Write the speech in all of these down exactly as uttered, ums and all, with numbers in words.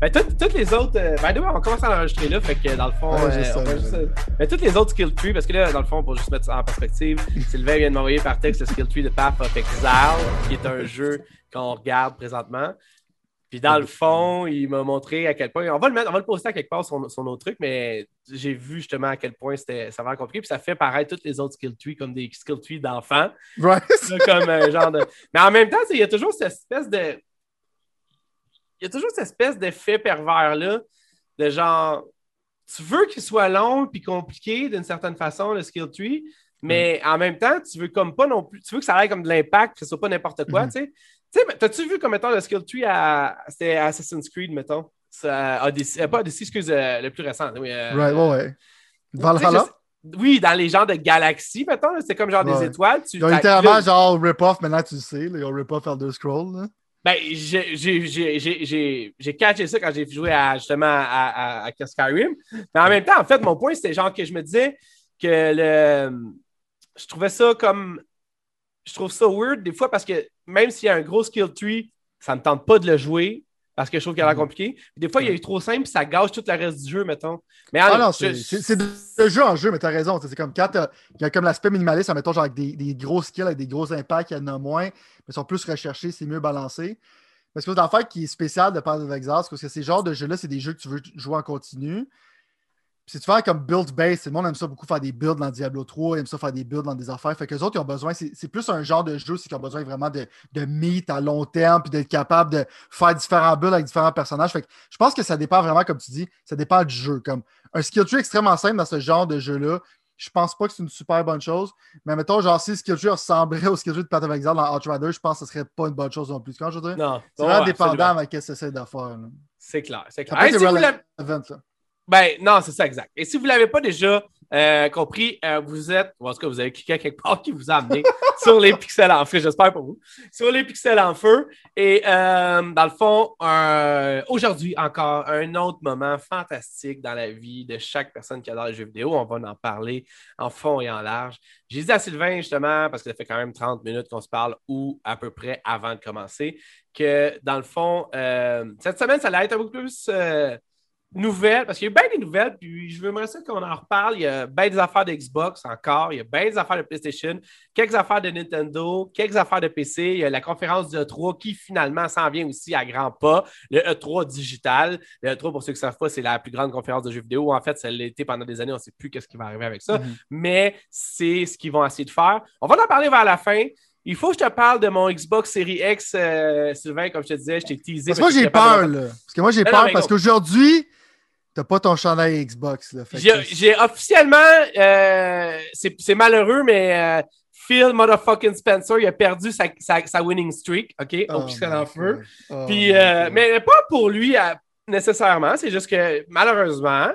Ben, toutes, toutes les autres. Euh, ben, on commence à l'enregistrer là, fait que dans le fond. Ouais, euh, ça, on va juste, euh, ben, toutes les autres skill trees, parce que là, dans le fond, pour juste mettre ça en perspective, Sylvain vient de m'envoyer par texte le skill tree de Path of Exile, qui est un jeu qu'on regarde présentement. Puis dans le fond, il m'a montré à quel point. On va le mettre, on va le poster à quelque part sur, sur nos trucs, mais j'ai vu justement à quel point c'était ça va compliqué. Puis ça fait paraître toutes les autres skill trees comme des skill trees d'enfants. Right. Comme un genre de. Mais en même temps, il y a toujours cette espèce de. Il y a toujours cette espèce d'effet pervers-là, de genre. Tu veux qu'il soit long puis compliqué d'une certaine façon, le skill tree, mais mm. en même temps, tu veux comme pas non plus. Tu veux que ça aille comme de l'impact, que ce soit pas n'importe quoi, mm-hmm. tu sais. Tu sais, t'as-tu vu comme, mettons, le skill tree à, c'était à Assassin's Creed, mettons? Ça, Odyssey, pas Odyssey, excuse, euh, le plus récent. Oui, euh, right, ouais, ouais. Valhalla? Oui, dans les genres de galaxies, mettons, c'est comme genre ouais. des étoiles. Tu, ils ont littéralement genre rip-off, maintenant tu le sais, là, ils ont rip-off Elder Scrolls. Là. Ben, j'ai, j'ai, j'ai, j'ai, j'ai catché ça quand j'ai joué à, justement à, à, à Skyrim. Mais en même temps, en fait, mon point, c'était genre que je me disais que le... je trouvais ça comme... Je trouve ça weird des fois parce que même s'il y a un gros skill tree, ça ne me tente pas de le jouer parce que je trouve qu'il a l'air compliqué. Puis des fois, il est trop simple et ça gâche tout le reste du jeu, mettons. Mais ah en, non, je, c'est, c'est, c'est de jeu en jeu, mais t'as raison. C'est comme quand il y a comme l'aspect minimaliste, mettons, genre avec des, des gros skills, avec des gros impacts, il y en a moins, mais ils sont plus recherchés, c'est mieux balancé. Parce que c'est l'affaire qui est spéciale de Path of Exile, parce que ces genres de jeux-là, c'est des jeux que tu veux jouer en continu. Puis si tu fais comme build base, le monde aime ça beaucoup faire des builds dans Diablo trois, aime ça faire des builds dans des affaires. Fait que les autres, ils ont besoin, c'est, c'est plus un genre de jeu, c'est qu'ils ont besoin vraiment de, de meet à long terme, puis d'être capable de faire différents builds avec différents personnages. Fait que je pense que ça dépend vraiment, comme tu dis, ça dépend du jeu. Comme un skill tree extrêmement simple dans ce genre de jeu-là, je pense pas que c'est une super bonne chose. Mais mettons, genre, si le skill tree ressemblerait au skill tree de Path of Exile dans Outrider, je pense que ce serait pas une bonne chose non plus. Quand je veux dire, non, c'est vraiment ouais, dépendant avec ce que tu essaies de faire. Là. C'est clair, c'est clair. Ça peut hey, être si relevant, ça. Ben, non, c'est ça, exact. Et si vous ne l'avez pas déjà euh, compris, euh, vous êtes, ou en tout cas, vous avez cliqué à quelque part qui vous a amené sur les pixels en feu, j'espère pour vous, sur les pixels en feu. Et euh, dans le fond, euh, aujourd'hui encore, un autre moment fantastique dans la vie de chaque personne qui adore les jeux vidéo. On va en parler en fond et en large. J'ai dit à Sylvain, justement, parce que ça fait quand même trente minutes qu'on se parle, ou à peu près avant de commencer, que dans le fond, euh, cette semaine, ça allait être un peu plus... Euh, nouvelles, parce qu'il y a bien des nouvelles, puis je veux me ça qu'on en reparle. Il y a bien des affaires de Xbox encore, il y a bien des affaires de PlayStation, quelques affaires de Nintendo, quelques affaires de P C. Il y a la conférence du E trois qui finalement s'en vient aussi à grands pas, le E trois digital. Le E trois, pour ceux qui ne savent pas, c'est la plus grande conférence de jeux vidéo. En fait, ça l'a été pendant des années, on ne sait plus ce qui va arriver avec ça, mm-hmm. mais c'est ce qu'ils vont essayer de faire. On va en parler vers la fin. Il faut que je te parle de mon Xbox Series X, euh, Sylvain, comme je te disais, je t'ai teasé. Parce que moi, j'ai peur, là. Parce que moi, j'ai peur parce qu'aujourd'hui, t'as pas ton chandail Xbox. Là, j'ai, que... j'ai officiellement, euh, c'est, c'est malheureux, mais euh, Phil motherfucking Spencer, il a perdu sa, sa, sa winning streak, OK, oh au pixel en feu. Oh Puis, euh, mais pas pour lui à, nécessairement, c'est juste que malheureusement,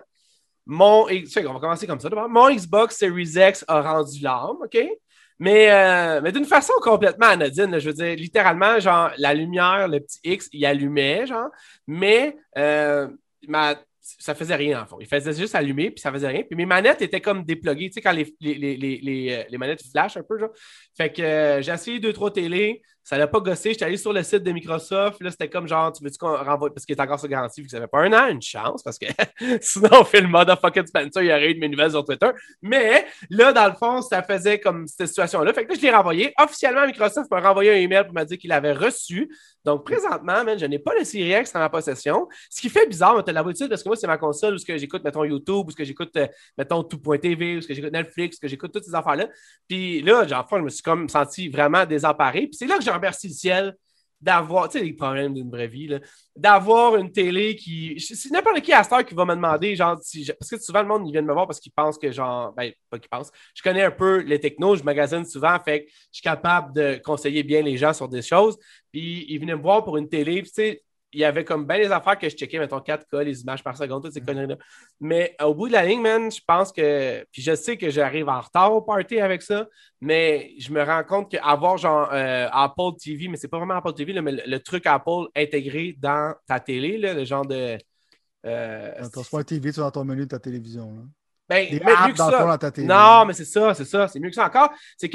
mon, tu sais, on va commencer comme ça, d'abord. Mon Xbox Series X a rendu l'âme, OK? Mais, euh, mais d'une façon complètement anodine, là, je veux dire, littéralement, genre, la lumière, le petit X, il allumait, genre, mais euh, ma ça faisait rien, en fond. Il faisait juste allumer, puis ça faisait rien. Puis mes manettes étaient comme dépluguées, tu sais, quand les, les, les, les, les manettes flashent un peu, genre. Fait que euh, j'ai essayé deux, trois télés, ça l'a pas gossé. J'étais allé sur le site de Microsoft, là, c'était comme genre, tu veux-tu qu'on renvoie, parce qu'il est encore sur garantie, vu que ça fait pas un an, une chance, parce que sinon, Phil motherfucking Spencer, il aurait eu de mes nouvelles sur Twitter. Mais là, dans le fond, ça faisait comme cette situation-là. Fait que là, je l'ai renvoyé. Officiellement, Microsoft m'a renvoyé un email pour me dire qu'il avait reçu. Donc, présentement, man, je n'ai pas le Series X dans ma possession. Ce qui fait bizarre, on te l'habitude, parce que moi, c'est ma console où ce que j'écoute, mettons, YouTube, où ce que j'écoute, euh, mettons, tout point T V, où ce que j'écoute Netflix, où ce que j'écoute toutes ces affaires-là. Puis là, genre, je me suis comme senti vraiment désemparé. Puis c'est là que je remercie le ciel d'avoir, tu sais, les problèmes d'une vraie vie, là, d'avoir une télé qui... C'est n'importe qui à cette heure qui va me demander, genre, si je... parce que souvent, le monde, ils viennent me voir parce qu'ils pensent que, genre, ben, pas qu'ils pensent, je connais un peu les technos, je magasine souvent, fait que je suis capable de conseiller bien les gens sur des choses. Puis ils venaient me voir pour une télé, tu sais, il y avait comme bien des affaires que je checkais, mettons quatre K, les images par seconde, toutes ces conneries-là. Mais au bout de la ligne, man, je pense que... Puis je sais que j'arrive en retard au party avec ça, mais je me rends compte qu'avoir genre euh, Apple T V, mais c'est pas vraiment Apple T V, là, mais le, le truc Apple intégré dans ta télé, là, le genre de... Euh, dans ton Smart T V, tu as dans ton menu de ta télévision. Là. Ben, des mais apps mieux que dans ça. Dans ta télé. Non, mais c'est ça, c'est ça, c'est mieux que ça encore. C'est que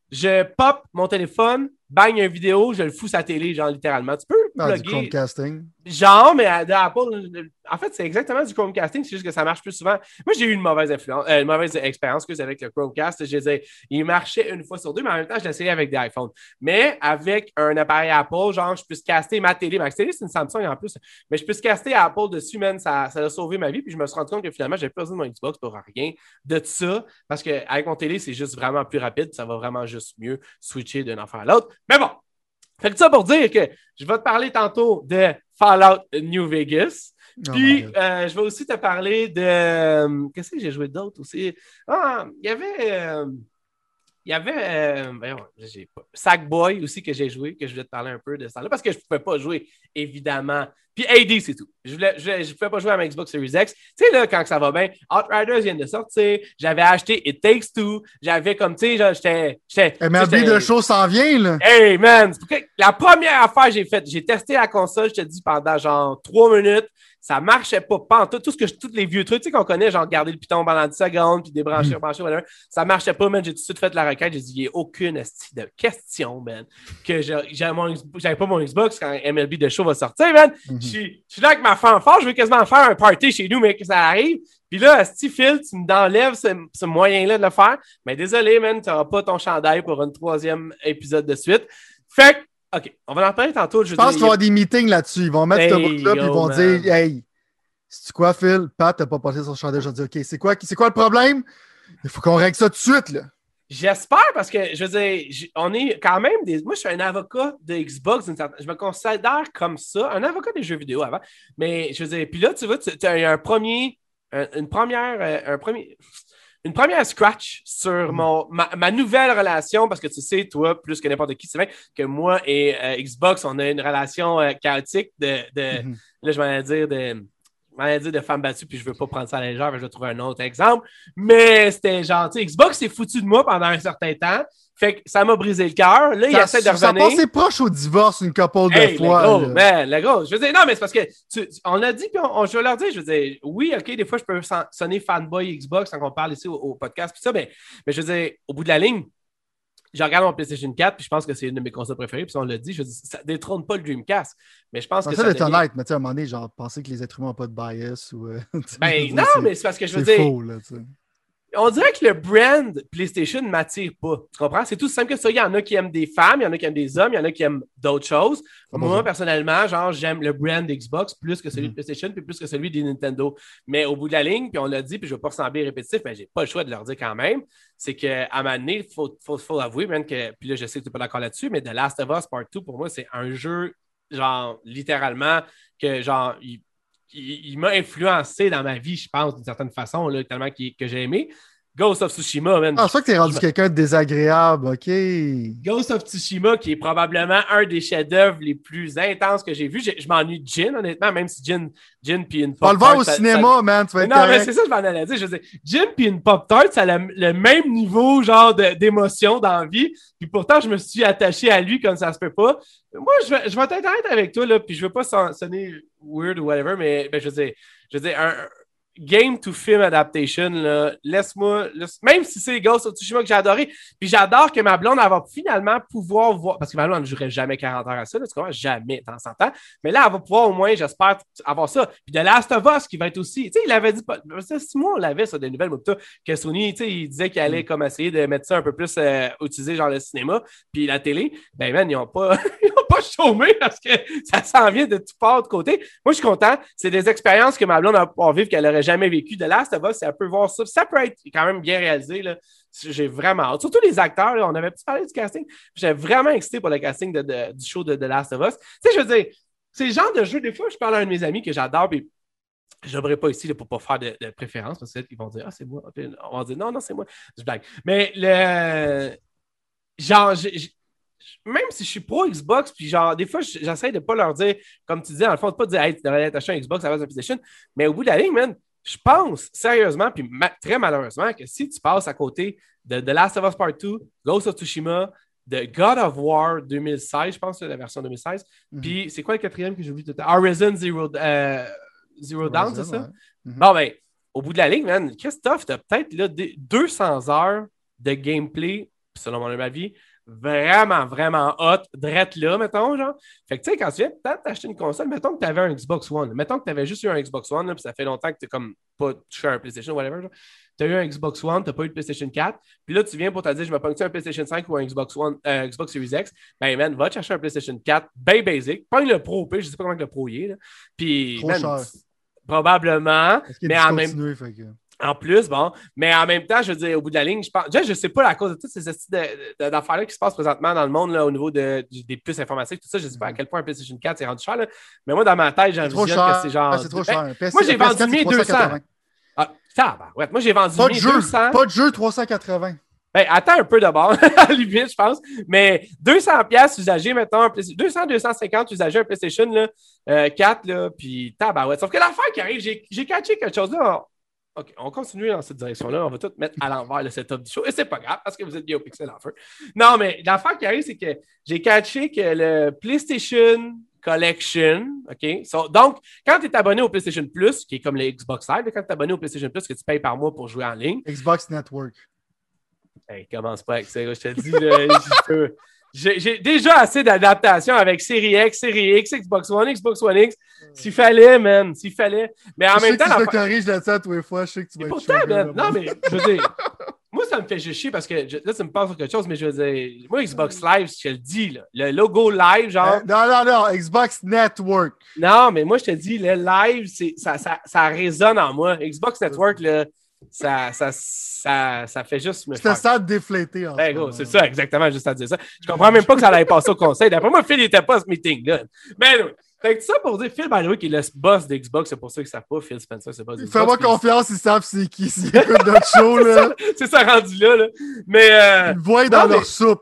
je pop mon téléphone, bang une vidéo, je le fous sa télé, genre littéralement. Tu peux le Ah, plugger. du Chromecasting. Genre, mais à, à Apple, en fait, c'est exactement du Chromecasting, c'est juste que ça marche plus souvent. Moi, j'ai eu une mauvaise influence, euh, une mauvaise expérience que avec le Chromecast. Je disais, il marchait une fois sur deux, mais en même temps, je l'ai essayé avec des iPhones. Mais avec un appareil Apple, genre, je peux caster ma télé. Ma télé, c'est une Samsung en plus, mais je peux caster Apple dessus, man. Ça, ça a sauvé ma vie. Puis je me suis rendu compte que finalement, j'ai pas besoin de mon Xbox pour rien de ça, parce qu'avec mon télé, c'est juste vraiment plus rapide. Ça va vraiment juste mieux switcher d'un enfant à l'autre. Mais bon, fait que ça pour dire que je vais te parler tantôt de Fallout New Vegas. Puis, oh euh, je vais aussi te parler de... Euh, qu'est-ce que j'ai joué d'autre aussi? Ah, il y avait... Euh, il y avait... Euh, ben, j'ai pas, Sackboy aussi que j'ai joué, que je voulais te parler un peu de ça là, parce que je ne pouvais pas jouer, évidemment. Puis A D, c'est tout. Je ne je, je pouvais pas jouer à ma Xbox Series X. Tu sais, là, quand ça va bien, Outriders vient de sortir, j'avais acheté It Takes Two, j'avais comme, tu sais, j'étais... M L B de show s'en vient, là. Hey, man! La première affaire que j'ai faite, j'ai testé la console, je te dis, pendant genre trois minutes, ça marchait pas, pas en tout. Tout ce que je, tous les vieux trucs, tu sais, qu'on connaît, genre garder le piton pendant dix secondes, puis débrancher, rebrancher, whatever, ça marchait pas, man. J'ai tout de suite fait la requête. J'ai dit, il n'y a aucune esti de question, man, que j'avais, mon, j'avais pas mon Xbox quand M L B de show va sortir, man. Mm-hmm. Je suis là avec ma fanfare, je veux quasiment faire un party chez nous, mais que ça arrive. Puis là, esti Phil, tu m'enlèves ce, ce moyen-là de le faire. Mais désolé, man, tu n'auras pas ton chandail pour un troisième épisode de suite. Fait que, OK, on va en parler tantôt. Je, je pense qu'il va y avoir des meetings là-dessus. Ils vont mettre hey, ce bout-là, puis ils vont man. dire, hey, c'est quoi, Phil? Pat n'a pas passé son chandail. Je vais dire, OK, c'est quoi, c'est quoi le problème? Il faut qu'on règle ça tout de suite, là. J'espère parce que, je veux dire, on est quand même des. Moi, je suis un avocat de Xbox. Je me considère comme ça, un avocat des jeux vidéo avant. Mais, je veux dire, puis là, tu vois, tu as un premier. Un, une première. Un premier. Une première scratch sur mon, ma, ma nouvelle relation, parce que tu sais, toi, plus que n'importe qui, c'est vrai que moi et euh, Xbox, on a une relation euh, chaotique de, de mm-hmm. là, je m'en allais dire de, je m'en allais dire de femmes battues, puis je veux pas prendre ça à la légère, mais je vais trouver un autre exemple. Mais c'était genre, tu sais, Xbox s'est foutu de moi pendant un certain temps. Fait que ça m'a brisé le cœur. Là, ça, il essaie de revenir. Ça passait proche au divorce une couple de hey, fois. Le gros, man, le gros. Je veux dire, non, mais c'est parce que tu, tu, on a dit, puis on, on, je vais leur dire, je veux dire, oui, OK, des fois, je peux sonner fanboy Xbox quand on parle ici au, au podcast, puis ça, mais, mais je veux dire, au bout de la ligne, je regarde mon PlayStation quatre, puis je pense que c'est une de mes consoles préférées, puis on l'a dit, je veux dire, ça détrône pas le Dreamcast. Mais je pense non, que ça. Ça d'être devient... honnête, mais tu sais, à un moment donné, genre, penser que les êtres humains n'ont pas de bias ou. Euh, ben non, mais c'est parce que je veux dire. C'est faux, là, tu sais. On dirait que le brand PlayStation ne m'attire pas. Tu comprends? C'est tout simple que ça. Il y en a qui aiment des femmes, il y en a qui aiment des hommes, il y en a qui aiment d'autres choses. Ah, Moi, bon. personnellement, genre, j'aime le brand Xbox plus que celui mm-hmm. de PlayStation puis plus que celui des Nintendo. Mais au bout de la ligne, puis on l'a dit, puis je ne veux pas ressembler répétitif, mais j'ai pas le choix de leur dire quand même, c'est qu'à un moment donné, il faut, faut, faut avouer, man, que, puis là, je sais que tu n'es pas d'accord là-dessus, mais The Last of Us Part deux, pour moi, c'est un jeu, genre, littéralement, que, genre, il, il, il m'a influencé dans ma vie, je pense, d'une certaine façon, là, tellement qu'il, que j'ai aimé. Ghost of Tsushima, man. Ah, c'est ça que t'es rendu je... quelqu'un de désagréable, OK. Ghost of Tsushima, qui est probablement un des chefs-d'œuvre les plus intenses que j'ai vus. Je, je m'ennuie de Jin, honnêtement, même si Jin, Jin puis une Pop-Tart... On va le voir au ça, cinéma, ça... man, tu vas être Non, correct. Mais c'est ça que je m'en allais dire. Je veux dire, Jin puis une Pop-Tart, ça a le, le même niveau, genre, de, d'émotion dans la vie. Puis pourtant, je me suis attaché à lui comme ça se peut pas. Moi, je vais, je vais être honnête avec toi, là, puis je veux pas sonner weird ou whatever, mais ben, je veux dire, je veux dire, un... game to film adaptation, là, laisse-moi, laisse... même si c'est Ghost of Tsushima que j'ai adoré, puis j'adore que ma blonde, elle va finalement pouvoir voir, parce que ma blonde, elle ne jouerait jamais quarante heures à ça, là, tu comprends, jamais, dans cent ans, mais là, elle va pouvoir au moins, j'espère, avoir ça. Puis The Last of Us, qui va être aussi, tu sais, il avait dit, ça, six mois, on l'avait, ça, des nouvelles, Mopta, que Sony, tu sais, il disait qu'il allait, mm. comme, essayer de mettre ça un peu plus, euh, utiliser, genre, le cinéma, puis la télé, ben, man, ils n'ont pas, ils ont pas chômé, parce que ça s'en vient de tout part de côté. Moi, je suis content, c'est des expériences que ma blonde va pouvoir vivre, qu'elle aurait jamais vécu. De Last of Us, c'est un peu voir ça. Ça peut être quand même bien réalisé. Là. J'ai vraiment hâte. Surtout les acteurs. Là, on avait petit parlé du casting. J'étais vraiment excité pour le casting de, de, du show de The Last of Us. Tu sais, je veux dire, c'est le genre de jeu, des fois, je parle à un de mes amis que j'adore, puis je n'aimerais pas ici là, pour ne pas faire de, de préférence, parce qu'ils vont dire, ah, c'est moi. Puis on va dire, non, non, c'est moi. Je blague. Mais le. Genre, j'ai. Même si je suis pro Xbox, puis genre, des fois, j'essaie de ne pas leur dire, comme tu disais, dans le fond, de ne pas dire, hey, tu devrais acheter un Xbox à la base de PlayStation, mais au bout de la ligne, man, je pense sérieusement, puis ma- très malheureusement, que si tu passes à côté de The Last of Us Part deux, Ghost of Tsushima, de God of War deux mille seize, je pense, la version deux mille seize, mm-hmm. puis c'est quoi le quatrième que j'ai oublié tout à l'heure? Horizon Zero, euh, Zero Horizon, Dawn, c'est ça? Ouais. Mm-hmm. Bon, ben, au bout de la ligne, man, Christophe, tu as peut-être là, deux cents heures de gameplay selon mon avis, vraiment, vraiment hot, drette là, mettons, genre. Fait que, tu sais, quand tu viens peut-être t'acheter une console, mettons que tu avais un Xbox One, mettons que tu avais juste eu un Xbox One, là, puis ça fait longtemps que tu comme pas touché à un PlayStation, whatever, genre. Tu as eu un Xbox One, tu n'as pas eu de PlayStation quatre, puis là, tu viens pour te dire, je vais pogne un PlayStation cinq ou un Xbox One, euh, Xbox Series X, ben, man, va te chercher un PlayStation quatre, bien basic, pogne le Pro, puis je sais pas comment le Pro y est, là. Puis, Trop man, cher. probablement, mais en même temps. Fait que... En plus, bon, mais en même temps, je veux dire, au bout de la ligne, je pense. Déjà, je sais pas à cause de toutes ces de, d'affaires-là qui se passent présentement dans le monde là, au niveau de, des puces informatiques, tout ça, je sais pas à quel point un PlayStation quatre c'est rendu cher. Là. Mais moi, dans ma tête, j'ai envisionne que c'est genre. Ah, c'est trop cher. Ben, moi, j'ai vendu le mien deux cents. Ah, ça, ben, ouais. Moi, j'ai vendu le mien deux cents. Pas de jeu trois cent quatre-vingts. Ben, attends un peu d'abord, à limite, je pense. Mais deux cents dollars usagés, mettons, un PlayStation, deux cents à deux cent cinquante usagés, un PlayStation là, euh, quatre, là, puis tabarouette. Sauf que l'affaire qui arrive, j'ai, j'ai catché quelque chose là. OK, on continue dans cette direction-là. On va tout mettre à l'envers le setup du show. Et c'est pas grave parce que vous êtes bien au pixel en feu. Non, mais l'affaire qui arrive, c'est que j'ai catché que le PlayStation Collection, OK? So, donc, quand tu es abonné au PlayStation Plus, qui est comme le Xbox Live, quand tu es abonné au PlayStation Plus, que tu payes par mois pour jouer en ligne. Xbox Network. Hey, commence pas avec ça, je te dis. Là, j'ai, j'ai déjà assez d'adaptation avec Series X, Series X, Xbox One, Xbox One X. S'il fallait, man, s'il fallait. Mais en je même sais temps. Que tu la... te corriges là-dessus à tous les fois, je sais que tu vas et être pourtant, man, non, mais je veux dire, moi, ça me fait juste chier parce que je, là, tu me parles sur quelque chose, mais je veux dire, moi, Xbox Live, je te le dis, là, le logo live, genre. Euh, non, non, non, Xbox Network. Non, mais moi, je te dis, le live, c'est, ça, ça, ça résonne en moi. Xbox Network, là. Ça, ça, ça, ça fait juste me je te sens déflété en ben, gros, c'est ça, exactement, juste à dire ça. Je comprends même pas que ça allait passer au conseil. D'après moi, Phil n'était pas à ce meeting-là. Mais non. Fait que ça pour dire, Phil, by the way, qui est le boss d'Xbox, c'est pour ça que ça pas, Phil Spencer, c'est le boss d'Xbox. Fais-moi confiance, ils savent c'est qui, s'ils écoutent notre show, là. c'est, ça, c'est ça rendu là, là. Mais. Euh, ils le voient dans non, leur mais... soupe.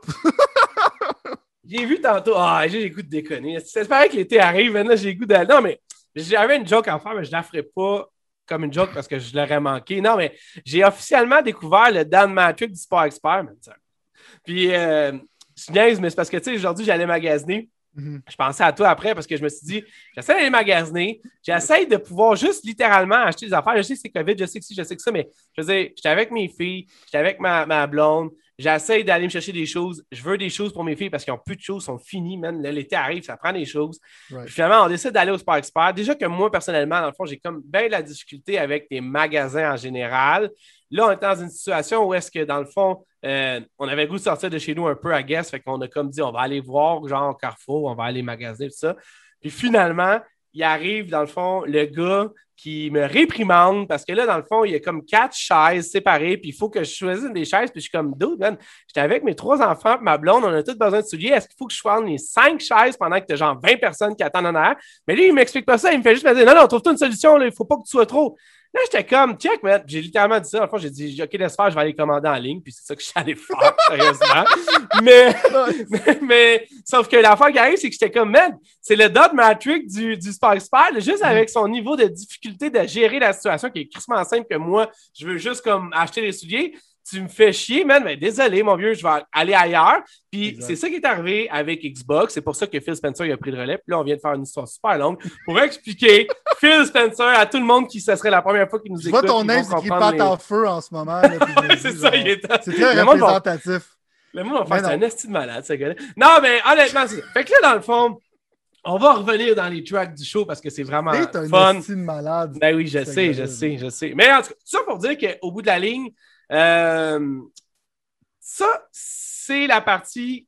J'ai vu tantôt, ah, j'ai le goût de déconner. C'est pareil que l'été arrive, maintenant, j'ai le goût d'aller. Non, mais j'avais une joke à faire, mais je la ferai pas comme une joke parce que je l'aurais manqué. Non, mais j'ai officiellement découvert le Dan Matrix du Sport Expert, man. Puis, euh, je niaise, mais c'est parce que, tu sais, aujourd'hui, j'allais magasiner. Mm-hmm. Je pensais à toi après parce que je me suis dit, j'essaie d'aller magasiner. J'essaie de pouvoir juste littéralement acheter des affaires. Je sais que c'est COVID, je sais que si, je sais que ça, mais je veux dire, j'étais avec mes filles, j'étais avec ma, ma blonde. J'essaie d'aller me chercher des choses. Je veux des choses pour mes filles parce qu'ils n'ont plus de choses, sont finies, man. Là, l'été arrive, ça prend des choses. Right. Puis finalement, on décide d'aller au Sport Expert. Déjà que moi, personnellement, dans le fond, j'ai comme bien de la difficulté avec les magasins en général. Là, on est dans une situation où est-ce que, dans le fond, euh, on avait le goût de sortir de chez nous un peu à guess. Fait qu'on a comme dit, on va aller voir, genre, Carrefour, on va aller magasiner, tout ça. Puis finalement, il arrive, dans le fond, le gars qui me réprimande parce que là, dans le fond, il y a comme quatre chaises séparées, puis il faut que je choisisse une des chaises, puis je suis comme, dude, man, j'étais avec mes trois enfants, puis ma blonde, on a tous besoin de souliers. Est-ce qu'il faut que je choisisse les cinq chaises pendant que tu as genre vingt personnes qui attendent en arrière? Mais lui, il m'explique pas ça, il me fait juste me dire, non, non, trouve-toi une solution, là, il faut pas que tu sois trop. Là, j'étais comme, check, man. J'ai littéralement dit ça. Dans le fond, j'ai dit, OK, laisse faire, je vais aller commander en ligne. Puis c'est ça que je suis allé faire, sérieusement. mais, mais, mais, sauf que l'affaire qui arrive, c'est que j'étais comme, man, c'est le dot matrix du, du Sport Expert, juste avec son niveau de difficulté de gérer la situation qui est crissement simple que moi, je veux juste comme acheter des souliers. Tu me fais chier, man. Ben, désolé, mon vieux, je vais aller ailleurs. Puis exact. C'est ça qui est arrivé avec Xbox. C'est pour ça que Phil Spencer il a pris le relais. Puis là, on vient de faire une histoire super longue pour expliquer Phil Spencer à tout le monde qui ce serait la première fois qu'il nous je écoute. Je vois ton œil qui pâte les... en feu en ce moment. Là, c'est ça, il est C'est très le représentatif. Va... Le monde va faire c'est un esti de malade, ce gars-là. Non, mais honnêtement, c'est ça. Fait que là, dans le fond, on va revenir dans les tracks du show parce que c'est vraiment c'est un fun. C'est un malade. Ben oui, je sais, je sais, je sais. Mais en tout cas, ça pour dire qu'au bout de la ligne, Euh, ça, c'est la partie.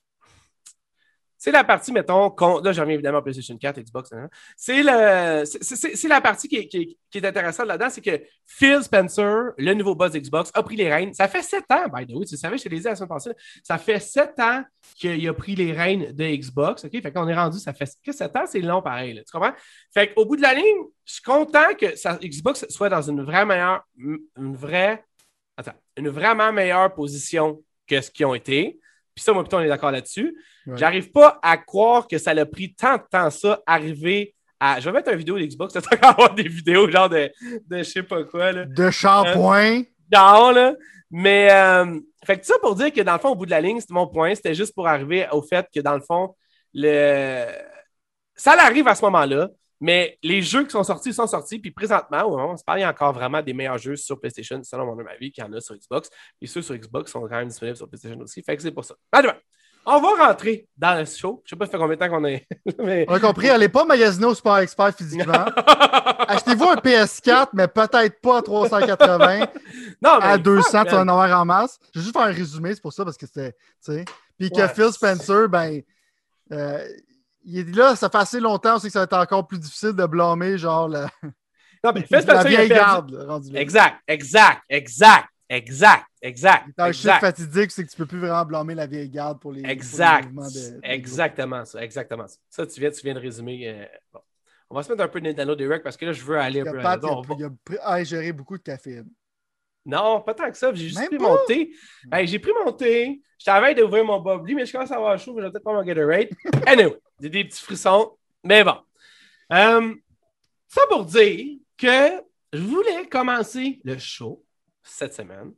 C'est la partie, mettons, con, là, j'en reviens évidemment à PlayStation quatre, Xbox. Hein, c'est, le, c'est, c'est, c'est la partie qui est, qui, est, qui est intéressante là-dedans, c'est que Phil Spencer, le nouveau boss Xbox, a pris les rênes. Ça fait sept ans, by the way, tu savais, je te l'ai dit la semaine passée, ça fait sept ans qu'il a pris les rênes de Xbox. OK? Fait qu'on est rendu, ça fait que sept ans, c'est long pareil. Là, tu comprends? Fait qu'au bout de la ligne, je suis content que ça, Xbox soit dans une vraie meilleure, une vraie. Attends, une vraiment meilleure position que ce qu'ils ont été. Puis ça, moi, plutôt, on est d'accord là-dessus. Ouais. J'arrive pas à croire que ça l'a pris tant de temps, ça, arriver à... Je vais mettre une vidéo d'Xbox, ça va avoir des vidéos genre de, de je sais pas quoi, là. De shampoing. Euh, non, là. Mais, euh, fait que ça pour dire que, dans le fond, au bout de la ligne, c'était mon point. C'était juste pour arriver au fait que, dans le fond, le... ça arrive à ce moment-là. Mais les jeux qui sont sortis sont sortis. Puis présentement, on se parle, il y a encore vraiment des meilleurs jeux sur PlayStation, selon mon avis, qu'il y en a sur Xbox. Et ceux sur Xbox sont quand même disponibles sur PlayStation aussi. Fait que c'est pour ça. Allez, on va rentrer dans le show. Je sais pas ça fait combien de temps qu'on est. mais... On a compris, allez pas magasiner au Super Expert physiquement. Achetez-vous un P S quatre, mais peut-être pas à trois cent quatre-vingts. Non, mais à deux cents, tu vas en avoir en masse. Je vais juste faire un résumé, c'est pour ça, parce que c'était. Puis que ouais, Phil Spencer, ben. Euh, il est là, ça fait assez longtemps aussi que ça va être encore plus difficile de blâmer, genre, la, non, mais Phil Spencer, la vieille garde. Là, rendu là. Exact, exact, exact, exact, exact. Dans le chiffre fatidique, c'est que tu peux plus vraiment blâmer la vieille garde pour les, exact. Pour les mouvements de, de exactement ça, exactement ça. Ça, tu viens, tu viens de résumer. Euh, bon. On va se mettre un peu de Nintendo Direct parce que là, je veux aller un peu... Pat, il, a, il a pris, ah, géré beaucoup de caféine. Non, pas tant que ça. J'ai juste Même pris pas? mon thé. Ben, j'ai pris mon thé. Je t'avais d'ouvrir mon bubbly, mais je commence à avoir chaud. Je vais peut-être pas mon Gatorade. Anyway, j'ai des petits frissons. Mais bon. Euh, ça pour dire que je voulais commencer le show cette semaine.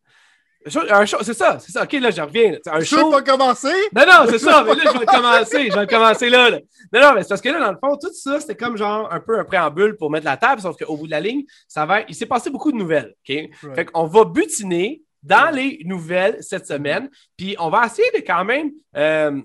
Un show, c'est ça, c'est ça. OK, là, je reviens. Un le show. show pas commencer? Non, non, c'est ça. Mais là, je vais le commencer. Je vais le commencer là, là. Non, non, mais c'est parce que là, dans le fond, tout ça, c'était comme genre un peu un préambule pour mettre la table, sauf qu'au bout de la ligne, ça va. Il s'est passé beaucoup de nouvelles. OK? Right. Fait qu'on va butiner dans les nouvelles cette semaine. Puis on va essayer de quand même euh,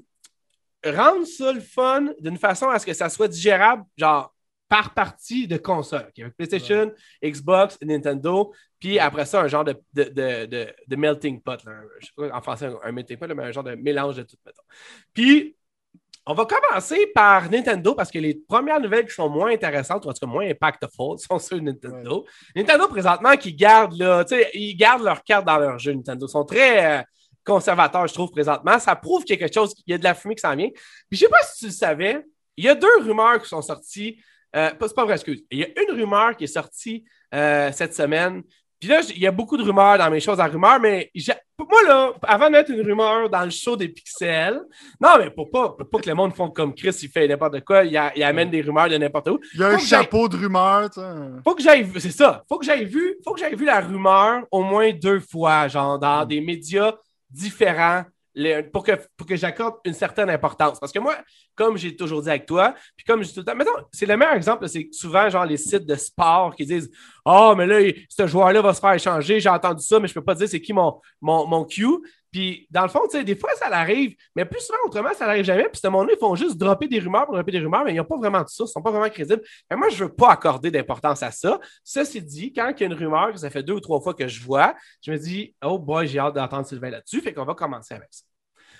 rendre ça le fun d'une façon à ce que ça soit digérable, genre par partie de console. Okay? PlayStation, ouais. Xbox, Nintendo, puis après ça, un genre de, de, de, de, de melting pot. Là. Je sais pas en français un, un melting pot, là, mais un genre de mélange de tout, mettons. Puis, on va commencer par Nintendo parce que les premières nouvelles qui sont moins intéressantes, ou en tout cas moins impactful, sont sur Nintendo. Ouais. Nintendo, présentement, qui gardent, là, tu sais, ils gardent leurs cartes dans leur jeu, Nintendo. Ils sont très euh, conservateurs, je trouve, présentement. Ça prouve qu'il y a quelque chose, qu'il y a de la fumée qui s'en vient. Puis, je sais pas si tu le savais, il y a deux rumeurs qui sont sorties. Euh, c'est pas vrai, excuse. Il y a une rumeur qui est sortie euh, cette semaine. Puis là, il y a beaucoup de rumeurs dans mes choses à rumeurs, mais moi, là, avant de mettre une rumeur dans le show des pixels, non, mais pour pas, pour pas que le monde fonde comme Chris, il fait n'importe quoi, il, a, il amène des rumeurs de n'importe où. Il y a un chapeau de rumeurs, tu sais. Faut que j'aille vu, c'est ça. Faut que j'aille vu, faut que j'aille vu la rumeur au moins deux fois, genre dans mm. des médias différents. Les, pour que, pour que j'accorde une certaine importance. Parce que moi, comme j'ai toujours dit avec toi, puis comme je dis tout le temps, mettons, c'est le meilleur exemple, c'est souvent genre les sites de sport qui disent « Ah, oh, mais là, ce joueur-là va se faire échanger, j'ai entendu ça, mais je peux pas dire c'est qui mon, mon, mon Q. » Puis dans le fond, tu sais, des fois, ça l'arrive, mais plus souvent, autrement, ça n'arrive jamais. Puis ce monde-là, ils font juste dropper des rumeurs pour dropper des rumeurs, mais ils n'ont pas vraiment de ça, ils ne sont pas vraiment crédibles. Et moi, je ne veux pas accorder d'importance à ça. Ceci dit, quand il y a une rumeur que ça fait deux ou trois fois que je vois, je me dis « Oh boy, j'ai hâte d'entendre Sylvain là-dessus. » Fait qu'on va commencer avec ça.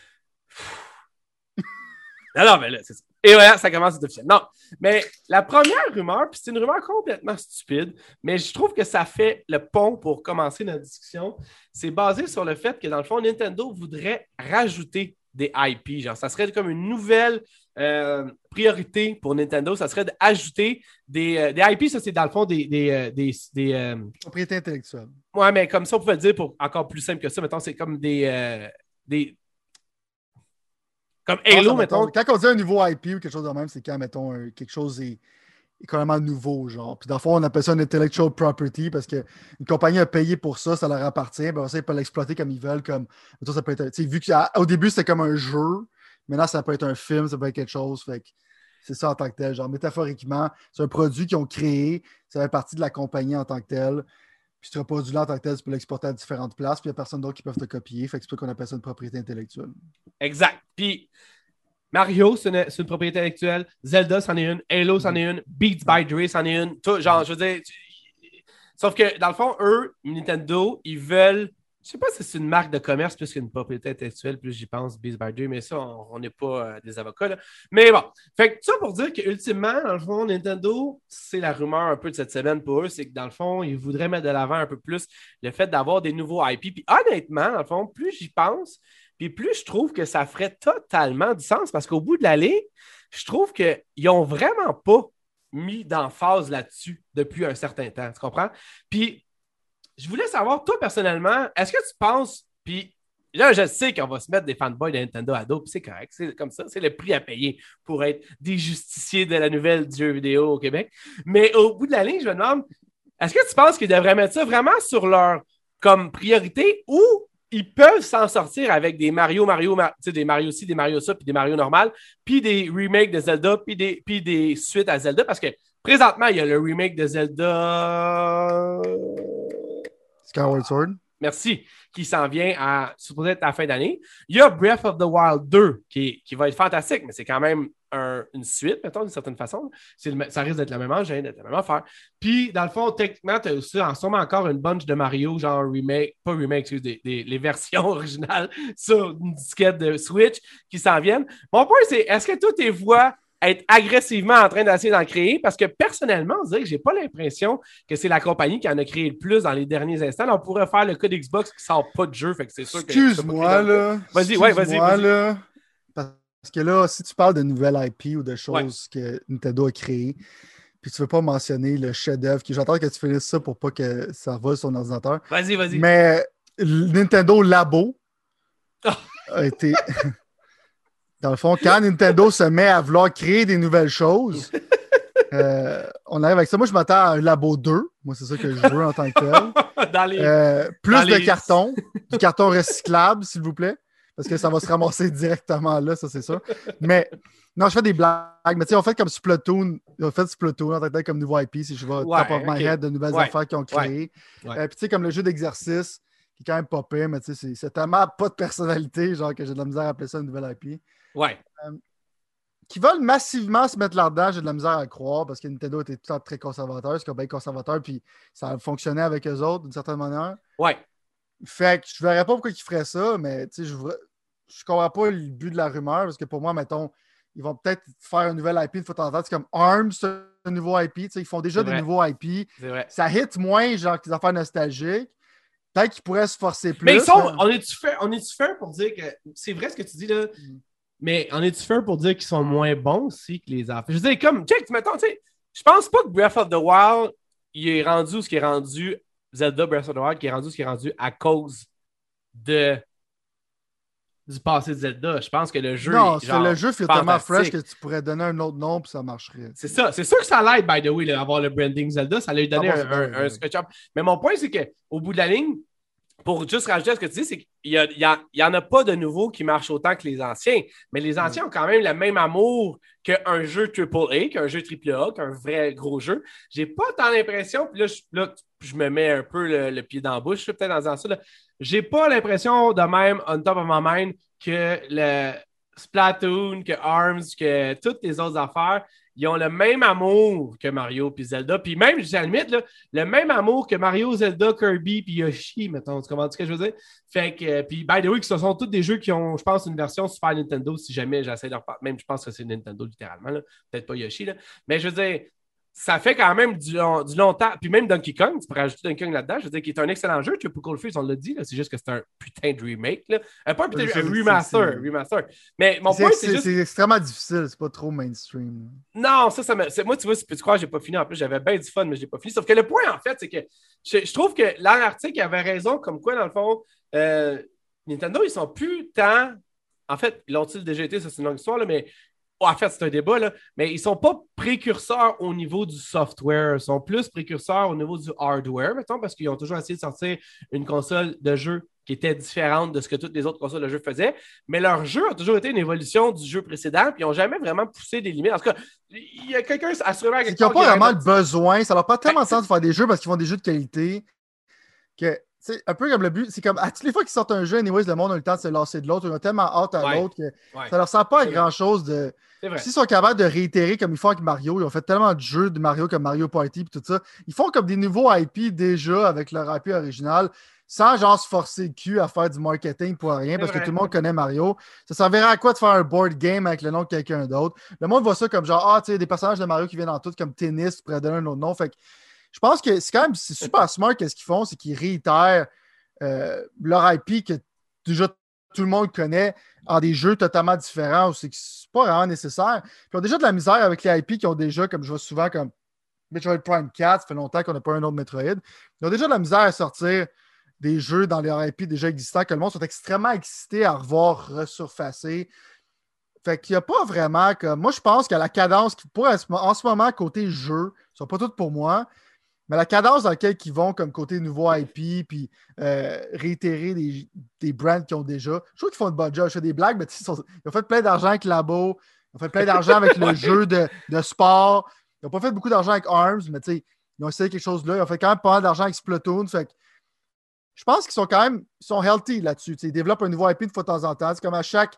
Non, non, mais là, c'est ça. Et voilà, ça commence à être officiel. Non, mais la première rumeur, puis c'est une rumeur complètement stupide, mais je trouve que ça fait le pont pour commencer notre discussion. C'est basé sur le fait que, dans le fond, Nintendo voudrait rajouter des I P. Genre, ça serait comme une nouvelle euh, priorité pour Nintendo. Ça serait d'ajouter des, euh, des I P. Ça, c'est dans le fond des... des, euh, des, des euh... propriétés intellectuelles. Ouais, mais comme ça, on pouvait le dire pour encore plus simple que ça. Mettons, c'est comme des... Euh, des Comme Halo, ah, mettons. Quand on dit un nouveau I P ou quelque chose de même, c'est quand, mettons, un, quelque chose est, est carrément nouveau, genre. Puis dans le fond, on appelle ça un intellectual property parce qu'une compagnie a payé pour ça, ça leur appartient. Ben, ça, ils peuvent l'exploiter comme ils veulent. Comme, mettons, ça peut être, vu qu'au début, c'était comme un jeu, maintenant, ça peut être un film, ça peut être quelque chose. Fait que c'est ça en tant que tel. Genre, métaphoriquement, c'est un produit qu'ils ont créé, ça fait partie de la compagnie en tant que tel. Puis ce produit-là, en tant que tel, tu peux l'exporter à différentes places, puis il n'y a personne d'autre qui peut te copier. Fait que c'est pour ça qu'on appelle ça une propriété intellectuelle. Exact. Puis Mario, c'est une, c'est une propriété intellectuelle. Zelda, c'en est une. Halo, c'en est une. Beats by Dre, c'en est une. Tout, genre, je veux dire... Tu... Sauf que, dans le fond, eux, Nintendo, ils veulent... Je sais pas si c'est une marque de commerce plus qu'une propriété intellectuelle, plus j'y pense, Beats by Dre, mais ça, on n'est pas euh, des avocats, là. Mais bon, fait que ça pour dire qu'ultimement, dans le fond, Nintendo, c'est la rumeur un peu de cette semaine pour eux, c'est que dans le fond, ils voudraient mettre de l'avant un peu plus le fait d'avoir des nouveaux I P. Puis honnêtement, dans le fond, plus j'y pense, puis plus je trouve que ça ferait totalement du sens, parce qu'au bout de la ligne, je trouve qu'ils n'ont vraiment pas mis d'emphase là-dessus depuis un certain temps, tu comprends? Puis je voulais savoir, toi, personnellement, est-ce que tu penses, puis là, je sais qu'on va se mettre des fanboys de Nintendo à dos, puis c'est correct, c'est comme ça, c'est le prix à payer pour être des justiciers de la nouvelle du jeu vidéo au Québec. Mais au bout de la ligne, je me demande, est-ce que tu penses qu'ils devraient mettre ça vraiment sur leur comme priorité ou ils peuvent s'en sortir avec des Mario, Mario, Mar- tu sais, des Mario ci, des Mario ça, puis des Mario normales, puis des remakes de Zelda, puis des, puis des suites à Zelda, parce que présentement, il y a le remake de Zelda... Skyward Sword. Merci, qui s'en vient à, supposé être à la fin d'année. Il y a Breath of the Wild deux, qui, qui va être fantastique, mais c'est quand même un, une suite, mettons, d'une certaine façon. C'est le, ça risque d'être la même engine, d'être la même affaire. Puis, dans le fond, techniquement, tu as aussi en ce moment encore une bunch de Mario, genre remake, pas remake, excusez, des, des, les versions originales sur une disquette de Switch qui s'en viennent. Mon point, c'est, est-ce que toi, tes voix être agressivement en train d'essayer d'en créer, parce que personnellement, on dirait que j'ai pas l'impression que c'est la compagnie qui en a créé le plus dans les derniers instants. Là, on pourrait faire le cas d'Xbox qui sort pas de jeu, fait que c'est sûr que... Excuse-moi, là. Vas-y, ouais, vas-y, vas-y. Là. Parce que là, si tu parles de nouvelles I P ou de choses ouais. que Nintendo a créées, puis tu veux pas mentionner le chef-d'œuvre, qui j'entends que tu finisses ça pour pas que ça vole son ordinateur. Vas-y, vas-y. Mais le Nintendo Labo oh. a été... Dans le fond, quand Nintendo se met à vouloir créer des nouvelles choses, euh, on arrive avec ça. Moi, je m'attends à un Labo deux. Moi, c'est ça que je veux en tant que tel. Dans les... euh, plus Dans de les... carton, du carton recyclable, s'il vous plaît, parce que ça va se ramasser directement là, ça, c'est ça. Mais non, je fais des blagues. Mais tu sais, on fait comme Splatoon. On fait Splatoon en tant que tel comme nouveau I P, si je vais ouais, top of my okay. head de nouvelles ouais. affaires qu'ils ont créées. Ouais. Ouais. Euh, puis tu sais, comme le jeu d'exercice, qui est quand même pas pire, mais tu sais, c'est, c'est tellement pas de personnalité, genre que j'ai de la misère à appeler ça une nouvelle I P. Ouais. Euh, qui veulent massivement se mettre là-dedans, j'ai de la misère à croire parce que Nintendo était tout le temps très conservateur, c'est comme bien conservateur, puis ça a fonctionné avec eux autres d'une certaine manière. Ouais. Fait que je verrais pas pourquoi ils feraient ça, mais tu sais, je je comprends pas le but de la rumeur parce que pour moi, mettons, ils vont peut-être faire un nouvel I P une fois de temps en temps. C'est comme ARMS, c'est un nouveau I P. Ils font déjà c'est des vrai. nouveaux I P. C'est vrai. Ça hit moins, genre, que des affaires nostalgiques. Peut-être qu'ils pourraient se forcer plus. Mais ils sont, mais... on est-tu fait, on est-tu fait pour dire que c'est vrai ce que tu dis là? Mm. Mais en es-tu fait pour dire qu'ils sont moins bons aussi que les affaires? Je veux dire, comme, check, mettons, tu sais, je pense pas que Breath of the Wild, il est rendu ce qui est rendu, Zelda Breath of the Wild, qui est rendu ce qui est rendu à cause de du passé de Zelda. Je pense que le jeu non, est genre le jeu fait tellement fresh que tu pourrais donner un autre nom puis ça marcherait. C'est ça. C'est sûr que ça l'aide, by the way, là, avoir le branding Zelda. Ça lui donné ah, un, un, un, un scratch-up. Mais mon point, c'est qu'au bout de la ligne, pour juste rajouter à ce que tu dis, c'est qu'il y, a, il y, a, il y en a pas de nouveaux qui marchent autant que les anciens. Mais les anciens ouais. ont quand même le même amour qu'un jeu triple A, qu'un jeu triple A, qu'un vrai gros jeu. J'ai pas tant l'impression, puis là, je, là, je me mets un peu le, le pied dans la bouche, peut-être dans dans ça. Là. J'ai pas l'impression de même, on top of my mind, que le Splatoon, que ARMS, que toutes les autres affaires, ils ont le même amour que Mario puis Zelda. Puis même, je dis à la limite, là, le même amour que Mario, Zelda, Kirby puis Yoshi, mettons. Tu comprends ce que je veux dire? Fait que, puis by the way, que ce sont tous des jeux qui ont, je pense, une version Super Nintendo, si jamais j'essaie de repartir. Même, je pense que c'est Nintendo, littéralement. Là. Peut-être pas Yoshi, là. Mais je veux dire, ça fait quand même du, long, du longtemps. Puis même Donkey Kong, tu pourrais rajouter Donkey Kong là-dedans. Je veux dire, qui est un excellent jeu. Tropical Freeze, on l'a dit. Là, c'est juste que c'est un putain de remake. Là. Euh, pas un putain de remaster, remaster. Mais mon c'est, point, c'est, c'est juste... C'est extrêmement difficile. C'est pas trop mainstream. Non, ça, ça me... c'est... Moi, tu vois, tu crois, j'ai pas fini. En plus, j'avais bien du fun, mais j'ai pas fini. Sauf que le point, en fait, c'est que je, je trouve que l'article avait raison, comme quoi, dans le fond, euh, Nintendo, ils sont plus tant... En fait, l'ont-ils déjà été? Ça, c'est une longue histoire, là, mais... En fait, c'est un débat, là, mais ils ne sont pas précurseurs au niveau du software. Ils sont plus précurseurs au niveau du hardware, mettons, parce qu'ils ont toujours essayé de sortir une console de jeu qui était différente de ce que toutes les autres consoles de jeu faisaient. Mais leur jeu a toujours été une évolution du jeu précédent, puis ils n'ont jamais vraiment poussé des limites. En tout cas, il y a quelqu'un assurément... C'est qu'ils n'ont pas vraiment de besoin. Ça leur prend tellement de temps de faire des jeux parce qu'ils font des jeux de qualité que... C'est un peu comme le but, c'est comme à toutes les fois qu'ils sortent un jeu, anyways, le monde a le temps de se lasser de l'autre. Ils ont tellement hâte à ouais. l'autre que ouais. ça leur sert pas à grand-chose de. S'ils sont capables de réitérer comme ils font avec Mario, ils ont fait tellement de jeux de Mario comme Mario Party et tout ça. Ils font comme des nouveaux I P déjà avec leur I P original, sans genre se forcer le cul à faire du marketing pour rien, c'est parce vrai. Que tout le monde connaît Mario. Ça servirait à quoi de faire un board game avec le nom de quelqu'un d'autre? Le monde voit ça comme genre, ah, tu sais, des personnages de Mario qui viennent en tout comme tennis, tu pourrais donner un autre nom. Fait que je pense que c'est quand même c'est super smart qu'est-ce qu'ils font, c'est qu'ils réitèrent euh, leur I P que déjà tout le monde connaît en des jeux totalement différents où c'est que c'est pas vraiment nécessaire. Puis ils ont déjà de la misère avec les I P qui ont déjà, comme je vois souvent, comme Metroid Prime quatre, ça fait longtemps qu'on n'a pas un autre Metroid. Ils ont déjà de la misère à sortir des jeux dans leur I P déjà existants que le monde sont extrêmement excités à revoir resurfacer. Fait qu'il n'y a pas vraiment comme. Moi, je pense que la cadence qui pour en ce moment, côté jeu, ne sont pas toutes pour moi. Mais la cadence dans laquelle ils vont comme côté nouveau I P, puis euh, réitérer des, des brands qu'ils ont déjà, je trouve qu'ils font de bon job. Je fais des blagues, mais ils, sont, ils ont fait plein d'argent avec Labo, ils ont fait plein d'argent avec le jeu de, de sport. n'ont pas fait beaucoup d'argent avec ARMS, mais ils ont essayé quelque chose là. Ils ont fait quand même pas mal d'argent avec Splatoon. Fait que je pense qu'ils sont quand même ils sont healthy là-dessus. T'sais, ils développent un nouveau I P de fois de temps en temps. C'est comme à chaque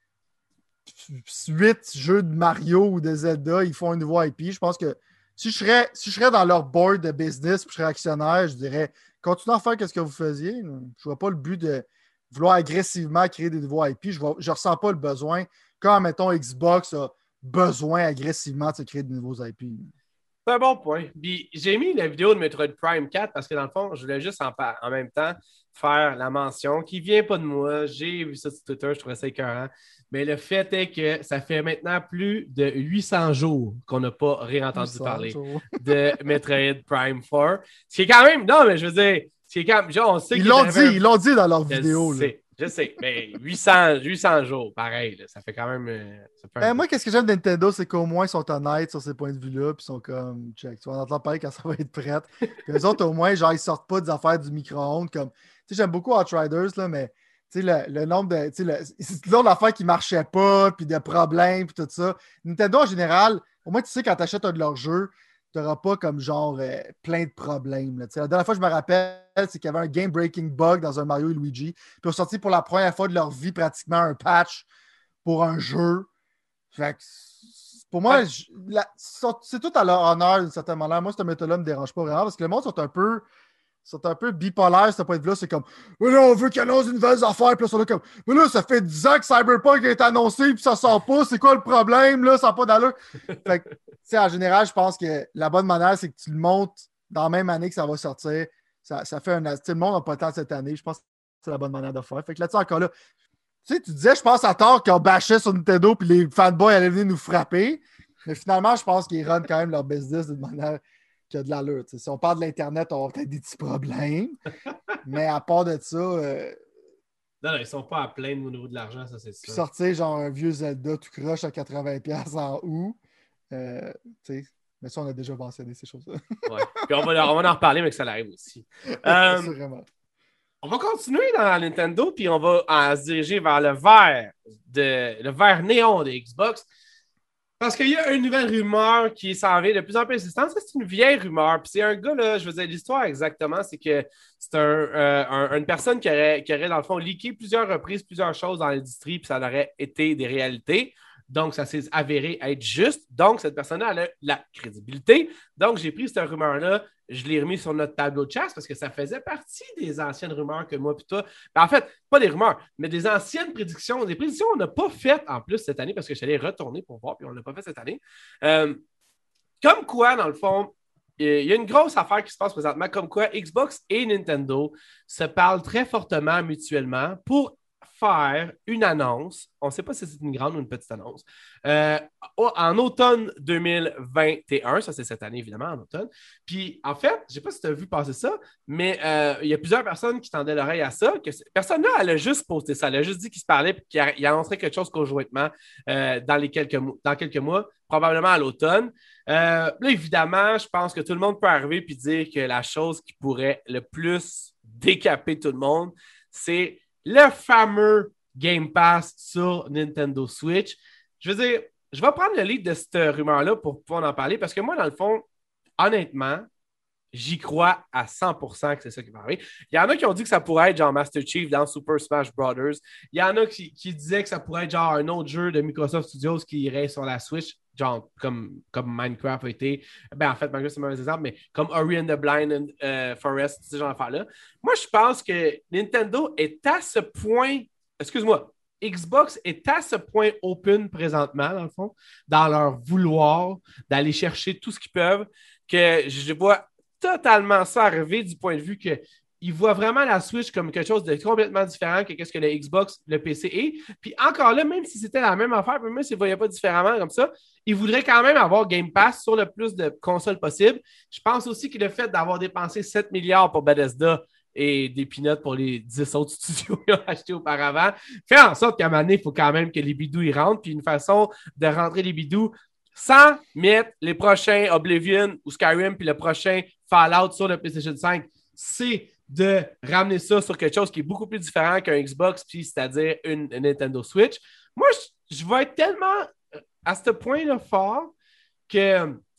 huit jeux de Mario ou de Zelda, ils font un nouveau I P. Je pense que si je serais, si je serais dans leur board de business puis je serais actionnaire, je dirais continuez à faire ce que vous faisiez. Je ne vois pas le but de vouloir agressivement créer des nouveaux I P. Je ne ressens pas le besoin. Quand, mettons, Xbox a besoin agressivement de créer de nouveaux I P. C'est un bon point. Puis j'ai mis la vidéo de Metroid Prime quatre parce que dans le fond, je voulais juste en, en même temps faire la mention qui ne vient pas de moi. J'ai vu ça sur Twitter, je trouvais ça écœurant. Mais le fait est que ça fait maintenant plus de huit cents jours qu'on n'a pas réentendu parler jours. de Metroid Prime quatre. Ce qui est quand même... Non, mais je veux dire, c'est quand même... Genre, on sait ils l'ont dit, un... ils l'ont dit dans leur vidéo. Je sais, je sais. Mais huit cents, huit cents jours, pareil. Là, ça fait quand même... Ça fait ben, moi, qu'est-ce que j'aime de Nintendo, c'est qu'au moins, ils sont honnêtes sur ces points de vue-là, puis ils sont comme, check, tu vas en entendre parler quand ça va être prêt. Puis eux autres, au moins, genre, ils sortent pas des affaires du micro-ondes, comme... Tu sais, j'aime beaucoup Outriders, là, mais... Tu sais, le, le nombre de. Tu sais, le nombre d'affaires qui ne marchaient pas, puis de problèmes, puis tout ça. Nintendo, en général, au moins, tu sais, quand tu achètes un de leurs jeux, tu n'auras pas comme genre euh, plein de problèmes. Là. La dernière fois, je me rappelle, c'est qu'il y avait un game-breaking bug dans un Mario et Luigi. Puis ils ont sorti pour la première fois de leur vie pratiquement un patch pour un jeu. Fait que, pour moi, je, la, c'est tout à leur honneur d'une certaine manière. Moi, cette méthode-là ne me dérange pas vraiment parce que le monde sont un peu. sont un peu bipolaires, ce point de vue-là. C'est comme, mais là, on veut qu'ils annoncent de nouvelles affaires. Puis là, ils sont là comme, mais là, ça fait dix ans que Cyberpunk a été annoncé, puis ça sort pas. C'est quoi le problème, là? Ça n'a pas d'allure. Fait que, tu sais, en général, je pense que la bonne manière, c'est que tu le montes dans la même année que ça va sortir. Ça, ça fait un. Tu sais, le monde n'a pas le temps cette année. Je pense que c'est la bonne manière de faire. Fait que là-dessus, encore là, tu sais, tu disais, je pense à tort qu'on bâchait sur Nintendo, puis les fanboys allaient venir nous frapper. Mais finalement, je pense qu'ils runnent quand même leur business d'une manière qui a de l'allure. T'sais. Si on parle de l'Internet, on va peut-être des petits problèmes. Mais à part de ça. Euh... Non, non, ils sont pas à plaindre au niveau de l'argent, ça, c'est ça. Sortir genre un vieux Zelda tout croche à quatre-vingts dollars en août. Euh, mais ça, on a déjà mentionné ces choses-là. Ouais. Puis on va, on va en reparler, mais que ça arrive aussi. Euh, vraiment. On va continuer dans la Nintendo, puis on va euh, se diriger vers le vert, de, le vert néon de Xbox. Parce qu'il y a une nouvelle rumeur qui s'en vient de plus en plus insistante. Ça, c'est une vieille rumeur. Puis c'est un gars, là, je veux dire, l'histoire exactement, c'est que c'est un, euh, un, une personne qui aurait, qui aurait, dans le fond, leaké plusieurs reprises, plusieurs choses dans l'industrie, puis ça aurait été des réalités. Donc, ça s'est avéré être juste. Donc, cette personne-là, elle a la crédibilité. Donc, j'ai pris cette rumeur-là, je l'ai remis sur notre tableau de chasse parce que ça faisait partie des anciennes rumeurs que moi et toi. Ben, en fait, pas des rumeurs, mais des anciennes prédictions. Des prédictions qu'on n'a pas faites en plus cette année parce que je suis allé retourner pour voir, puis on ne l'a pas fait cette année. Euh, comme quoi, dans le fond, il y a une grosse affaire qui se passe présentement, comme quoi Xbox et Nintendo se parlent très fortement mutuellement pour faire une annonce, on ne sait pas si c'est une grande ou une petite annonce, euh, en automne deux mille vingt et un, ça c'est cette année évidemment, en automne. Puis en fait, je ne sais pas si tu as vu passer ça, mais euh, il y a plusieurs personnes qui tendaient l'oreille à ça, que personne-là, elle a juste posté ça, elle a juste dit qu'il se parlait et qu'il annoncerait quelque chose conjointement euh, dans, les quelques, dans quelques mois, probablement à l'automne. Euh, là, évidemment, je pense que tout le monde peut arriver et dire que la chose qui pourrait le plus décaper tout le monde, c'est le fameux Game Pass sur Nintendo Switch. Je veux dire, je vais prendre le lead de cette rumeur-là pour pouvoir en parler parce que moi, dans le fond, honnêtement, j'y crois à cent pour cent que c'est ça qui va arriver. Il y en a qui ont dit que ça pourrait être genre Master Chief dans Super Smash Brothers. Il y en a qui, qui disaient que ça pourrait être genre un autre jeu de Microsoft Studios qui irait sur la Switch, genre comme, comme Minecraft a été. Ben, en fait, Minecraft, c'est un mauvais exemple, mais comme Ori and the Blind uh, Forest, ce genre d'affaires-là. Moi, je pense que Nintendo est à ce point... Excuse-moi. Xbox est à ce point open présentement, dans le fond, dans leur vouloir d'aller chercher tout ce qu'ils peuvent, que je vois totalement ça arriver du point de vue qu'ils voient vraiment la Switch comme quelque chose de complètement différent que ce que le Xbox, le P C est. Puis encore là, même si c'était la même affaire, même s'ils ne voyaient pas différemment comme ça, ils voudraient quand même avoir Game Pass sur le plus de consoles possible. Je pense aussi que le fait d'avoir dépensé sept milliards pour Bethesda et des peanuts pour les dix autres studios qu'ils ont achetés auparavant, fait en sorte qu'à un moment donné, il faut quand même que les bidous y rentrent. Puis une façon de rentrer les bidous sans mettre les prochains Oblivion ou Skyrim puis le prochain Fallout sur le PlayStation cinq, c'est de ramener ça sur quelque chose qui est beaucoup plus différent qu'un Xbox, puis c'est-à-dire une, une Nintendo Switch. Moi, je, je vais être tellement à ce point-là fort que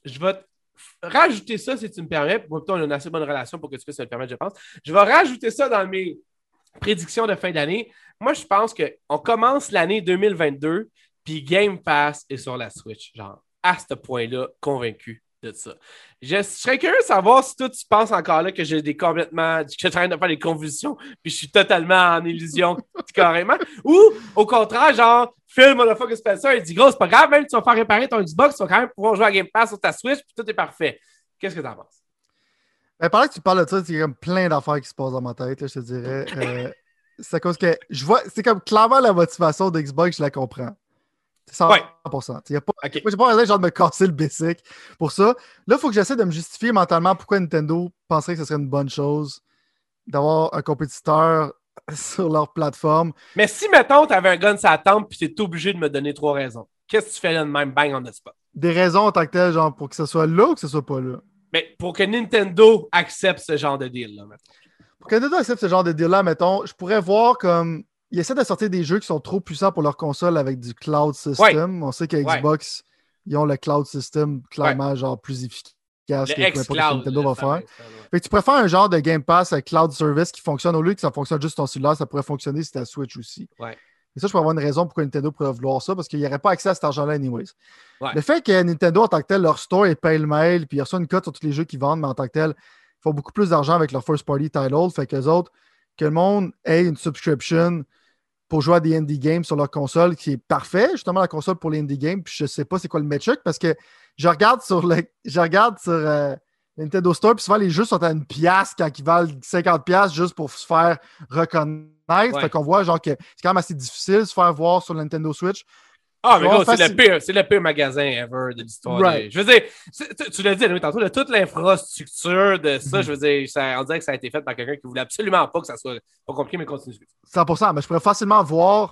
je vais rajouter ça si tu me permets. Moi, plutôt, on a une assez bonne relation pour que tu puisses me le permettre, je pense. Je vais rajouter ça dans mes prédictions de fin d'année. Moi, je pense qu'on commence l'année deux mille vingt-deux, puis Game Pass est sur la Switch. Genre, à ce point-là, convaincu de ça. Je serais curieux de savoir si toi, tu penses encore là que j'ai des complètement... que je suis en train de faire des convulsions, puis je suis totalement en illusion carrément. Ou, au contraire, genre, Phil Motherfucker Spencer, il dit, gros, c'est pas grave, même si tu vas faire réparer ton Xbox, tu vas quand même pouvoir jouer à Game Pass sur ta Switch, puis tout est parfait. Qu'est-ce que t'en penses? Ben, pendant que tu parles de ça, il y a comme plein d'affaires qui se passent dans ma tête, là, je te dirais. Euh, c'est à cause que je vois, c'est comme clairement la motivation d'Xbox, je la comprends. cent pour cent. Ouais. Y a pas, okay. Moi, j'ai pas raison genre de me casser le basic pour ça. Là, il faut que j'essaie de me justifier mentalement pourquoi Nintendo penserait que ce serait une bonne chose d'avoir un compétiteur sur leur plateforme. Mais si, mettons, tu avais un gun sur la tempe puis tu es obligé de me donner trois raisons, qu'est-ce que tu fais là de même, bang on the spot? Des raisons en tant que tel, genre pour que ce soit là ou que ce soit pas là? Mais pour que Nintendo accepte ce genre de deal-là, mettons. Pour que Nintendo accepte ce genre de deal-là, mettons, je pourrais voir comme... Ils essaient de sortir des jeux qui sont trop puissants pour leur console avec du cloud system. Ouais. On sait qu'à Xbox, ouais. ils ont le cloud system clairement ouais. genre plus efficace le que peu importe ce que Nintendo va faire. Ouais. Fait que tu pourrais faire un genre de Game Pass avec cloud service qui fonctionne au lieu que ça fonctionne juste sur ton cellulaire, ça pourrait fonctionner sur ta Switch aussi. Ouais. Et ça, je pourrais avoir une raison pourquoi Nintendo pourrait vouloir ça parce qu'il n'y aurait pas accès à cet argent-là anyways. Ouais. Le fait que Nintendo en tant que tel, leur store est pale-mail, puis ils reçoivent une cote sur tous les jeux qu'ils vendent, mais en tant que tel, ils font beaucoup plus d'argent avec leur first-party title. Fait qu'eux autres, que le monde ait une subscription pour jouer à des indie games sur leur console, qui est parfait, justement, la console pour les indie games, puis je sais pas c'est quoi le metric, parce que je regarde sur le je regarde sur euh, Nintendo Store, puis souvent les jeux sont à une pièce quand ils valent cinquante pièces juste pour se faire reconnaître. Ouais. Fait qu'on voit genre que c'est quand même assez difficile de se faire voir sur le Nintendo Switch. Ah, mais gros, c'est le pire, c'est le pire magasin ever de l'histoire. Right. De... Je veux dire, tu, tu l'as dit oui, tantôt, de toute l'infrastructure de ça, mm-hmm. je veux dire, ça, on dirait que ça a été fait par quelqu'un qui voulait absolument pas que ça soit pas compliqué, mais continue. cent pour cent, mais je pourrais facilement voir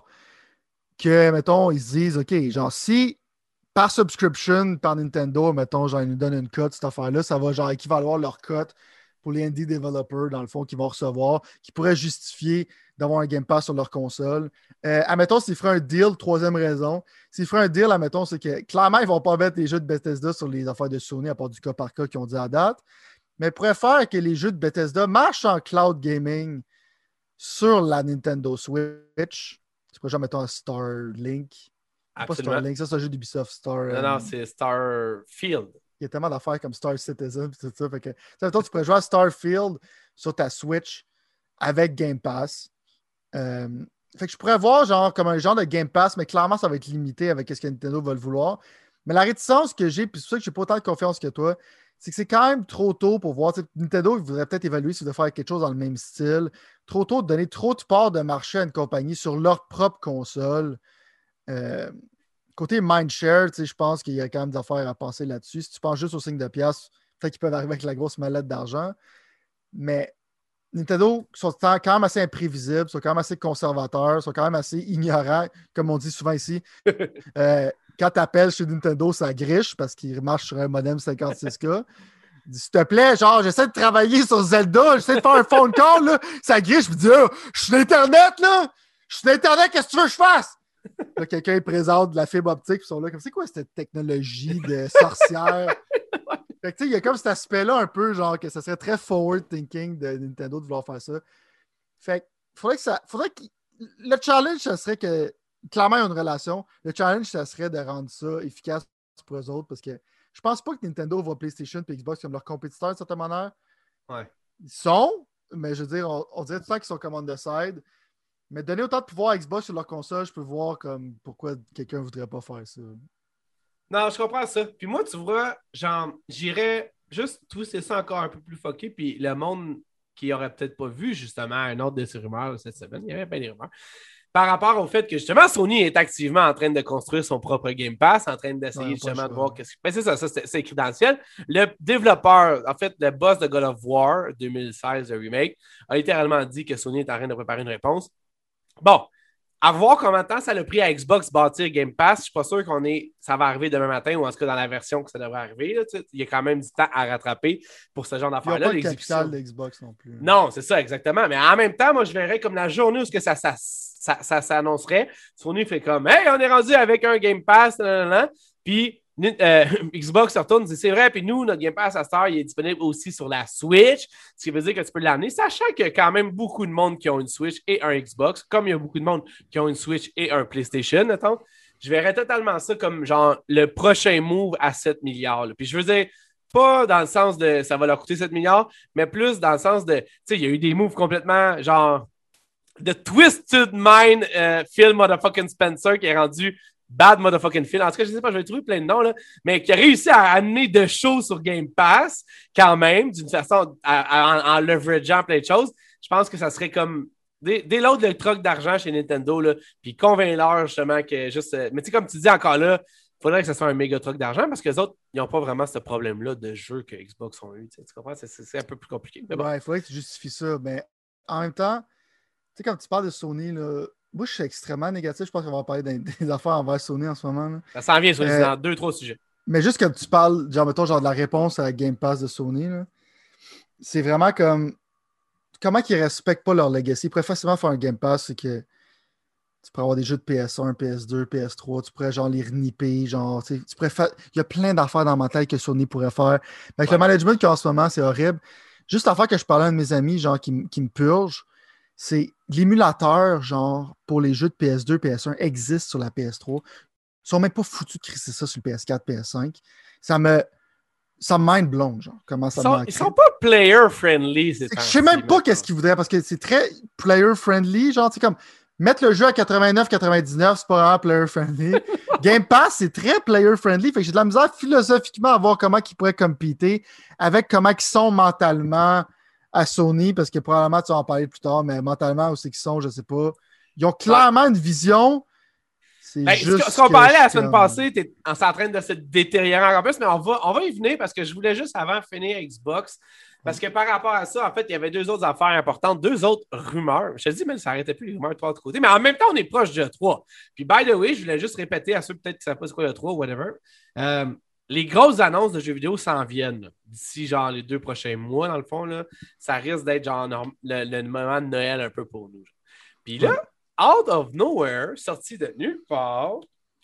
que, mettons, ils se disent, OK, genre, si par subscription, par Nintendo, mettons, genre, ils nous donnent une cote, cette affaire-là, ça va, genre, équivaloir leur cote pour les indie developers, dans le fond, qui vont recevoir, qui pourraient justifier d'avoir un Game Pass sur leur console. Euh, admettons, s'ils feraient un deal, troisième raison, s'ils feraient un deal, admettons, c'est que clairement, ils ne vont pas mettre les jeux de Bethesda sur les affaires de Sony, à part du cas par cas qu'ils ont dit à date, mais ils pourraient faire que les jeux de Bethesda marchent en cloud gaming sur la Nintendo Switch. C'est pas genre, mettons, un Starlink. Pas Starlink, ça, c'est un jeu d'Ubisoft. Star, non, euh... non, c'est Starfield. Il y a tellement d'affaires comme Star Citizen et tout ça. Fait que, mettons, tu pourrais jouer à Starfield sur ta Switch avec Game Pass. Euh, fait que je pourrais voir genre comme un genre de Game Pass, mais clairement, ça va être limité avec ce que Nintendo va le vouloir. Mais la réticence que j'ai, puis c'est pour ça que j'ai pas autant de confiance que toi, c'est que c'est quand même trop tôt pour voir. Nintendo, il voudrait peut-être évaluer s'il veut faire quelque chose dans le même style. Trop tôt de donner trop de part de marché à une compagnie sur leur propre console. Euh, côté Mindshare, je pense qu'il y a quand même des affaires à penser là-dessus. Si tu penses juste au signe de pièce, peut-être qu'ils peuvent arriver avec la grosse mallette d'argent. Mais Nintendo sont quand même assez imprévisibles, sont quand même assez conservateurs, sont quand même assez ignorants, comme on dit souvent ici. euh, quand tu appelles chez Nintendo, ça griche parce qu'il marche sur un modem cinquante-six K. S'il te plaît, genre, j'essaie de travailler sur Zelda, j'essaie de faire un phone call, là, ça griche, je me dis, oh, je suis sur Internet, là! Je suis sur Internet, qu'est-ce que tu veux que je fasse? Là, quelqu'un présente de la fibre optique, ils sont là, comme c'est quoi cette technologie de sorcière? Fait que, tu sais, il y a comme cet aspect-là un peu, genre, que ça serait très forward thinking de Nintendo de vouloir faire ça. Fait que, faudrait que ça. Faudrait que. Le challenge, ça serait que. Clairement, il y a une relation. Le challenge, ça serait de rendre ça efficace pour eux autres parce que je pense pas que Nintendo voit PlayStation et Xbox comme leurs compétiteurs de certaine manière. Ouais. Ils sont, mais je veux dire, on, on dirait tout le temps qu'ils sont comme on the side. Mais donner autant de pouvoir à Xbox sur leur console, je peux voir comme pourquoi quelqu'un voudrait pas faire ça. Non, je comprends ça. Puis moi, tu vois, genre, j'irais juste twister ça encore un peu plus fucké. Puis le monde qui aurait peut-être pas vu, justement, un autre de ces rumeurs cette semaine, il y avait pas des rumeurs, par rapport au fait que, justement, Sony est activement en train de construire son propre Game Pass, en train d'essayer, ouais, justement, de voir qu'est-ce que... Ben, c'est ça, ça c'est, c'est écrit dans le ciel. Le développeur, en fait, le boss de God of War deux mille seize, le remake, a littéralement dit que Sony est en train de préparer une réponse. Bon, à voir combien de temps ça a pris à Xbox bâtir Game Pass, je suis pas sûr qu'on est, ça va arriver demain matin ou en tout cas dans la version que ça devrait arriver. Là, il y a quand même du temps à rattraper pour ce genre d'affaires-là. Il n'y a pas le capital de Xbox non plus. Non, c'est ça, exactement. Mais en même temps, moi, je verrais comme la journée où que ça, ça, ça, ça s'annoncerait. Sony fait comme, hey, on est rendu avec un Game Pass, nan, nan, nan. Puis euh, Xbox se retourne, dit c'est vrai, puis nous, notre Game Pass à Star, il est disponible aussi sur la Switch, ce qui veut dire que tu peux l'amener, sachant qu'il y a quand même beaucoup de monde qui ont une Switch et un Xbox, comme il y a beaucoup de monde qui ont une Switch et un PlayStation, attends. Je verrais totalement ça comme genre le prochain move à sept milliards. Là. Puis je veux dire, pas dans le sens de ça va leur coûter sept milliards, mais plus dans le sens de, tu sais, il y a eu des moves complètement genre de Twisted Mind euh, Phil Motherfucking Spencer qui est rendu Bad Motherfucking Phil. En tout cas, je sais pas, je vais trouver plein de noms, là, mais qui a réussi à amener de choses sur Game Pass quand même, d'une façon, à, à, en, en leverageant plein de choses. Je pense que ça serait comme Dès, dès l'autre, le troc d'argent chez Nintendo, là, puis convainc-leur justement que juste. Euh, mais tu sais, comme tu dis encore là, il faudrait que ce soit un méga troc d'argent parce que les autres, ils n'ont pas vraiment ce problème-là de jeu que Xbox ont eu. Tu comprends? C'est, c'est, c'est un peu plus compliqué. Mais bon. Ouais, il faudrait que tu justifies ça. Mais en même temps, tu sais, quand tu parles de Sony, là, moi, je suis extrêmement négatif. Je pense qu'on va parler des, des affaires envers Sony en ce moment. Là. Ça s'en vient sur euh, dans deux, trois sujets. Mais juste quand tu parles, genre, mettons, genre de la réponse à la Game Pass de Sony, là, c'est vraiment comme. Comment ils ne respectent pas leur legacy? Ils pourraient facilement faire un Game Pass, c'est que tu pourrais avoir des jeux de P S un, P S deux, P S trois, tu pourrais genre les renipper, genre, tu pourrais faire... Il y a plein d'affaires dans ma tête que Sony pourrait faire. Mais avec ouais. le management qu'il y a en ce moment, c'est horrible. Juste l'affaire que je parlais à un de mes amis, genre, qui, qui me purge, c'est l'émulateur, genre, pour les jeux de P S deux, P S un existe sur la P S trois. Ils sont même pas foutus de crisser ça sur le P S quatre, P S cinq. Ça me... Ça me mind blown, genre. Comment ça ils, sont, ils sont pas player-friendly. Je sais même pas qu'est-ce qu'ils voudraient parce que c'est très player-friendly. Genre, tu sais, comme mettre le jeu à quatre-vingt-neuf quatre-vingt-dix-neuf, c'est pas vraiment player-friendly. Game Pass, c'est très player-friendly. Fait que j'ai de la misère philosophiquement à voir comment ils pourraient compéter avec comment ils sont mentalement à Sony parce que probablement tu vas en parler plus tard, mais mentalement où c'est qu'ils sont, je sais pas. Ils ont clairement ouais. une vision. Ben, ce, ce qu'on parlait la semaine passée, t'es en, en train de se détériorer encore plus, mais on va, on va y venir parce que je voulais juste avant finir Xbox. Parce que par rapport à ça, en fait, il y avait deux autres affaires importantes, deux autres rumeurs. Je te dis, mais ça n'arrêtait plus les rumeurs de trois autres côtés. Mais en même temps, on est proche de trois. Puis, by the way, je voulais juste répéter à ceux peut-être qui ne savent pas c'est quoi le trois ou whatever. Euh, les grosses annonces de jeux vidéo s'en viennent d'ici genre les deux prochains mois, dans le fond. Là, ça risque d'être genre le, le moment de Noël un peu pour nous. Puis là, out of nowhere, sorti de nulle part,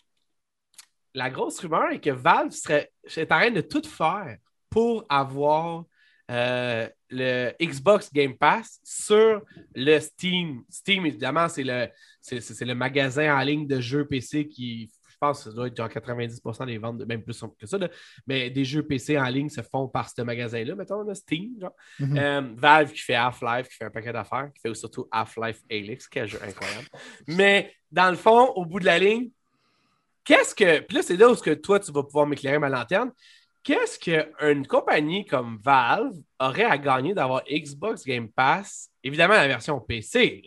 la grosse rumeur est que Valve serait est en train de tout faire pour avoir euh, le Xbox Game Pass sur le Steam. Steam, évidemment, c'est le, c'est, c'est le magasin en ligne de jeux P C qui, je pense que ça doit être genre quatre-vingt-dix pour cent des ventes, de, même plus que ça, là, mais des jeux P C en ligne se font par ce magasin-là, mettons, là, Steam. Genre. Mm-hmm. Euh, Valve qui fait Half-Life, qui fait un paquet d'affaires, qui fait surtout Half-Life Alyx, quel jeu incroyable. Mais dans le fond, au bout de la ligne, qu'est-ce que. Puis là, c'est là où que toi, tu vas pouvoir m'éclairer ma lanterne. Qu'est-ce qu'une compagnie comme Valve aurait à gagner d'avoir Xbox Game Pass, évidemment la version P C, là,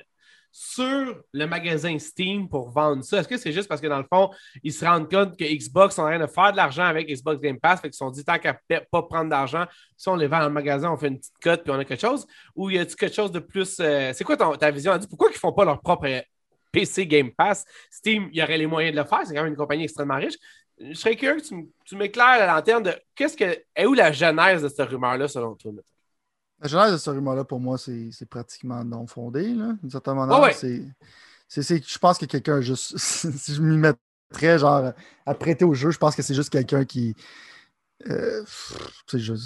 sur le magasin Steam pour vendre ça? Est-ce que c'est juste parce que dans le fond, ils se rendent compte que Xbox sont en train de faire de l'argent avec Xbox Game Pass, fait qu'ils se sont dit tant qu'à ne pas prendre d'argent, si on les vend dans le magasin, on fait une petite cote puis on a quelque chose? Ou y a-t-il quelque chose de plus. Euh, c'est quoi ton, ta vision? Elle dit, pourquoi ils ne font pas leur propre P C Game Pass? Steam, il y aurait les moyens de le faire, c'est quand même une compagnie extrêmement riche. Je serais curieux que tu, tu m'éclaires la lanterne de qu'est-ce que. Est où la genèse de cette rumeur-là selon toi? La genèse de cette rumeur-là, pour moi, c'est, c'est pratiquement non fondé, là, d'une certaine manière. Oh ouais. c'est, c'est, c'est, je pense que quelqu'un juste. Si je m'y mettrais, genre, à prêter au jeu, je pense que c'est juste quelqu'un qui. Euh, tu sais, je.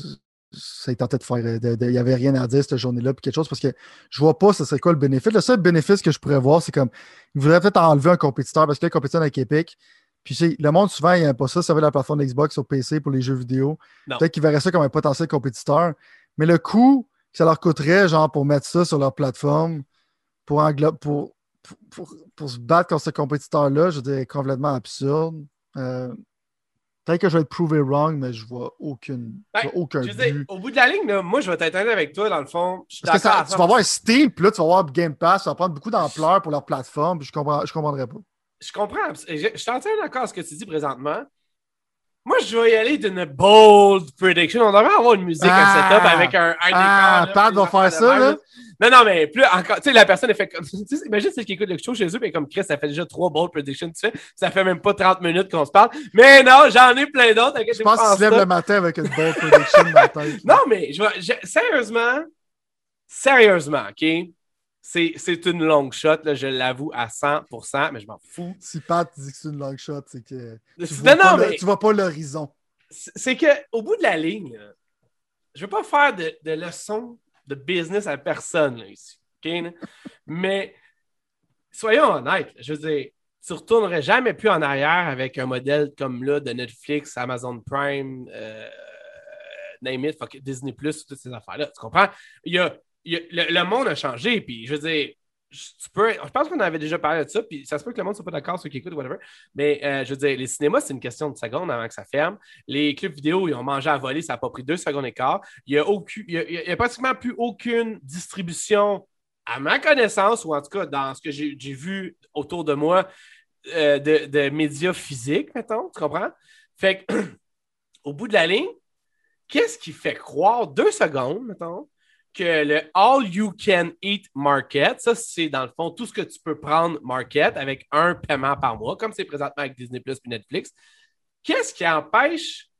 Ça tentait de faire. Il n'y avait rien à dire cette journée-là, puis quelque chose, parce que je vois pas ce serait quoi le bénéfice. Le seul bénéfice que je pourrais voir, c'est comme. Il voudrait peut-être enlever un compétiteur, parce que le compétiteur avec Epic. Puis tu sais, le monde, souvent, il n'aime pas ça. Ça veut la plateforme Xbox sur P C pour les jeux vidéo. Non. Peut-être qu'ils verraient ça comme un potentiel compétiteur. Mais le coût que ça leur coûterait, genre, pour mettre ça sur leur plateforme, pour, englo- pour, pour, pour, pour se battre contre ce compétiteur-là, je dirais complètement absurde. Euh, peut-être que je vais être prouvé wrong, mais je vois aucune, ben, je vois aucun je but. sais, au bout de la ligne, là, moi, je vais t'être honnête avec toi, dans le fond. Je suis Parce que ça, à tu vas avoir Steam, puis là, tu vas avoir Game Pass, ça va prendre beaucoup d'ampleur pour leur plateforme, puis je comprends, je comprendrais pas. Je comprends. Je, je suis entièrement d'accord avec ce que tu dis présentement. Moi, je vais y aller d'une bold prediction. On devrait avoir une musique, ah, un setup avec un, un ah, écran. Pat va faire ça, là. Non, non, mais plus encore. Tu sais, la personne, elle fait comme. Tu sais, imagine celle qui écoute le show chez eux, mais comme Chris, ça fait déjà trois bold predictions, tu sais. Ça fait même pas trente minutes qu'on se parle. Mais non, j'en ai plein d'autres. Je pense qu'il se lève le matin avec une bold prediction dans la tête. Non, mais je vais. Je, sérieusement, sérieusement, OK? C'est, c'est une long shot, là, je l'avoue à cent pour cent, mais je m'en fous. Si Pat dit que c'est une long shot, c'est que tu non, vois, non, pas, mais... le, tu vois pas l'horizon. C'est qu'au bout de la ligne, là, je ne veux pas faire de, de leçons de business à personne là, ici. Okay, là? Mais soyons honnêtes, je veux dire, tu ne retournerais jamais plus en arrière avec un modèle comme là de Netflix, Amazon Prime, euh, name it, fuck, Disney Plus, toutes ces affaires-là. Tu comprends? Il y a, il y a, le, le monde a changé, puis je veux dire, tu peux, je pense qu'on avait déjà parlé de ça, puis ça se peut que le monde ne soit pas d'accord, ceux qui écoutent, whatever. Mais euh, je veux dire, les cinémas, c'est une question de secondes avant que ça ferme. Les clubs vidéo, ils ont mangé à voler, ça n'a pas pris deux secondes et quart. Il n'y a, a, a pratiquement plus aucune distribution, à ma connaissance, ou en tout cas dans ce que j'ai, j'ai vu autour de moi, euh, de, de médias physiques, mettons, tu comprends? Fait que, au bout de la ligne, qu'est-ce qui fait croire, deux secondes, mettons, que le All You Can Eat Market, ça, c'est dans le fond tout ce que tu peux prendre market avec un paiement par mois, comme c'est présentement avec Disney Plus et Netflix. Qu'est-ce qui empêche,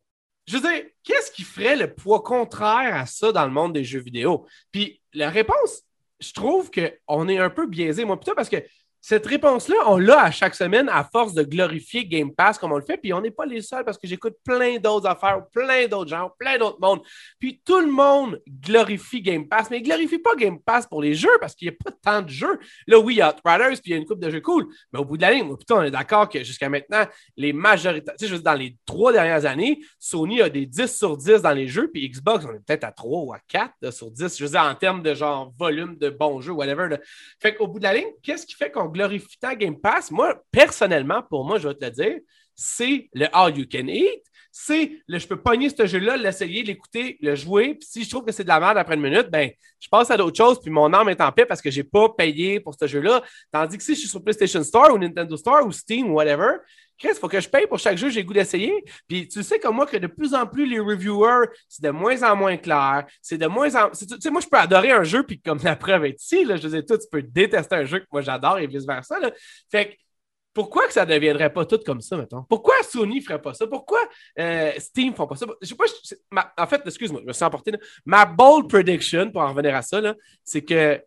je veux dire, qu'est-ce qui ferait le poids contraire à ça dans le monde des jeux vidéo? Puis la réponse, je trouve qu'on est un peu biaisé, moi, plutôt parce que cette réponse-là, on l'a à chaque semaine à force de glorifier Game Pass comme on le fait, puis on n'est pas les seuls parce que j'écoute plein d'autres affaires, plein d'autres gens, plein d'autres mondes. Puis tout le monde glorifie Game Pass, mais il ne glorifie pas Game Pass pour les jeux parce qu'il n'y a pas tant de jeux. Là, oui, il y a Outriders, puis il y a une couple de jeux cool, mais au bout de la ligne, plutôt, on est d'accord que jusqu'à maintenant, les majorités, tu sais, je veux dire, dans les trois dernières années, Sony a des dix sur dix dans les jeux, puis Xbox, on est peut-être à trois ou à quatre là, sur dix, je veux dire, en termes de genre volume de bons jeux, whatever. Là. Fait qu'au bout de la ligne, qu'est-ce qui fait qu'on glorifie tant Game Pass? Moi, personnellement, pour moi, je vais te le dire, c'est le All You Can Eat. C'est le je peux pogner ce jeu-là, l'essayer, l'écouter, le jouer. Puis si je trouve que c'est de la merde après une minute, ben je passe à d'autres choses, puis mon âme est en paix parce que je n'ai pas payé pour ce jeu-là. Tandis que si je suis sur PlayStation Store ou Nintendo Store ou Steam ou whatever, Chris, il faut que je paye pour chaque jeu que j'ai le goût d'essayer. Puis tu sais comme moi que de plus en plus les reviewers, c'est de moins en moins clair. C'est de moins en... Tu sais, moi, je peux adorer un jeu, puis comme la preuve est ici, là, je veux dire, toi, tu peux détester un jeu que moi j'adore et vice-versa. Là. Fait que pourquoi que ça ne deviendrait pas tout comme ça, mettons? Pourquoi Sony ne ferait pas ça? Pourquoi euh, Steam ne font pas ça? Je sais pas, je, ma, en fait, excuse-moi, je me suis emporté. Là. Ma bold prediction, pour en revenir à ça, là, c'est que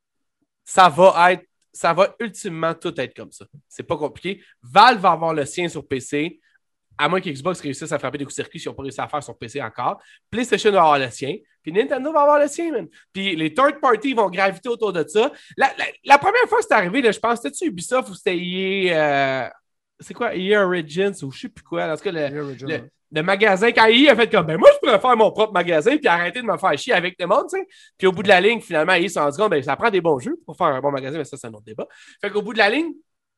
ça va être, ça va ultimement tout être comme ça. C'est pas compliqué. Valve va avoir le sien sur P C, à moins qu'Xbox réussisse à frapper des coups de circuit s'ils n'ont pas réussi à faire sur P C encore. PlayStation va avoir le sien, puis Nintendo va avoir le sien, man. Puis les third parties vont graviter autour de ça. La, la, la première fois que c'est arrivé, là, je pense, c'était-tu Ubisoft ou c'était E A... Euh, c'est quoi? E A Origins ou je sais plus quoi. En tout cas, le, Origin, le, ouais. le magasin, quand E A a fait comme, ben moi, je pourrais faire mon propre magasin puis arrêter de me faire chier avec le monde, tu sais. Puis au bout de la ligne, finalement, E A s'est rendu compte, ben ça prend des bons jeux pour faire un bon magasin, mais ça, c'est un autre débat. Fait qu'au bout de la ligne,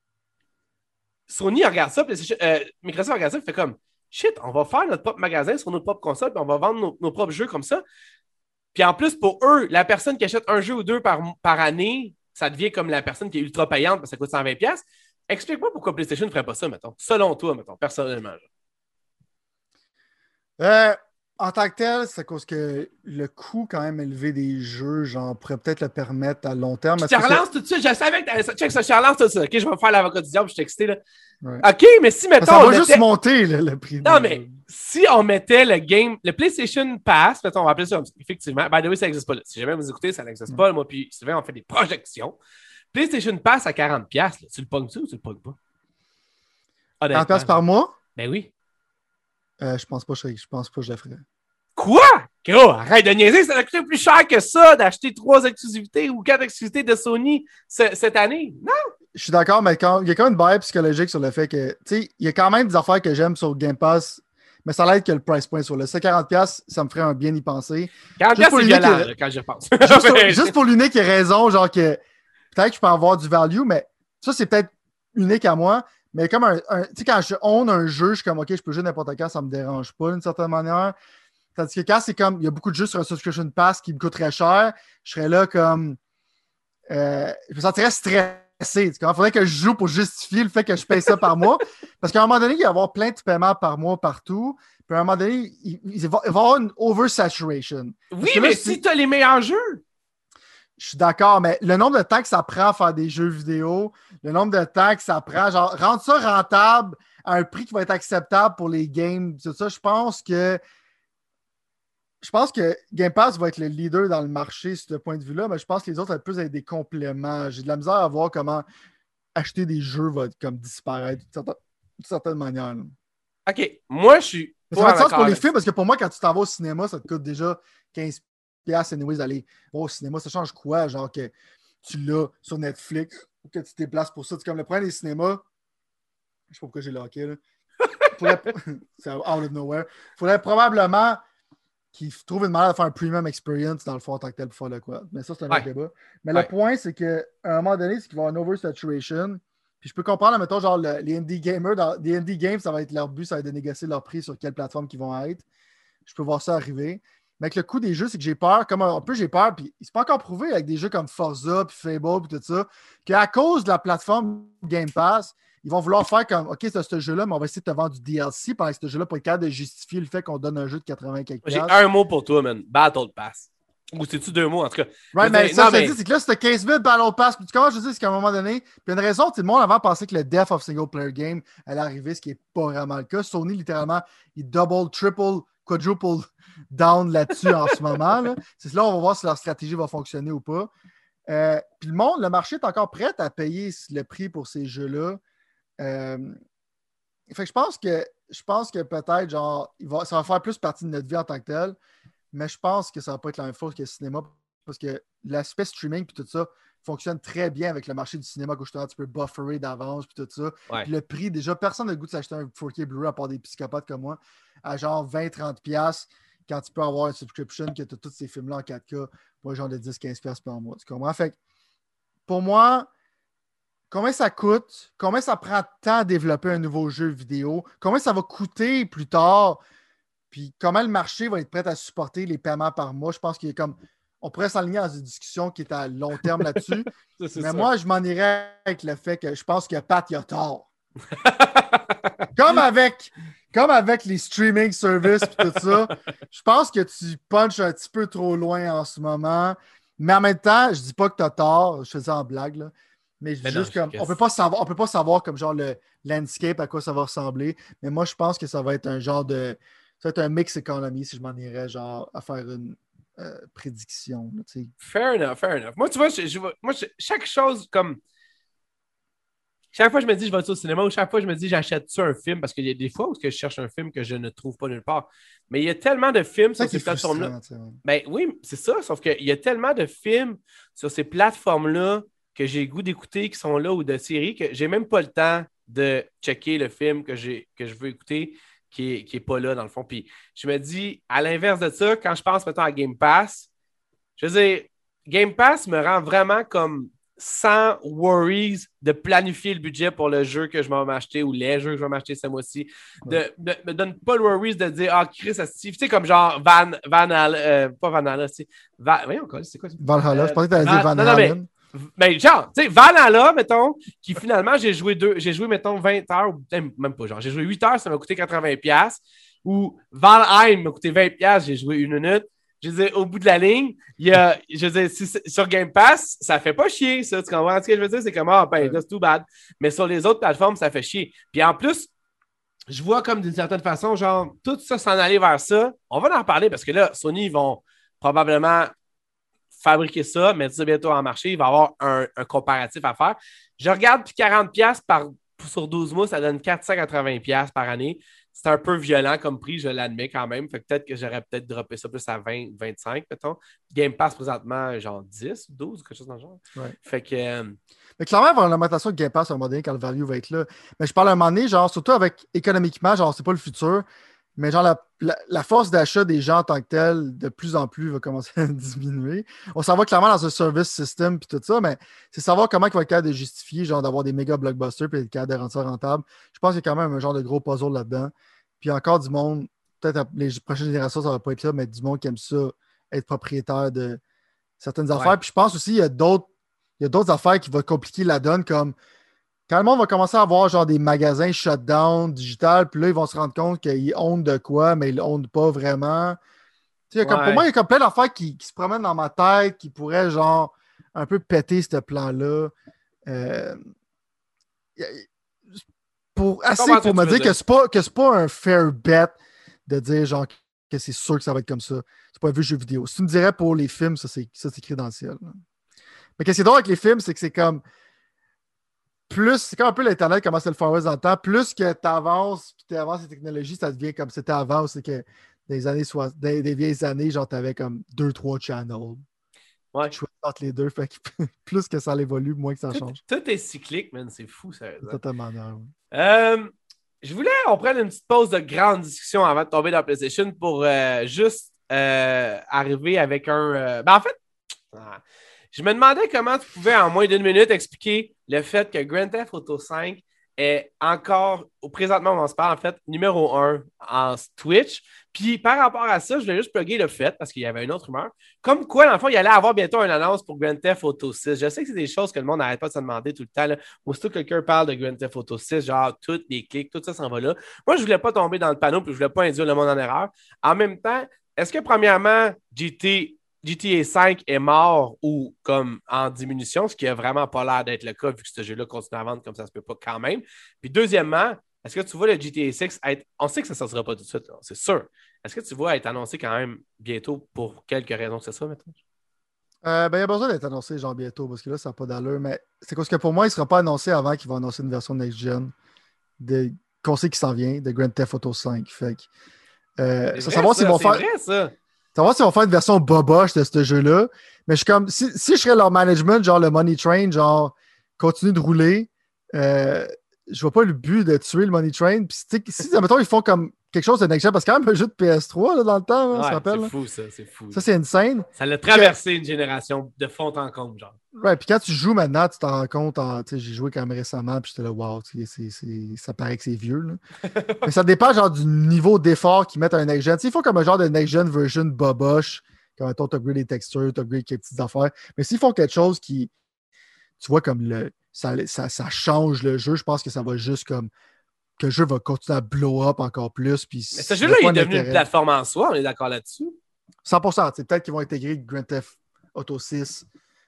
Sony regarde ça, puis euh, Microsoft regarde ça, puis fait comme, shit, on va faire notre propre magasin sur notre propre console, puis on va vendre nos, nos propres jeux comme ça. Puis en plus, pour eux, la personne qui achète un jeu ou deux par, par année, ça devient comme la personne qui est ultra payante parce que ça coûte cent vingt dollars. Explique-moi pourquoi PlayStation ne ferait pas ça, mettons. Selon toi, mettons, personnellement. Euh, en tant que tel, c'est à cause que le coût quand même élevé des jeux, genre, pourrait peut-être le permettre à long terme. Je te relance tout de suite. Je savais que ça. Check ça, je te relance tout de suite. OK, je vais me faire l'avocat du diable, je suis excité, là. Ouais. OK, mais si, mettons... Ça va mettait... juste monter, là, le prix. Non, mais jeu. Si on mettait le game... Le PlayStation Pass, mettons, on va appeler ça, effectivement. By the way, ça n'existe pas là. Si jamais vous écoutez, ça n'existe ouais. pas. Moi, puis souvent, on fait des projections. PlayStation Pass à quarante dollars, là. Tu le pognes-tu ou tu le pognes pas? quarante dollars par mois? Ben oui. Euh, je pense pas, je, je pense pas que je le ferais. Quoi? Gros, arrête de niaiser, ça va coûter plus cher que ça d'acheter trois exclusivités ou quatre exclusivités de Sony ce, cette année. Non! Je suis d'accord, mais quand, il y a quand même une barrière psychologique sur le fait que, tu sais, il y a quand même des affaires que j'aime sur Game Pass, mais ça l'aide que le price point sur le. C'est quarante dollars, ça me ferait un bien y penser. quarante dollars, c'est violent, là, quand j'y repense. Juste, pour, juste pour l'unique raison, genre que peut-être que je peux avoir du value, mais ça, c'est peut-être unique à moi. Mais comme un, un tu sais, quand je own un jeu, je suis comme, OK, je peux jouer n'importe quand, ça me dérange pas d'une certaine manière. Tandis que quand c'est comme, il y a beaucoup de jeux sur un subscription pass qui me coûterait cher, je serais là comme, euh, je me sentirais stressé. Il faudrait que je joue pour justifier le fait que je paye ça par mois. Parce qu'à un moment donné, il va y avoir plein de paiements par mois partout. Puis à un moment donné, il, il, va, il va y avoir une oversaturation. Oui, là, mais si tu as les meilleurs jeux. Je suis d'accord, mais le nombre de temps que ça prend à faire des jeux vidéo, le nombre de temps que ça prend, genre, rendre ça rentable à un prix qui va être acceptable pour les games, tout ça, je pense que je pense que Game Pass va être le leader dans le marché sur ce point de vue-là, mais je pense que les autres vont plus être des compléments. J'ai de la misère à voir comment acheter des jeux va comme disparaître d'une certaine, d'une certaine manière. Là. OK. Moi, je suis. Ça fait du sens pour les films, parce que pour moi, quand tu t'en vas au cinéma, ça te coûte déjà quinze dollars anyways d'aller au cinéma. Ça change quoi? Genre que tu l'as sur Netflix ou que tu te déplaces pour ça. C'est comme le problème des cinémas. Je sais pas pourquoi j'ai le hockey, là. Faudrait... C'est out of nowhere. Il faudrait probablement qu'ils trouvent une manière de faire un premium experience dans le fond en tant que tel pour faire le quoi. Mais ça, c'est un autre ouais. débat. Mais ouais. le point, c'est qu'à un moment donné, c'est qu'il va y avoir une oversaturation. Puis je peux comprendre, mettons, genre le, les indie gamers, dans, les indie games, ça va être leur but, ça va être de négocier leur prix sur quelle plateforme ils vont être. Je peux voir ça arriver. Mais avec le coût des jeux, c'est que j'ai peur, comme un, un peu j'ai peur, puis c'est pas encore prouvé avec des jeux comme Forza, puis Fable, puis tout ça, qu'à cause de la plateforme Game Pass, ils vont vouloir faire comme, OK, c'est ce jeu-là, mais on va essayer de te vendre du D L C pendant que ce jeu-là pour être capable de justifier le fait qu'on donne un jeu de quatre-vingts quelques J'ai un mot pour toi, man. Battle Pass. Ou c'est-tu deux mots, en tout cas? Right, mais ça, je te dis, c'est que là, c'était quinze mille Battle Pass. Puis tu commences, je dis, c'est qu'à un moment donné, puis il y a une raison, tout le monde avant pensait que le death of single player game allait arriver, ce qui n'est pas vraiment le cas. Sony, littéralement, il double, triple, quadruple down là-dessus en ce moment. Là. C'est là, on va voir si leur stratégie va fonctionner ou pas. Euh, puis le monde, le marché est encore prêt à payer le prix pour ces jeux-là. Euh, fait que je pense que je pense que peut-être genre il va, ça va faire plus partie de notre vie en tant que tel, mais je pense que ça va pas être la même chose que le cinéma parce que l'aspect streaming puis tout ça fonctionne très bien avec le marché du cinéma que justement tu peux bufferer d'avance puis tout ça. Ouais. Puis le prix, déjà, personne n'a le goût de s'acheter un quatre K Blu-ray à part des psychopathes comme moi à genre vingt à trente dollars quand tu peux avoir une subscription que tu as tous ces films-là en quatre K pour genre de dix à quinze dollars par mois. Tu comprends? Fait que pour moi, combien ça coûte? Combien ça prend de temps à développer un nouveau jeu vidéo? Combien ça va coûter plus tard? Puis comment le marché va être prêt à supporter les paiements par mois? Je pense qu'il y a comme. On pourrait s'aligner dans une discussion qui est à long terme là-dessus. ça, Mais ça. moi, je m'en irais avec le fait que je pense que Pat, il a tort. comme, avec, comme avec les streaming services et tout ça, je pense que tu punches un petit peu trop loin en ce moment. Mais en même temps, je dis pas que tu as tort. Je fais ça en blague, là. Mais, mais juste non, comme on peut pas savoir, on peut pas savoir comme genre le landscape à quoi ça va ressembler. Mais moi, je pense que ça va être un genre de. Ça va être un mix économie si je m'en irais genre à faire une euh, prédiction. Là, fair enough, fair enough. Moi, tu vois, je, je, moi, je, chaque chose comme. Chaque fois, je me dis, je vais au cinéma ou chaque fois, je me dis, j'achète-tu un film parce qu'il y a des fois où je cherche un film que je ne trouve pas nulle part. Mais il y a tellement de films sur ces plateformes-là. Ben oui, c'est ça, sauf qu'il y a tellement de films sur ces plateformes-là que j'ai le goût d'écouter, qui sont là, ou de séries, que j'ai même pas le temps de checker le film que, j'ai, que je veux écouter, qui est, qui est pas là, dans le fond. Puis je me dis, à l'inverse de ça, quand je pense, mettons, à Game Pass, je veux dire, Game Pass me rend vraiment comme sans worries de planifier le budget pour le jeu que je vais m'acheter ou les jeux que je vais m'acheter ce mois-ci. Ouais. De, de, me donne pas le worries de dire, ah, Chris, tu sais, comme genre Van, Van euh, pas Van Halen, c'est. Va, voyons, c'est quoi ça? Valhalla, euh, je pensais que tu allais dire Van non, Halen. Non, mais, Ben, genre, tu sais, Valhalla, mettons, qui finalement, j'ai joué deux, j'ai joué, mettons, vingt heures, ou même pas, genre, j'ai joué huit heures, ça m'a coûté quatre-vingts dollars, ou Valheim m'a coûté vingt dollars, j'ai joué une minute. Je veux dire, au bout de la ligne, il y a, je veux dire, si, sur Game Pass, ça fait pas chier, ça, tu comprends ce que je veux dire? C'est comme, ah, oh, ben, that's too bad. Mais sur les autres plateformes, ça fait chier. Puis en plus, je vois comme d'une certaine façon, genre, tout ça s'en aller vers ça. On va en reparler parce que là, Sony, ils vont probablement fabriquer ça, mettre ça bientôt en marché, il va y avoir un, un comparatif à faire. Je regarde, puis quarante dollars par, sur douze mois, ça donne quatre cent quatre-vingts dollars par année. C'est un peu violent comme prix, je l'admets quand même. Fait que peut-être que j'aurais peut-être droppé ça plus à vingt, vingt-cinq, mettons. Game Pass, présentement, genre dix, douze, quelque chose dans le genre. Ouais. Fait que... Euh... Mais clairement, il va y avoir une augmentation de Game Pass à un moment donné quand le value va être là. Mais je parle à un moment donné, genre, surtout avec économiquement, genre, c'est pas le futur, mais genre, la, la, la force d'achat des gens en tant que tel, de plus en plus, va commencer à diminuer. On s'en va clairement dans un service system puis tout ça, mais c'est savoir comment il va être capable de justifier, genre, d'avoir des méga blockbusters puis être capable de rendre ça rentable. Je pense qu'il y a quand même un genre de gros puzzle là-dedans. Puis encore du monde, peut-être les prochaines générations, ça va pas être ça, mais du monde qui aime ça, être propriétaire de certaines affaires. Ouais. Puis je pense aussi qu'il y a d'autres, il y a d'autres affaires qui vont compliquer la donne, comme quand le monde va commencer à avoir genre des magasins shutdown digital, puis là, ils vont se rendre compte qu'ils ont de quoi, mais ils n'ont pas vraiment. Tu sais, ouais. Comme, pour moi, il y a comme plein d'affaires qui, qui se promènent dans ma tête, qui pourraient genre un peu péter ce plan-là. Euh, pour, assez pour me dire que c'est pas, que c'est pas un fair bet de dire genre que c'est sûr que ça va être comme ça. C'est pas un vieux jeu vidéo. Si tu me dirais pour les films, ça, c'est, ça, c'est écrit dans le ciel. Là. Mais qu'est-ce qui est drôle avec les films, c'est que c'est comme. Plus, c'est comme un peu l'Internet commence à le faire dans le temps. Plus que tu avances, puis tu avances les technologies, ça devient comme c'était avant. C'est que des années soixante, des, des vieilles années, genre, tu avais comme deux, trois channels. Ouais. Tu choisis entre les deux. Fait que plus que ça évolue, moins que ça tout, change. Tout est cyclique, man. C'est fou, ça. C'est totalement non. Euh, je voulais qu'on prenne une petite pause de grande discussion avant de tomber dans PlayStation pour euh, juste euh, arriver avec un. Euh... Ben, en fait, ah, je me demandais comment tu pouvais, en moins d'une minute, expliquer le fait que Grand Theft Auto cinq est encore, au présentement où on se parle, en fait, numéro un en Twitch. Puis par rapport à ça, je voulais juste plugger le fait, parce qu'il y avait une autre rumeur, comme quoi, dans le fond, il allait avoir bientôt une annonce pour Grand Theft Auto six. Je sais que c'est des choses que le monde n'arrête pas de se demander tout le temps. Là. Aussitôt que quelqu'un parle de Grand Theft Auto six, genre, toutes les clics, tout ça s'en va là. Moi, je voulais pas tomber dans le panneau, puis je voulais pas induire le monde en erreur. En même temps, est-ce que, premièrement, G T G T A cinq est mort ou comme en diminution, ce qui a vraiment pas l'air d'être le cas vu que ce jeu-là continue à vendre comme ça se peut pas quand même. Puis deuxièmement, est-ce que tu vois le G T A six être... On sait que ça ne sortira pas tout de suite, c'est sûr. Est-ce que tu vois être annoncé quand même bientôt pour quelques raisons que c'est ça, maintenant? Euh, ben, il y a besoin d'être annoncé genre bientôt parce que là, ça n'a pas d'allure. Mais c'est parce que pour moi, il ne sera pas annoncé avant qu'ils vont annoncer une version next-gen de... qu'on sait qui s'en vient de Grand Theft Auto cinq. Fait que, euh, c'est ça, vrai, savoir ça, s'ils vont c'est faire... vrai, ça. Savoir s'ils vont faire une version boboche de ce jeu-là. Mais je suis comme, si, si je serais leur management, genre le Money Train, genre, continue de rouler, euh, je vois pas le but de tuer le Money Train. Puis si, admettons, ils font comme quelque chose de next-gen, parce que quand même un jeu de P S trois là, dans le temps, là, Ouais, ça rappelle. c'est fou, ça, c'est fou. Ça, c'est insane. Ça l'a traversé que... une génération de fond en comble, genre. Ouais, puis quand tu joues maintenant, tu t'en rends compte, en, j'ai joué quand même récemment, puis j'étais là, wow, c'est, c'est, ça paraît que c'est vieux. Là. Mais ça dépend genre du niveau d'effort qu'ils mettent à un next-gen. Il faut comme un genre de next-gen version boboche, quand tu upgrades les textures, tu upgrades quelques petites affaires. Mais s'ils font quelque chose qui, tu vois, comme le, ça, ça, ça change le jeu, je pense que ça va juste comme que le jeu va continuer à blow up encore plus. Puis mais ce jeu-là, il est devenu intérêt. Une plateforme en soi, on est d'accord là-dessus? cent pour cent. Peut-être qu'ils vont intégrer Grand Theft Auto six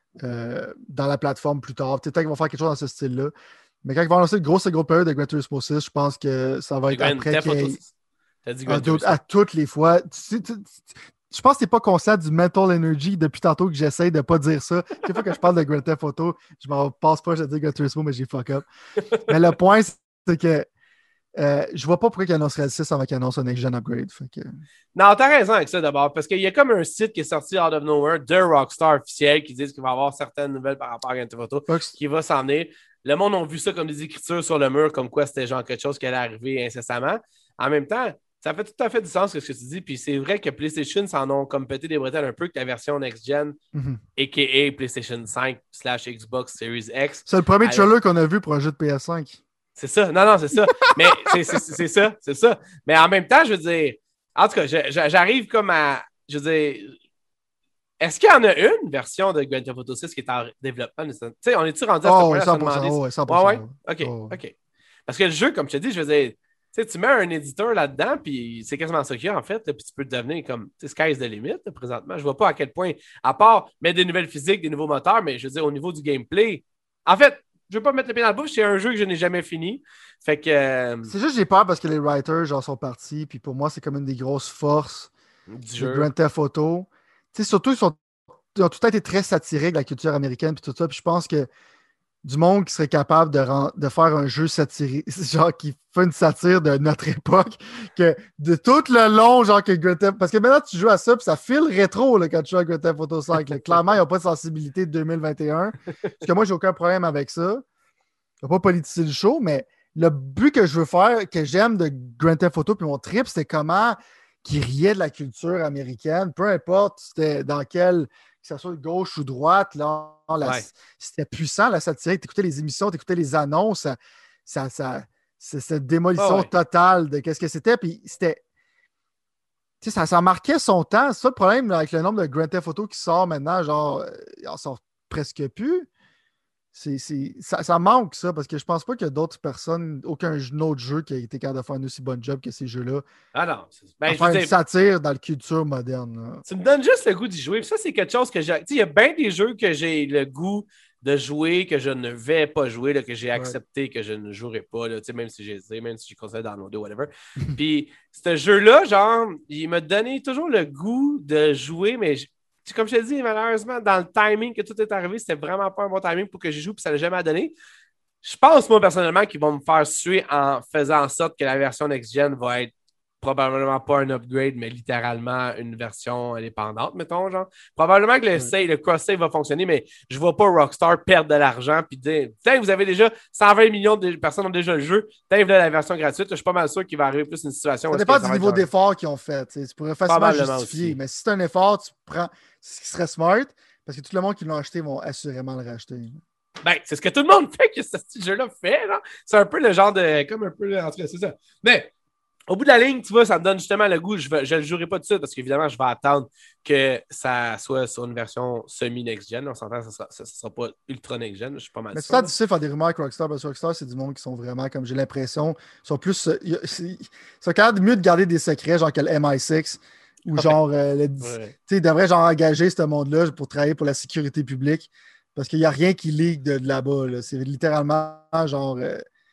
euh, dans la plateforme plus tard. Peut-être qu'ils vont faire quelque chose dans ce style-là. Mais quand ils vont lancer le gros gros période de Gran Turismo six, je pense que ça va être Grand après qu'il y ait... à, à toutes les fois. Tu, tu, tu, je pense que tu n'es pas conscient du mental energy depuis tantôt que j'essaie de ne pas dire ça. Chaque fois que je parle de Grand Theft Auto, je m'en passe pas, je dis Gran Turismo, mais j'ai fuck up. Mais le point, c'est que euh, je vois pas pourquoi ils annonceraient le six avant qu'ils annoncent un next-gen upgrade. Fait que... Non, t'as raison avec ça d'abord, parce qu'il y a comme un site qui est sorti out of nowhere de Rockstar officiel qui dit qu'il va y avoir certaines nouvelles par rapport à Grand Theft Auto Fox. Qui va s'en venir. Le monde a vu ça comme des écritures sur le mur, comme quoi c'était genre quelque chose qui allait arriver incessamment. En même temps, ça fait tout à fait du sens ce que tu dis, puis c'est vrai que PlayStation s'en ont comme pété des bretelles un peu que la version next-gen, mm-hmm. a k a. PlayStation cinq slash Xbox Series X. C'est le premier elle... trailer qu'on a vu pour un jeu de P S cinq. C'est ça, non, non, c'est ça. Mais c'est, c'est, c'est, c'est ça, c'est ça. Mais en même temps, je veux dire, en tout cas, je, je, j'arrive comme à, je veux dire, est-ce qu'il y en a une version de Grand Theft Auto six qui est en développement? Tu sais, on est-tu rendu à ce oh, point-là cent pour cent, à se demander? Ouais, cent pour cent. ouais, ouais. OK, oh. OK. Parce que le jeu, comme je te dis, je veux dire, tu sais, tu mets un éditeur là-dedans, puis c'est quasiment ça qu'il y a, en fait, là, puis tu peux devenir comme, tu sais, sky's the limit, là, présentement. Je vois pas à quel point, à part mettre des nouvelles physiques, des nouveaux moteurs, mais je veux dire, au niveau du gameplay, en fait, je veux pas mettre le pied dans la bouche, c'est un jeu que je n'ai jamais fini. Fait que. Euh... C'est juste j'ai peur parce que les writers genre, sont partis. Puis pour moi, c'est comme une des grosses forces du jeu. Grand Theft Auto. Tu sais, surtout, ils, sont, ils ont tout été très satiriques de la culture américaine. Puis tout ça. Puis je pense que du monde qui serait capable de, rend, de faire un jeu satirique, genre qui fait une satire de notre époque, que de tout le long, genre que Grand Theft. Parce que maintenant, tu joues à ça, puis ça file rétro là, quand tu joues à Grand Theft Auto cinq. Là. Clairement, ils n'ont pas de sensibilité de deux mille vingt et un. Parce que moi, j'ai aucun problème avec ça. Je ne vais pas politiser le show, mais le but que je veux faire, que j'aime de Grand Theft Auto, puis mon trip, c'était comment qui riait de la culture américaine, peu importe c'était dans quel, que ce soit gauche ou droite, là, la, ouais. C'était puissant, la satire. Tu écoutais les émissions, tu écoutais les annonces, ça, ça, ça, c'est cette démolition oh, ouais. totale de qu'est-ce que c'était, puis c'était. Tu sais, ça, ça marquait son temps. C'est ça le problème avec le nombre de Grand Theft Auto qui sort maintenant, genre, il en sort presque plus. C'est, c'est, ça, ça manque, ça, parce que je pense pas qu'il y a d'autres personnes, aucun autre jeu qui a été capable de faire un aussi bon job que ces jeux-là. Ah non. Ben, faire une satire dans la culture moderne. Là. Tu me donnes juste le goût d'y jouer. Puis ça, c'est quelque chose que j'ai. Tu sais, il y a bien des jeux que j'ai le goût de jouer que je ne vais pas jouer, là, que j'ai accepté ouais. que je ne jouerai pas, là, même si j'ai essayé, même si j'ai conseillé de downloader, whatever. Puis ce jeu-là, genre, il m'a donné toujours le goût de jouer, mais je, comme je te dis, malheureusement, dans le timing que tout est arrivé, c'était vraiment pas un bon timing pour que j'y joue, puis ça n'a jamais donné. Je pense, moi, personnellement, qu'ils vont me faire suer en faisant en sorte que la version next-gen va être probablement pas un upgrade, mais littéralement une version indépendante, mettons, genre. Probablement que le, ouais. save, le cross-save va fonctionner, mais je vois pas Rockstar perdre de l'argent puis dire, tiens, vous avez déjà cent vingt millions de personnes ont déjà le jeu, tiens, vous avez la version gratuite. Je suis pas mal sûr qu'il va arriver plus une situation. Ça dépend du niveau d'effort qu'ils ont fait. T'sais. Tu pourrais facilement justifier, aussi. Mais si c'est un effort, tu prends ce qui serait smart, parce que tout le monde qui l'a acheté vont assurément le racheter. Ben, c'est ce que tout le monde fait que ce jeu-là fait, là. C'est un peu le genre de. Comme un peu. En tout cas, c'est ça. Mais. Au bout de la ligne, tu vois, ça me donne justement le goût. Je ne le jouerai pas tout de suite parce qu'évidemment, je vais attendre que ça soit sur une version semi-next-gen. On s'entend que ça ne sera, sera pas ultra next-gen. Je suis pas mal Mais sûr. c'est difficile de faire des rumeurs avec Rockstar parce que Rockstar, c'est du monde qui sont vraiment, comme j'ai l'impression, sont plus. Ils sont quand même mieux de garder des secrets, genre que le M I six ou genre. Euh, le, ouais. Tu sais, ils devraient genre engager ce monde-là pour travailler pour la sécurité publique parce qu'il n'y a rien qui leak de, de là-bas. Là. C'est littéralement genre. Euh,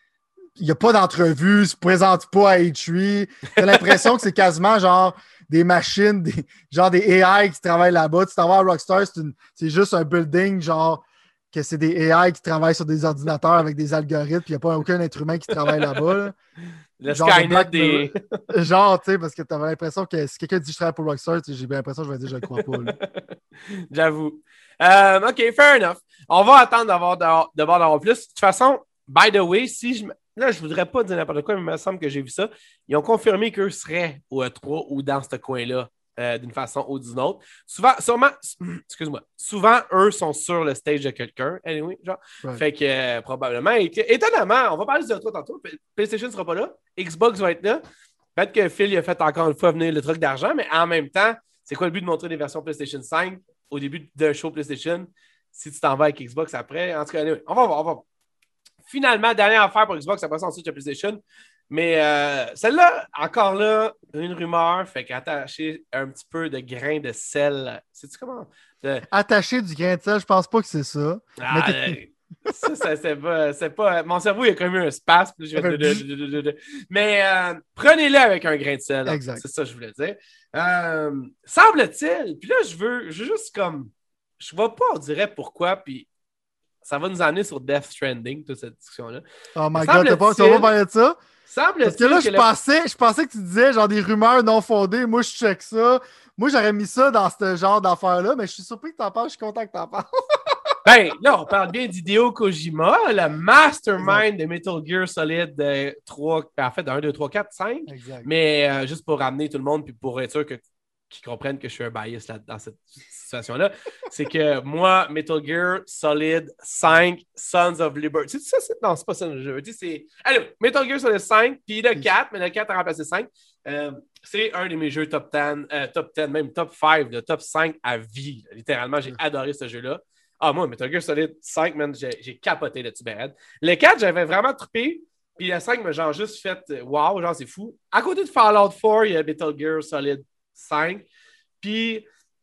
il n'y a pas d'entrevue, ne se présente pas à H trois. T'as l'impression que c'est quasiment genre des machines, des, genre des A I qui travaillent là-bas. Tu t'en vas à Rockstar, c'est, une, c'est juste un building, genre que c'est des A I qui travaillent sur des ordinateurs avec des algorithmes, puis il n'y a pas aucun être humain qui travaille là-bas. Là. Le genre Skynet de des... Genre, tu sais, parce que tu avais l'impression que si quelqu'un dit je travaille pour Rockstar, j'ai l'impression que je vais dire je ne le crois pas. Là. J'avoue. Euh, OK, fair enough. On va attendre d'avoir, d'avoir, d'avoir, d'avoir plus. De toute façon, by the way, si je... Là, je ne voudrais pas dire n'importe quoi, mais il me semble que j'ai vu ça. Ils ont confirmé qu'eux seraient au E trois ou dans ce coin-là euh, d'une façon ou d'une autre. Souvent, sûrement, excuse-moi, souvent, eux sont sur le stage de quelqu'un, anyway, genre. Right. Fait que euh, probablement, et que, étonnamment, on va parler du E trois tantôt. PlayStation ne sera pas là. Xbox va être là. Peut-être que Phil il a fait encore une fois venir le truc d'argent, mais en même temps, c'est quoi le but de montrer des versions PlayStation cinq au début d'un show PlayStation si tu t'en vas avec Xbox après? En tout cas, anyway, on va voir, on va voir. Finalement, dernière affaire pour Xbox, ça passe ensuite sur PlayStation. Mais euh, celle-là, encore là, une rumeur, fait qu'attacher un petit peu de grain de sel. Sais-tu comment? De... Attacher du grain de sel, je pense pas que c'est ça. Ah, mais ça, ça c'est, pas, c'est pas. Mon cerveau, il a quand même eu un spasme. Je vais... de, de, de, mais euh, prenez-le avec un grain de sel. Exact. C'est ça que je voulais dire. Euh, semble-t-il, puis là, je veux, je veux juste comme. Je vois pas, on dirait pourquoi, puis. Ça va nous amener sur Death Stranding, toute cette discussion-là. Oh my god, t'as pas, tu vas pas parler de ça? Parce que là, je, que pensais, le... je pensais que tu disais genre des rumeurs non fondées. Moi, je check ça. Moi, j'aurais mis ça dans ce genre d'affaires-là, mais je suis surpris que t'en parles. Je suis content que t'en parles. Ben, là, on parle bien d'Hideo Kojima, le mastermind exact. De Metal Gear Solid euh, trois, en fait, de un, deux, trois, quatre, cinq. Exact. Mais euh, juste pour ramener tout le monde, puis pour être sûr que qui comprennent que je suis un bias là, dans cette situation-là, c'est que moi, Metal Gear Solid cinq, Sons of Liberty. C'est ça? C'est... Non, c'est pas Sons of Liberty. C'est... Allez, Metal Gear Solid cinq, puis le quatre, mais le quatre a remplacé cinq. Euh, c'est un de mes jeux top dix, euh, top dix, même top cinq, le top cinq à vie. Littéralement, j'ai adoré ce jeu-là. Ah, moi, Metal Gear Solid cinq, man, j'ai, j'ai capoté le Tibérède. Le quatre, j'avais vraiment trippé. Puis le cinq m'a genre juste fait wow, genre c'est fou. À côté de Fallout quatre, il y a Metal Gear Solid cinq. Puis.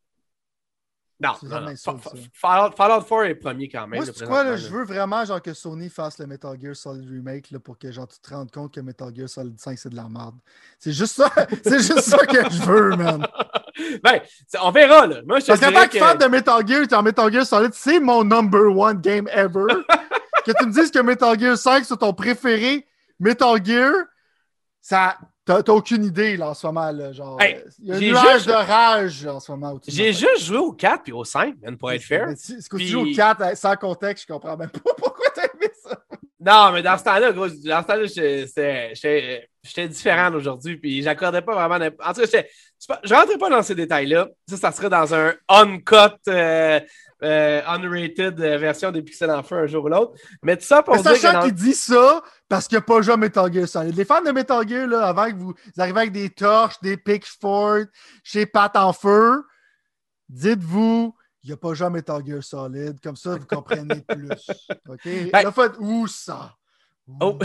Non, non, non. Fa- fa- Fallout, Fallout quatre est premier quand même. Moi, c'est quoi, là, je veux vraiment genre que Sony fasse le Metal Gear Solid Remake là, pour que genre, tu te rendes compte que Metal Gear Solid cinq, c'est de la merde. C'est juste ça, c'est juste ça que je veux, man. Ben, on verra, là. Moi, je Parce qu'en tant que que... fan de Metal Gear, tu en Metal Gear Solid, c'est mon number one game ever. Que tu me dises que Metal Gear cinq, c'est ton préféré, Metal Gear, ça... T'as, t'as aucune idée, là, en ce moment, là, genre... Il hey, y a un nuage juste... de rage, en ce moment. J'ai juste joué au quatre puis au cinq, man, pour être fair. C'est ce que puis... tu joues au quatre, sans contexte, je comprends même pas pourquoi t'as aimé ça. Non, mais dans ce temps-là, gros, dans ce temps-là, j'étais, j'étais, j'étais différent d'aujourd'hui, puis j'accordais pas vraiment... En tout cas, j'étais, je rentrais pas dans ces détails-là. Ça, ça serait dans un uncut... Euh... Euh, unrated euh, version des Pixels en feu un jour ou l'autre. Mais tout ça pour mais dire sachant dans... qu'il dit ça parce qu'il n'y a pas joué à Metal Gear Solid. Les fans de Metal Gear, là, avant que vous, vous arrivez avec des torches, des pitchforks, chez Pat en feu, dites-vous, il n'y a pas joué à Metal Gear Solid. Comme ça, vous comprenez plus. OK? Ben, là, faites où ça? Oh.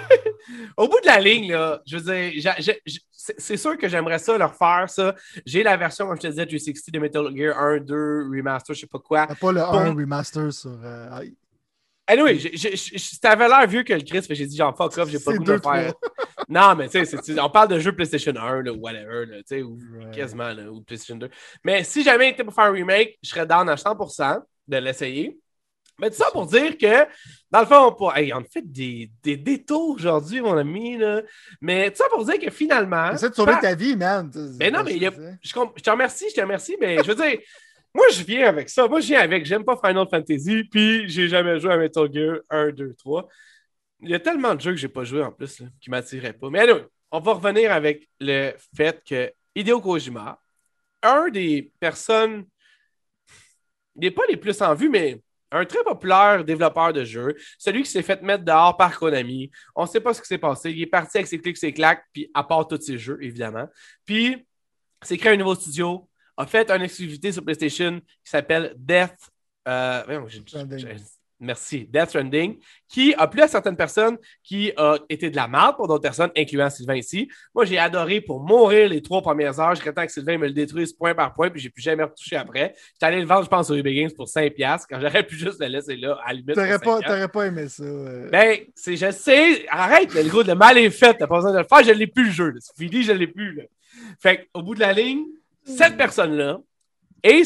Au bout de la ligne, là, je veux dire, j'ai, j'ai, j'ai, c'est, c'est sûr que j'aimerais ça leur faire ça. J'ai la version, comme je te disais, trois cent soixante de Metal Gear un, deux, Remaster, je sais pas quoi. T'as pas le Pour... un Remaster sur... Euh... Anyway, j'ai, j'ai, j'ai, t'avais l'air vieux que le Chris, mais j'ai dit genre fuck off, j'ai pas le goût de le faire. Non, mais tu sais, on parle de jeux PlayStation un, là, ou whatever, là, ou right. quasiment, là, ou PlayStation deux. Mais si jamais il était pour faire un remake, je serais down à cent pour cent de l'essayer. Mais tout ça pour dire que, dans le fond, on, hey, on a fait des, des détours aujourd'hui, mon ami. Là. Mais tout ça pour dire que finalement. Essaie de sauver par... ta vie, man. Mais non, mais il y a, je, je te remercie, je te remercie. Mais je veux dire, moi, je viens avec ça. Moi, je viens avec. J'aime pas Final Fantasy, puis j'ai jamais joué à Metal Gear un, deux, trois. Il y a tellement de jeux que j'ai pas joué en plus là, qui m'attiraient pas. Mais allez, on va revenir avec le fait que Hideo Kojima, un des personnes, il n'est pas les plus en vue, mais. Un très populaire développeur de jeux, celui qui s'est fait mettre dehors par Konami. On ne sait pas ce qui s'est passé. Il est parti avec ses clics, ses claques, puis à part tous ses jeux, évidemment. Puis, s'est créé un nouveau studio, a fait une exclusivité sur PlayStation qui s'appelle Death... Euh, voyons, j'ai, j'ai, merci, Death Stranding, qui a plu à certaines personnes, qui a été de la merde pour d'autres personnes, incluant Sylvain ici. Moi, j'ai adoré pour mourir les trois premières heures. J'étais temps que Sylvain me le détruise point par point, puis j'ai plus jamais retouché après. J'étais allé le vendre, je pense, au Epic Games pour cinq dollars, quand j'aurais pu juste le laisser là, à la limite. T'aurais pas, t'aurais pas aimé ça. Euh... Ben, c'est, je sais, arrête, le gros, le mal est fait, t'as pas besoin de le faire, je l'ai plus le jeu. Là. C'est fini, je l'ai plus. Là. Fait qu'au bout de la ligne, cette personne-là, et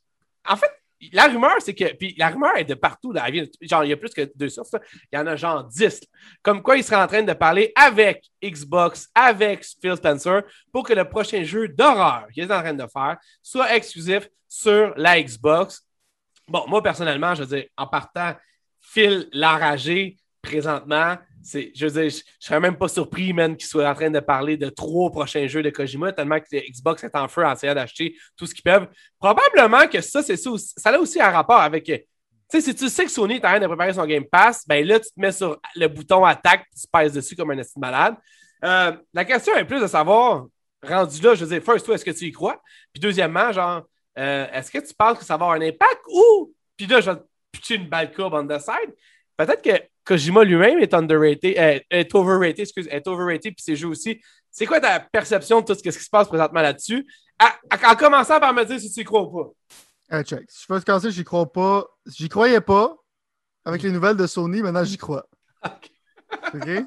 en fait, la rumeur, c'est que. Puis la rumeur est de partout. Là, vient, genre, il y a plus que deux sources. Là. Il y en a genre dix. Là. Comme quoi, il serait en train de parler avec Xbox, avec Phil Spencer, pour que le prochain jeu d'horreur qu'il est en train de faire soit exclusif sur la Xbox. Bon, moi, personnellement, je veux dire, en partant, Phil l'enragé, présentement, c'est, je veux dire, je, je serais même pas surpris, man, qu'il soit en train de parler de trois prochains jeux de Kojima, tellement que Xbox est en feu en essayant d'acheter tout ce qu'ils peuvent. Probablement que ça, c'est ça, aussi, ça a aussi un rapport avec, tu sais, si tu sais que Sony est en train de préparer son Game Pass, ben là, tu te mets sur le bouton attaque, tu pèses dessus comme un esti malade. Euh, la question est plus de savoir, rendu là, je veux dire, first, toi, est-ce que tu y crois? Puis deuxièmement, genre, euh, est-ce que tu penses que ça va avoir un impact ou, puis là, je vais te pitcher une balle courbe on the side. Peut-être que Kojima lui-même est underrated, euh, est overrated, excuse, est overrated, puis ses jeux aussi. C'est quoi ta perception de tout ce qui se passe présentement là-dessus? À, à, en commençant par me dire si tu y crois ou pas. Euh, check. Si je peux te casser, j'y crois pas. J'y croyais pas. Avec les nouvelles de Sony, maintenant j'y crois. OK? OK?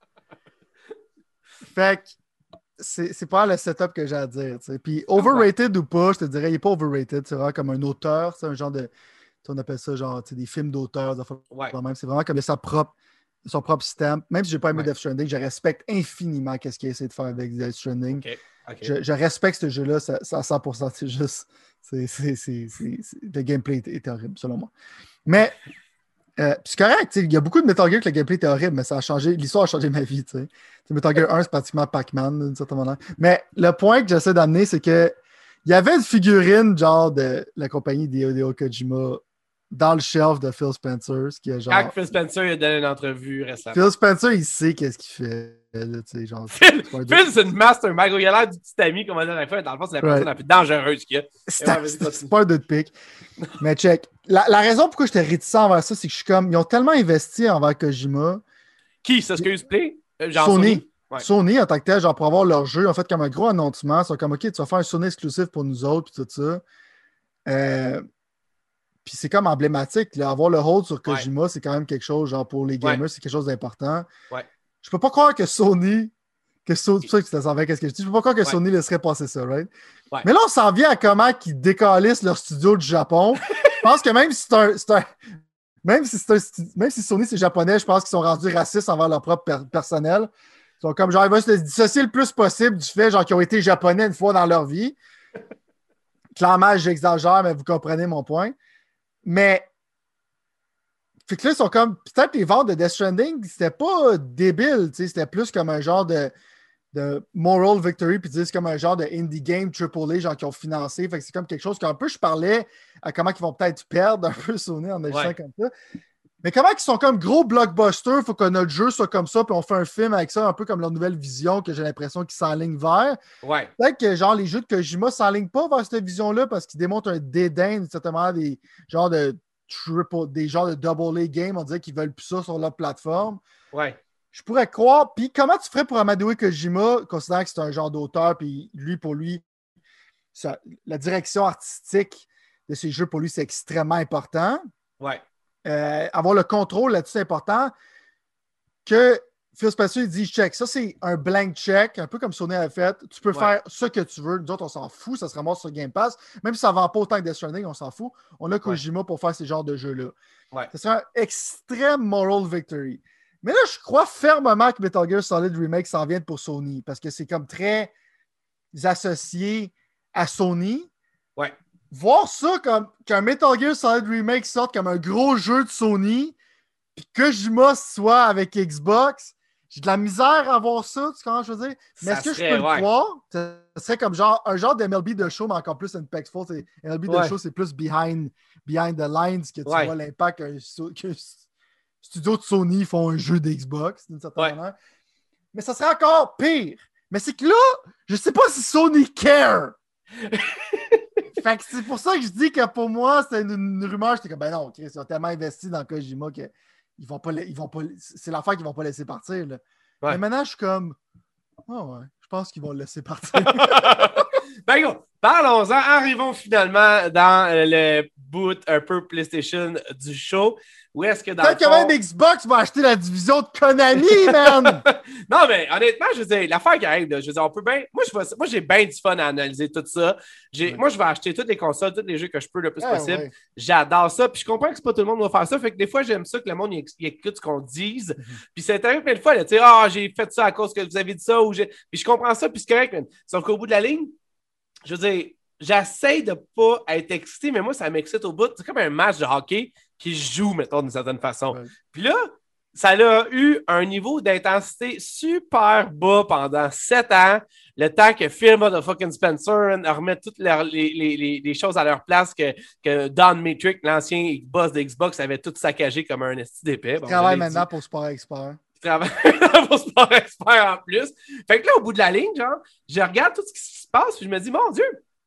Fait que c'est, c'est pas le setup que j'ai à dire. T'sais. Puis overrated oh, ouais. ou pas, je te dirais, il n'est pas overrated. C'est vraiment comme un auteur, c'est un genre de. On appelle ça genre des films d'auteurs. Ouais. C'est vraiment comme sa propre, son propre stamp. Même si j'ai pas aimé ouais. Death Stranding, je respecte infiniment ce qu'il a essayé de faire avec Death Stranding. Okay. Okay. Je, je respecte ce jeu-là ça, ça, à cent pour cent. C'est juste. C'est, c'est, c'est, c'est, c'est, le gameplay est, est horrible, selon moi. Mais euh, c'est correct. Il y a beaucoup de Metal Gear que le gameplay était horrible, mais ça a changé. L'histoire a changé ma vie. T'sais. Metal Gear un, c'est pratiquement Pac-Man, d'une certaine manière. Mais le point que j'essaie d'amener, c'est que il y avait une figurine genre de la compagnie Hideo Kojima dans le shelf de Phil Spencer. Ce qui est genre... Quand Phil Spencer il a donné une entrevue récemment. Phil Spencer, il sait qu'est-ce qu'il fait. Là, genre, Phil, Phil c'est une mastermind. Il a l'air du petit ami, comme on dit à la fin. Dans le fond, c'est la personne right. la plus dangereuse qu'il y a. C'est, ouais, c'est, c'est pas un deux de pique. Mais check. La, la raison pourquoi j'étais réticent envers ça, c'est que je suis comme. Ils ont tellement investi envers Kojima. Qui, ça, excuse, play? Genre Sony. Sony. Ouais. Sony, en tant que tel, genre pour avoir leur jeu, en fait, comme un gros annoncement. Ils sont comme, OK, tu vas faire un Sony exclusif pour nous autres, puis tout ça. Euh. Puis c'est comme emblématique. Là, avoir le hold sur Kojima, ouais. c'est quand même quelque chose, genre pour les gamers, ouais. c'est quelque chose d'important. Ouais. Je peux pas croire que Sony, que Sony, c'est pour ça que ça s'en va, qu'est-ce que je dis, je peux pas croire que ouais. Sony laisserait passer ça, right? Ouais. Mais là, on s'en vient à comment ils décalissent leur studio du Japon. Je pense que même si c'est un, c'est un même si c'est un, même si Sony c'est japonais, je pense qu'ils sont rendus racistes envers leur propre per- personnel. Ils sont comme genre, ils vont se dissocier le plus possible du fait, genre, qu'ils ont été japonais une fois dans leur vie. Clairement, j'exagère, mais vous comprenez mon point. Mais, fait que là, ils sont comme, peut-être les ventes de Death Stranding, c'était pas débile, tu sais, c'était plus comme un genre de, de moral victory, puis c'est comme un genre de indie game triple A, genre qui ont financé, fait que c'est comme quelque chose qu'un peu, je parlais à comment ils vont peut-être perdre un peu Sony en agissant ouais. comme ça. Mais comment ils sont comme gros blockbusters, faut que notre jeu soit comme ça, puis on fait un film avec ça, un peu comme leur nouvelle vision que j'ai l'impression qu'ils s'enlignent vers. Ouais. Peut-être que genre les jeux de Kojima s'enlignent pas vers cette vision-là parce qu'ils démontrent un dédain, certainement, des genres de triple, des genres de double A game, on dirait qu'ils veulent plus ça sur leur plateforme. Ouais. Je pourrais croire. Puis comment tu ferais pour Amadou Kojima, considérant que c'est un genre d'auteur, puis lui, pour lui, ça, la direction artistique de ces jeux, pour lui, c'est extrêmement important. Ouais. Euh, avoir le contrôle là-dessus, c'est important. Que Phil Spencer, il dit check. Ça, c'est un blank check, un peu comme Sony a fait. Tu peux ouais. faire ce que tu veux. Nous autres, on s'en fout. Ça se ramasse sur Game Pass. Même si ça ne vend pas autant que Death Stranding, on s'en fout. On a Kojima ouais. pour faire ces genres de jeux-là. Ouais. Ça serait un extrême moral victory. Mais là, je crois fermement que Metal Gear Solid Remake s'en vient pour Sony parce que c'est comme très associé à Sony. Ouais. Voir ça comme qu'un Metal Gear Solid Remake sorte comme un gros jeu de Sony puis que Kojima soit avec Xbox, j'ai de la misère à voir ça, tu comprends ce que je veux dire? Mais est-ce que serait, je peux ouais. le croire? Ça serait comme genre un genre d'M L B de show, mais encore plus impactful. M L B ouais. de show, c'est plus behind, behind the lines que tu ouais. vois l'impact qu'un, qu'un studio de Sony font un jeu d'Xbox, d'une certaine ouais. manière. Mais ça serait encore pire. Mais c'est que là, je sais pas si Sony care. Fait que c'est pour ça que je dis que pour moi, c'était une, une rumeur. J'étais comme, ben non, Chris, ils ont tellement investi dans Kojima que ils vont pas, ils vont pas, c'est l'affaire qu'ils vont pas laisser partir. Là. Ouais. Mais maintenant, je suis comme, oh ouais, je pense qu'ils vont le laisser partir. Ben go, parlons-en. Arrivons finalement dans le boot un peu PlayStation du show. Où est-ce que dans Peut-être fond... que même Xbox va acheter la division de Konami, man! Non, mais honnêtement, je veux dire, l'affaire qui arrive, là, je veux dire, on peut bien... Moi, je vais... Moi, j'ai bien du fun à analyser tout ça. J'ai... Ouais. Moi, je vais acheter toutes les consoles, tous les jeux que je peux le plus ouais, possible. Ouais. J'adore ça. Puis je comprends que c'est pas tout le monde qui va faire ça. Fait que des fois, j'aime ça que le monde il écoute ce qu'on dise. Mm-hmm. Puis c'est arrivé plein de fois, là, tu sais, ah, oh, j'ai fait ça à cause que vous avez dit ça. Ou j'ai... Puis je comprends ça, puis c'est correct. Man. Sauf qu'au bout de la ligne, je veux dire, j'essaie de pas être excité, mais moi, ça m'excite au bout. C'est comme un match de hockey qui joue, mettons, d'une certaine façon. Ouais. Puis là, ça a eu un niveau d'intensité super bas pendant sept ans, le temps que Phil Motherfucking Spencer remet toutes les, les, les, les choses à leur place, que, que Don Matrick, l'ancien boss de Xbox, avait tout saccagé comme un esti d'épais. Bon, travaille maintenant dit. Pour Sport Expert. Il travaille pour Sport Expert en plus. Fait que là, au bout de la ligne, genre, je regarde tout ce qui se passe, puis je me dis, mon Dieu,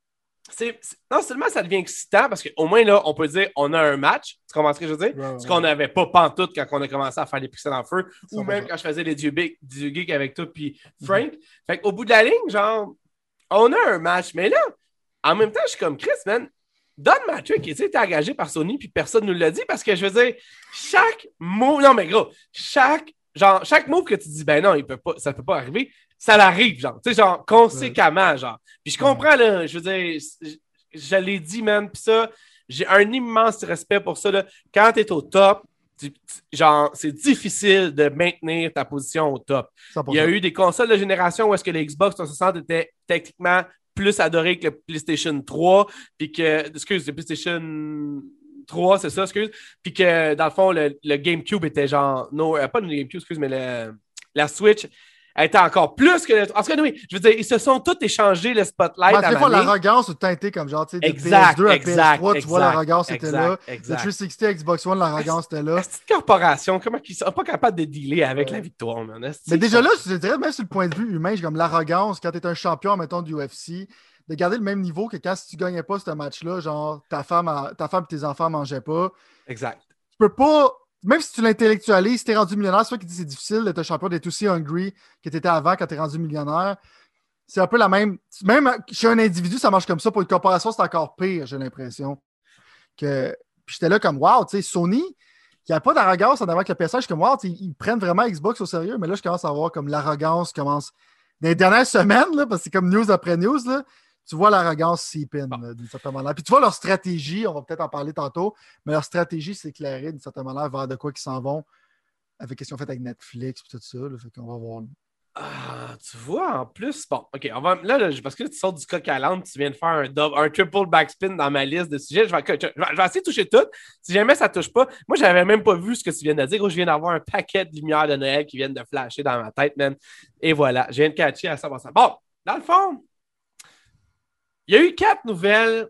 c'est, c'est, non seulement ça devient excitant, parce qu'au moins, là, on peut dire on a un match. Tu comprends ce que je veux dire? Ouais, ouais. Ce qu'on n'avait pas pantoute quand on a commencé à faire les pixels en feu, ça ou même quand je faisais les dieux geeks avec toi puis Frank. Mm-hmm. Fait qu'au bout de la ligne, genre, on a un match. Mais là, en même temps, je suis comme Chris, man. Don Matrick, il était engagé par Sony, puis personne ne nous l'a dit, parce que je veux dire, chaque move, non mais gros, chaque, genre, chaque move que tu dis, ben non, il peut pas, ça ne peut pas arriver, ça l'arrive, genre, tu sais, genre, conséquemment, genre. Puis je comprends, là, je veux dire, je l'ai dit, man, puis ça, j'ai un immense respect pour ça, là. Quand tu es au top, tu, genre, c'est difficile de maintenir ta position au top. Il y a eu des consoles de génération où est-ce que les Xbox trois cent soixante étaient techniquement plus adoré que le PlayStation trois, puis que, excuse, le PlayStation trois, c'est ça, excuse, puis que, dans le fond, le, le GameCube était genre, non, euh, pas le GameCube, excuse, mais le, la Switch était encore plus que... Le, en tout cas, oui, je veux dire, ils se sont tous échangés le spotlight à l'année. L'arrogance a teinté comme genre, tu sais, de exact, P S deux à exact, P S trois, exact, tu vois, l'arrogance exact, était là. Exact. Le trois cent soixante, Xbox One, l'arrogance était là. Cette corporation, comment ils sont pas capables de dealer avec ouais. la victoire, man? Mais déjà là, je dirais, même sur le point de vue humain, j'ai comme l'arrogance, quand tu es un champion, mettons, du U F C, de garder le même niveau que quand si tu ne gagnais pas ce match-là, genre ta femme, a, ta femme et tes enfants ne mangeaient pas. Exact. Tu peux pas, même si tu l'intellectualises, si tu es rendu millionnaire, c'est toi qui dis que c'est difficile d'être un champion, d'être aussi hungry que tu étais avant quand tu es rendu millionnaire. C'est un peu la même. Même chez un individu, ça marche comme ça. Pour une corporation, c'est encore pire, j'ai l'impression. Que... Puis j'étais là comme wow, tu sais, Sony, qui n'a pas d'arrogance en avant que le P S un, je suis comme wow, ils prennent vraiment Xbox au sérieux, mais là, je commence à voir comme l'arrogance commence. Dans les dernières semaines, là, parce que c'est comme news après news, là. Tu vois l'arrogance seep in, bon. d'une certaine manière. Puis tu vois leur stratégie, on va peut-être en parler tantôt, mais leur stratégie s'est éclairée d'une certaine manière vers de quoi qu'ils s'en vont avec ce qu'ils ont fait avec Netflix et tout ça. Là, fait qu'on va voir. Ah, tu vois, en plus, bon, OK, on va, là, là, parce que là, tu sors du coq à l'âne, tu viens de faire un, double, un triple backspin dans ma liste de sujets. Je vais, je, vais, je vais essayer de toucher tout. Si jamais ça ne touche pas, moi, je n'avais même pas vu ce que tu viens de dire. Je viens d'avoir un paquet de lumières de Noël qui viennent de flasher dans ma tête, man. Et voilà, je viens de catcher à savoir ça. Bon, dans le fond, il y a eu quatre nouvelles.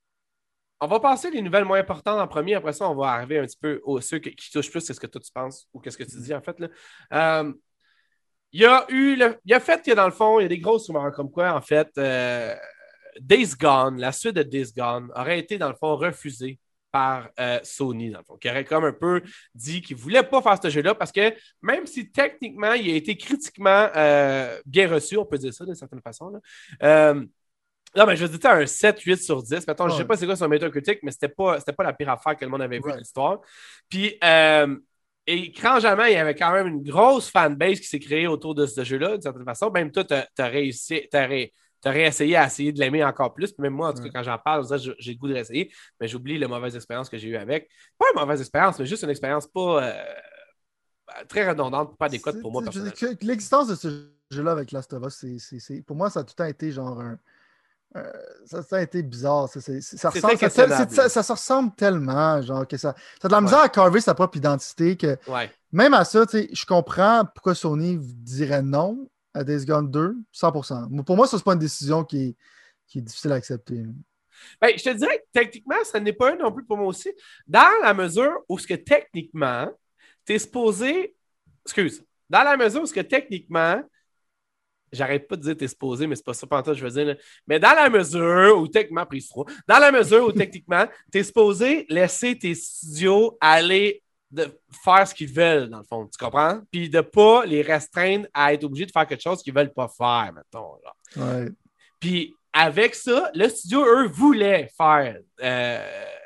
On va passer les nouvelles moins importantes en premier. Après ça, on va arriver un petit peu aux ceux qui, qui touchent plus. C'est ce que toi, tu penses ou qu'est-ce que tu dis, en fait. Là. Euh, il y a eu... Le, il y a fait que, dans le fond, il y a des grosses rumeurs comme quoi, en fait, euh, Days Gone, la suite de Days Gone, aurait été, dans le fond, refusée par euh, Sony, dans le fond, qui aurait comme un peu dit qu'il ne voulait pas faire ce jeu-là parce que même si techniquement, il a été critiquement euh, bien reçu, on peut dire ça d'une certaine façon, là, euh, non, mais je veux dire, un sept huit sur dix. Mettons, ouais. Je ne sais pas c'est quoi son Metacritic, mais c'était pas, c'était pas la pire affaire que le monde avait vu ouais. de l'histoire. Puis, euh, et étrangement, il y avait quand même une grosse fanbase qui s'est créée autour de ce jeu-là, d'une certaine façon. Même toi, tu as réussi, tu as essayé à essayer de l'aimer encore plus. Puis même moi, en tout cas, ouais. quand j'en parle, j'ai le goût de réessayer, mais j'oublie la mauvaise expérience que j'ai eue avec. Pas une mauvaise expérience, mais juste une expérience pas euh, très redondante, pas adéquate pour moi, personnellement. L'existence de ce jeu-là avec Last of Us, c'est, c'est, c'est, pour moi, ça a tout le temps été genre un. Euh, ça, ça a été bizarre. Ça, c'est, c'est, ça, ressemble, ça, c'est, ça, ça se ressemble tellement, genre, que ça, ça a de la misère ouais. à carver sa propre identité que ouais. même à ça, je comprends pourquoi Sony dirait non à Days Gone deux, cent pour cent. Pour moi, ça, c'est pas une décision qui est, qui est difficile à accepter. Ben, je te dirais que techniquement, ça n'est pas un non plus pour moi aussi. Dans la mesure où ce que techniquement, tu es supposé. Excuse. Dans la mesure où ce que techniquement. J'arrête pas de dire t'es supposé, mais c'est pas ça pantoute, je veux dire. Là. Mais dans la mesure où techniquement, prise trois, dans la mesure où techniquement, t'es supposé laisser tes studios aller de faire ce qu'ils veulent, dans le fond, tu comprends? Puis de pas les restreindre à être obligés de faire quelque chose qu'ils veulent pas faire, mettons. Là. Ouais. Puis avec ça, le studio, eux, voulaient faire euh,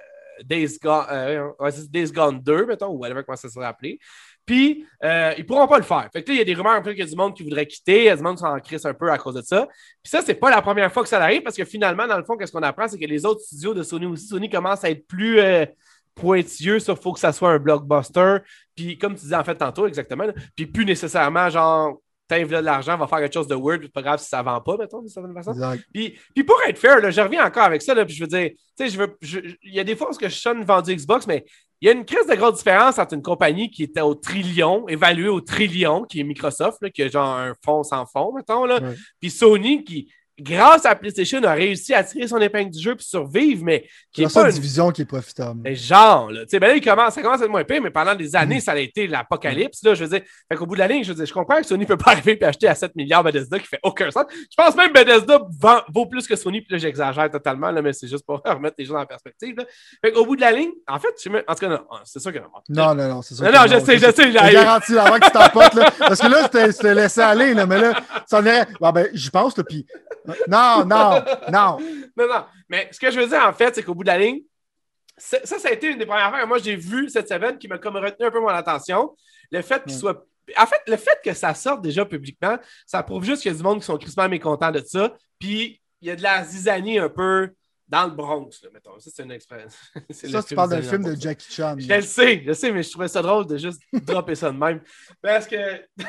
Days Gone, euh, Days Gone deux, mettons, ou whatever, comment ça serait appelé. Puis, euh, ils ne pourront pas le faire. Fait que là, il y a des rumeurs un peu qu'il y a du monde qui voudrait quitter, il y a du monde qui s'en crisse un peu à cause de ça. Puis ça, c'est pas la première fois que ça arrive parce que finalement, dans le fond, qu'est-ce qu'on apprend, c'est que les autres studios de Sony aussi, Sony commence à être plus euh, pointilleux sur il faut que ça soit un blockbuster. Puis, comme tu disais en fait tantôt, exactement, là, puis plus nécessairement, genre, t'invites de l'argent, va faire quelque chose de weird, puis pas grave si ça vend pas, mettons, d'une certaine façon. Puis, puis pour être fair, là, je reviens encore avec ça, là, puis je veux dire, tu sais, je veux, il y a des fois où je sonne vendu Xbox, mais il y a une crise de grosse différence entre une compagnie qui était au trillion, évaluée au trillion, qui est Microsoft, là, qui a genre un fond sans fond, mettons, là, ouais. Puis Sony qui, grâce à PlayStation, a réussi à tirer son épingle du jeu puis survivre, mais qui est pas une division qui est profitable. Mais genre, là, tu sais, ben là, il commence, ça commence à être moins pire, mais pendant des années, mmh. ça a été l'apocalypse, là, je veux dire. Fait qu'au bout de la ligne, je veux dire, je comprends que Sony ne peut pas arriver et acheter à sept milliards Bethesda qui fait aucun sens. Je pense même que Bethesda vend, vaut plus que Sony, puis là, j'exagère totalement, là, mais c'est juste pour remettre les choses en perspective, là. Fait qu'au bout de la ligne, en fait, je en tout cas, non, c'est sûr que non. Non, non, non, c'est sûr. Non, non, je sais, je sais. Je garantis avant que tu t'emportes, là. Parce que là, je t'ai laissé aller, là, mais là, ça en est. Bon, ben, j'y pense, là, puis. Non, non, non. Non, non. Mais ce que je veux dire, en fait, c'est qu'au bout de la ligne, ça, ça a été une des premières affaires que moi, j'ai vu cette semaine qui m'a comme retenu un peu mon attention. Le fait qu'il mm. soit... En fait, le fait que ça sorte déjà publiquement, ça prouve juste qu'il y a du monde qui sont crispement mécontents de ça. Puis, il y a de la zizanie un peu dans le Bronx, là, mettons. Ça, c'est une expérience. Ça, tu parles d'un film de Jackie Chan. Je le sais, je sais, mais je trouvais ça drôle de juste dropper ça de même. Parce que...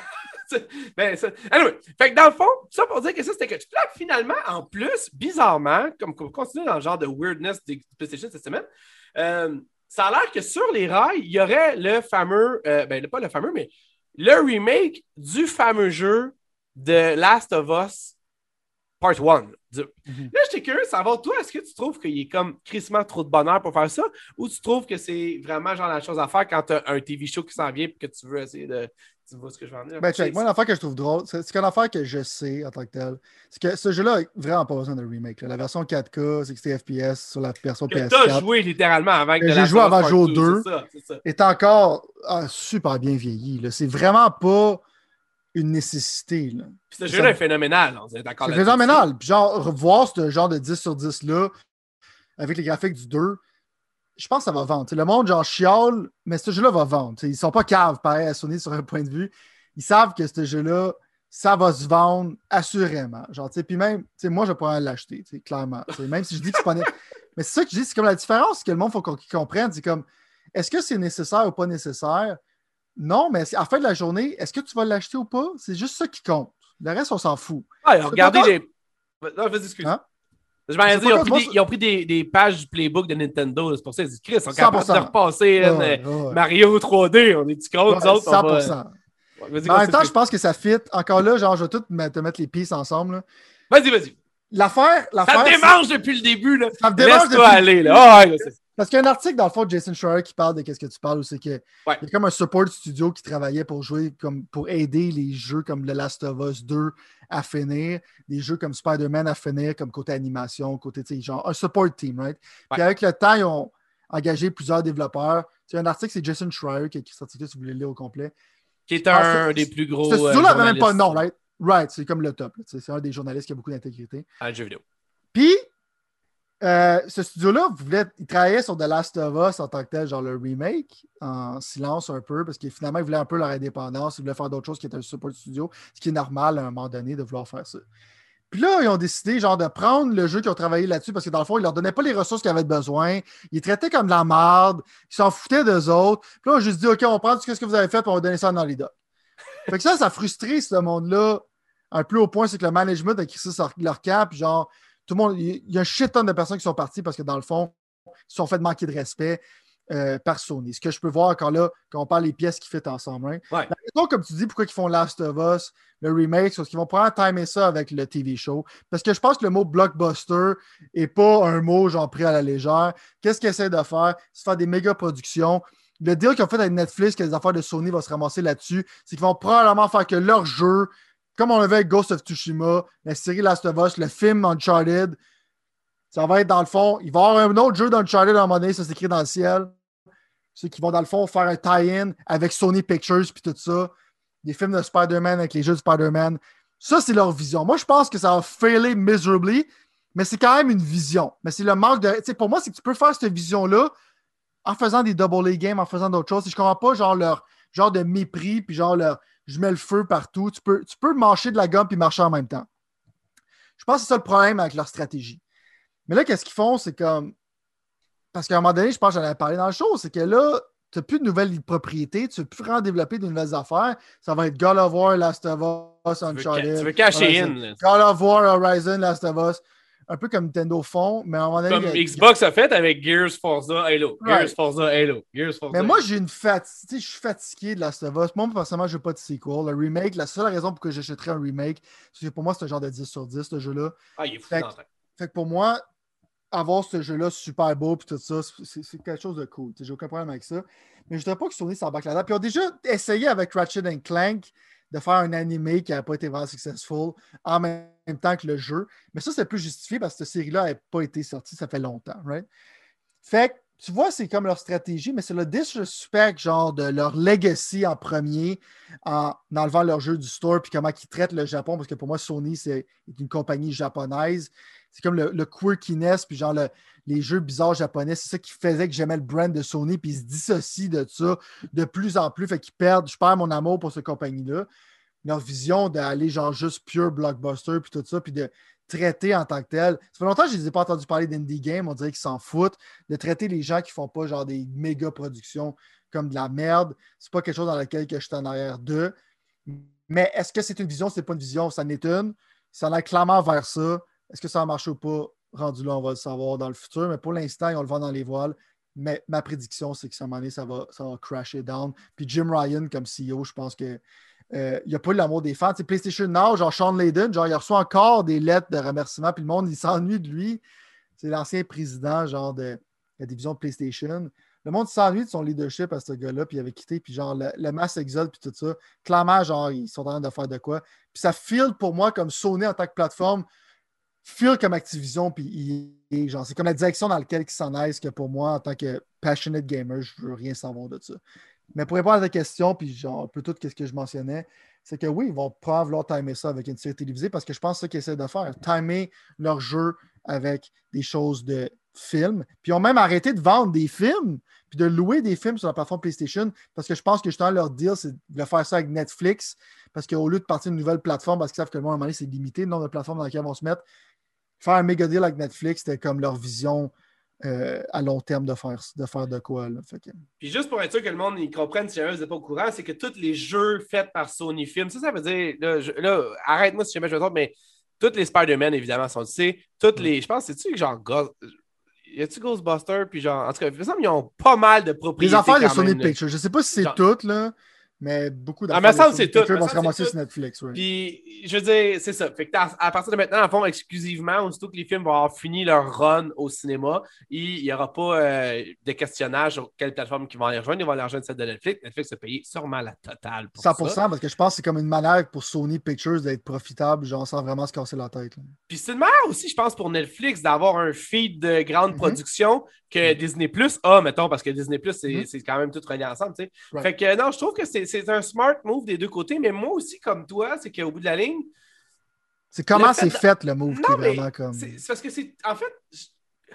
ben, ça... Anyway, fait que dans le fond, ça pour dire que ça, c'était que tu plaques finalement, en plus, bizarrement, comme on continue dans le genre de weirdness de PlayStation cette semaine, euh, ça a l'air que sur les rails, il y aurait le fameux, euh, ben pas le fameux, mais le remake du fameux jeu de Last of Us Part un. Mm-hmm. Là, j'étais curieux de savoir, toi, est-ce que tu trouves qu'il est comme crissement trop de bonheur pour faire ça, ou tu trouves que c'est vraiment genre la chose à faire quand tu as un T V show qui s'en vient et que tu veux essayer de... Tu vois ce que je veux en dire? Ben, check. Moi, l'affaire que je trouve drôle, c'est, c'est qu'une affaire que je sais en tant que tel, c'est que ce jeu-là a vraiment pas besoin de remake. Là. La version quatre K, sixty F P S sur la version P S quatre. Tu as joué littéralement avant que j'ai joué avant jour deux. C'est ça, c'est ça. Est encore ah, super bien vieilli. Là. C'est vraiment pas une nécessité. Là. Puis ce jeu-là est phénoménal. On est d'accord c'est phénoménal. Puis genre, revoir ce genre de dix sur dix-là avec les graphiques du deux, je pense que ça va vendre. T'sais, le monde, genre, chiale, mais ce jeu-là va vendre. T'sais, ils sont pas caves, pareil, à Sony sur un point de vue. Ils savent que ce jeu-là, ça va se vendre assurément. Genre, puis même, moi, je vais pouvoir l'acheter, clairement. T'sais, même si je dis que c'est pas... Mais c'est ça que je dis, c'est comme la différence que le monde, il faut qu'ils comprennent. C'est comme, est-ce que c'est nécessaire ou pas nécessaire? Non, mais à la fin de la journée, est-ce que tu vas l'acheter ou pas? C'est juste ça qui compte. Le reste, on s'en fout. Ah, regardez les... Non, vas-y, excuse. Hein? Je m'en ai dit, ils ont pris, des, ils ont pris des, des pages du playbook de Nintendo. C'est pour ça qu'ils disent, Chris, on est capable de repasser oh, euh, oh, Mario trois D. On est du compte, nous autres. cent pour cent. On va... Mais en même temps, je pense que ça fit. Encore là, genre, je vais tout te mettre les pistes ensemble. Là. Vas-y, vas-y. L'affaire, l'affaire. Ça me démange c'est... depuis le début. Là. Ça me démange depuis... aller. Là. Oh, ouais, là, c'est... Parce qu'il y a un article, dans le fond, de Jason Schreier qui parle de qu'est-ce que tu parles, où c'est que ouais. il y a comme un support studio qui travaillait pour jouer, comme pour aider les jeux comme The Last of Us deux à finir, des jeux comme Spider-Man à finir, comme côté animation, côté, tu sais, genre un support team, right? Ouais. Puis avec le temps, ils ont, engagé plusieurs développeurs. C'est un article, c'est Jason Schreier qui a écrit cet article, si vous voulez le lire au complet. Qui est un des plus gros. Ce studio-là n'avait même pas de nom, right? Right, c'est comme le top. Là, c'est un des journalistes qui a beaucoup d'intégrité. En jeu vidéo. Puis, euh, ce studio-là, voulait, il travaillait sur The Last of Us en tant que tel, genre le remake, en silence un peu, parce que finalement, ils voulaient un peu leur indépendance, ils voulaient faire d'autres choses qui étaient un support studio, ce qui est normal à un moment donné de vouloir faire ça. Puis là, ils ont décidé genre de prendre le jeu qu'ils ont travaillé là-dessus parce que dans le fond, ils leur donnaient pas les ressources qu'ils avaient besoin. Ils traitaient comme de la merde. Ils s'en foutaient d'eux autres. Puis là, on a juste dit, OK, on prend tout ce que vous avez fait et on va donner ça dans les docs. Fait que ça, ça a frustré ce monde-là un peu au point, c'est que le management a crissé sur leur camp. Puis genre, tout le monde, il y a un shit ton de personnes qui sont parties parce que dans le fond, ils se sont fait manquer de respect. Euh, par Sony. Ce que je peux voir encore là, quand on parle des pièces qui fit ensemble. Hein. Ouais. La raison, comme tu dis, pourquoi ils font Last of Us, le remake, c'est parce qu'ils vont probablement timer ça avec le T V show. Parce que je pense que le mot blockbuster n'est pas un mot genre pris à la légère. Qu'est-ce qu'ils essaient de faire? C'est faire des méga productions. Le deal qu'ils ont fait avec Netflix, que les affaires de Sony vont se ramasser là-dessus, c'est qu'ils vont probablement faire que leur jeu, comme on l'avait avec Ghost of Tsushima, la série Last of Us, le film Uncharted, ça va être dans le fond, il va y avoir un autre jeu d'Uncharted à un moment donné, ça s'écrit dans le ciel. C'est qu'ils vont dans le fond faire un tie-in avec Sony Pictures puis tout ça. Des films de Spider-Man avec les jeux de Spider-Man. Ça, c'est leur vision. Moi, je pense que ça va failer miserably, mais c'est quand même une vision. Mais c'est le manque de. Tu sais, pour moi, c'est que tu peux faire cette vision-là en faisant des double A games, en faisant d'autres choses. Et je comprends pas genre leur genre de mépris, puis genre leur je mets le feu partout. Tu peux, tu peux mâcher de la gomme puis marcher en même temps. Je pense que c'est ça le problème avec leur stratégie. Mais là, qu'est-ce qu'ils font? C'est comme. Parce qu'à un moment donné, je pense que j'en avais parlé dans le show, c'est que là, tu n'as plus de nouvelles propriétés, tu ne peux plus vraiment développer de nouvelles affaires. Ça va être God of War, Last of Us, Uncharted. Tu veux cacher Horizon. in. God of War, Horizon, Last of Us. Un peu comme Nintendo font, mais à un moment donné. Comme il y a... Xbox a fait avec Gears, Forza, Halo. Gears, right. Forza, Halo. Gears, Forza. Mais moi, j'ai une fatigue. Je suis fatigué de Last of Us. Moi, personnellement, je veux pas de sequel. Le remake, la seule raison pour que j'achèterais un remake, c'est que pour moi, c'est un genre de dix sur dix, ce jeu-là. Ah, il est fou fait, dans le fait que pour moi, avoir ce jeu-là super beau puis tout ça, c'est, c'est quelque chose de cool. J'ai aucun problème avec ça. Mais je ne voudrais pas que Sony s'embarque là-dedans. Puis ils ont déjà essayé avec Ratchet and Clank de faire un animé qui n'a pas été vraiment successful en même temps que le jeu. Mais ça, c'est plus justifié parce que cette série-là n'a pas été sortie, ça fait longtemps, right? Fait que tu vois, c'est comme leur stratégie, mais c'est le disrespect genre de leur legacy en premier en enlevant leur jeu du store puis comment ils traitent le Japon, parce que pour moi, Sony, c'est une compagnie japonaise. C'est comme le, le quirkiness, puis genre le, les jeux bizarres japonais, c'est ça qui faisait que j'aimais le brand de Sony, puis ils se dissocient de ça de plus en plus, fait qu'ils perdent, je perds mon amour pour cette compagnie-là. Leur vision d'aller genre juste pure blockbuster, puis tout ça, puis de traiter en tant que tel. Ça fait longtemps que je ne les ai pas entendus parler d'indie game, on dirait qu'ils s'en foutent, de traiter les gens qui font pas genre des méga productions comme de la merde. C'est pas quelque chose dans lequel que je suis en arrière d'eux. Mais est-ce que c'est une vision, c'est pas une vision, ça n'est une. Ça en a clairement vers ça. Est-ce que ça va marcher ou pas? Rendu là, on va le savoir dans le futur. Mais pour l'instant, on le vend dans les voiles. Mais ma prédiction, c'est que à un moment donné, ça va, ça va crasher down. Puis Jim Ryan, comme C E O, je pense que euh, il n'a pas eu l'amour des fans. T'sais, PlayStation Now, genre Sean Layden, genre, il reçoit encore des lettres de remerciement. Puis le monde, il s'ennuie de lui. C'est l'ancien président, genre, de la division de PlayStation. Le monde s'ennuie de son leadership à ce gars-là, puis il avait quitté, puis genre, le, le Mass Exode, puis tout ça. Clairement, genre, ils sont en train de faire de quoi. Puis ça file pour moi comme Sony en tant que plateforme, feel comme Activision, puis il, genre, c'est comme la direction dans laquelle ils s'en aillent, que pour moi, en tant que passionate gamer, je veux rien savoir de ça. Mais pour répondre à ta question, puis genre, un peu tout ce que je mentionnais, c'est que oui, ils vont probablement vouloir timer ça avec une série télévisée parce que je pense que c'est ça qu'ils essaient de faire. Timer leur jeu avec des choses de films. Puis ils ont même arrêté de vendre des films puis de louer des films sur la plateforme PlayStation parce que je pense que justement leur deal, c'est de faire ça avec Netflix parce qu'au lieu de partir d'une nouvelle plateforme, parce qu'ils savent que le monde, à un moment donné, c'est limité le nombre de plateformes dans lesquelles ils vont se mettre, faire un méga deal avec Netflix, c'était comme leur vision euh, à long terme de faire de, faire de quoi. Là. Fait que... Puis juste pour être sûr que le monde y comprenne, si jamais vous n'êtes pas au courant, c'est que tous les jeux faits par Sony Film, ça, ça veut dire, là, je, là arrête-moi si jamais je me trompe, mais tous les Spider-Man, évidemment, sont, tu sais, toutes les, je pense, c'est-tu genre, y a-tu Ghostbusters, puis genre, en tout cas, il me semble qu'ils ont pas mal de propriétés. Les affaires de quand Sony même, Pictures, je sais pas si c'est genre... toutes, là. Mais beaucoup Ah, d'affaires mais ça, de c'est Sony tout. Pictures Mais vont ça, se ramasser c'est sur Netflix. Ouais. Puis, je veux dire, c'est ça. Fait que à partir de maintenant, en fond, exclusivement, aussitôt que les films vont avoir fini leur run au cinéma, il n'y aura pas euh, de questionnage sur quelle plateforme ils vont les rejoindre. Ils vont les rejoindre celle de Netflix. Netflix a payé sûrement la totale pour cent pour cent ça. Parce que je pense que c'est comme une manière pour Sony Pictures d'être profitable, genre sans vraiment se casser la tête. Là. Puis c'est une manière aussi, je pense, pour Netflix d'avoir un feed de grande mm-hmm. production que mm. Disney Plus a, mettons, parce que Disney Plus, c'est, mm. c'est quand même tout relié ensemble, tu sais. Right. Fait que non, je trouve que c'est, c'est un smart move des deux côtés, mais moi aussi, comme toi, c'est qu'au bout de la ligne. C'est comment c'est de... fait le move non, qui est vraiment comme. C'est, c'est parce que c'est. En fait. Je...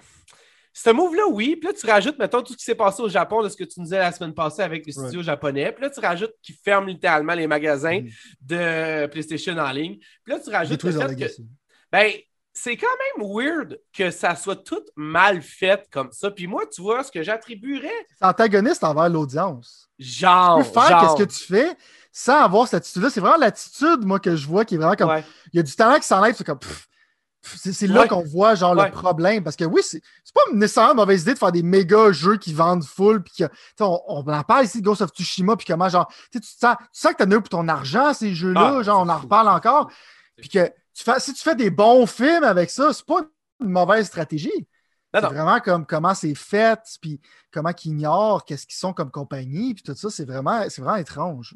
Ce move-là, oui. Puis là, tu rajoutes, mettons, tout ce qui s'est passé au Japon, de ce que tu nous disais la semaine passée avec les studios ouais. japonais. Puis là, tu rajoutes qu'ils ferment littéralement les magasins mm. de PlayStation en ligne. Puis là, tu rajoutes le fait que... Ben, c'est quand même weird que ça soit tout mal fait comme ça. Puis moi, tu vois, ce que j'attribuerais... C'est antagoniste envers l'audience. Genre, Tu peux faire genre. qu'est-ce que tu fais sans avoir cette attitude-là. C'est vraiment l'attitude, moi, que je vois qui est vraiment comme... Ouais. Il y a du talent qui s'enlève, c'est comme... Pff, C'est, c'est là ouais. qu'on voit genre ouais. le problème. Parce que oui, c'est, c'est pas nécessairement une mauvaise idée de faire des méga jeux qui vendent full. Puis que, on, on en parle ici de Ghost of Tsushima. Puis comment, genre, tu sens, tu sens que t'as eu pour ton argent, ces jeux-là. Ah, genre, on en fou. reparle encore. Puis que tu fais, si tu fais des bons films avec ça, c'est pas une mauvaise stratégie. Non, c'est non. vraiment comme comment c'est fait. Puis comment qu'ils ignorent, qu'est-ce qu'ils sont comme compagnie. Puis tout ça, c'est vraiment, c'est vraiment étrange.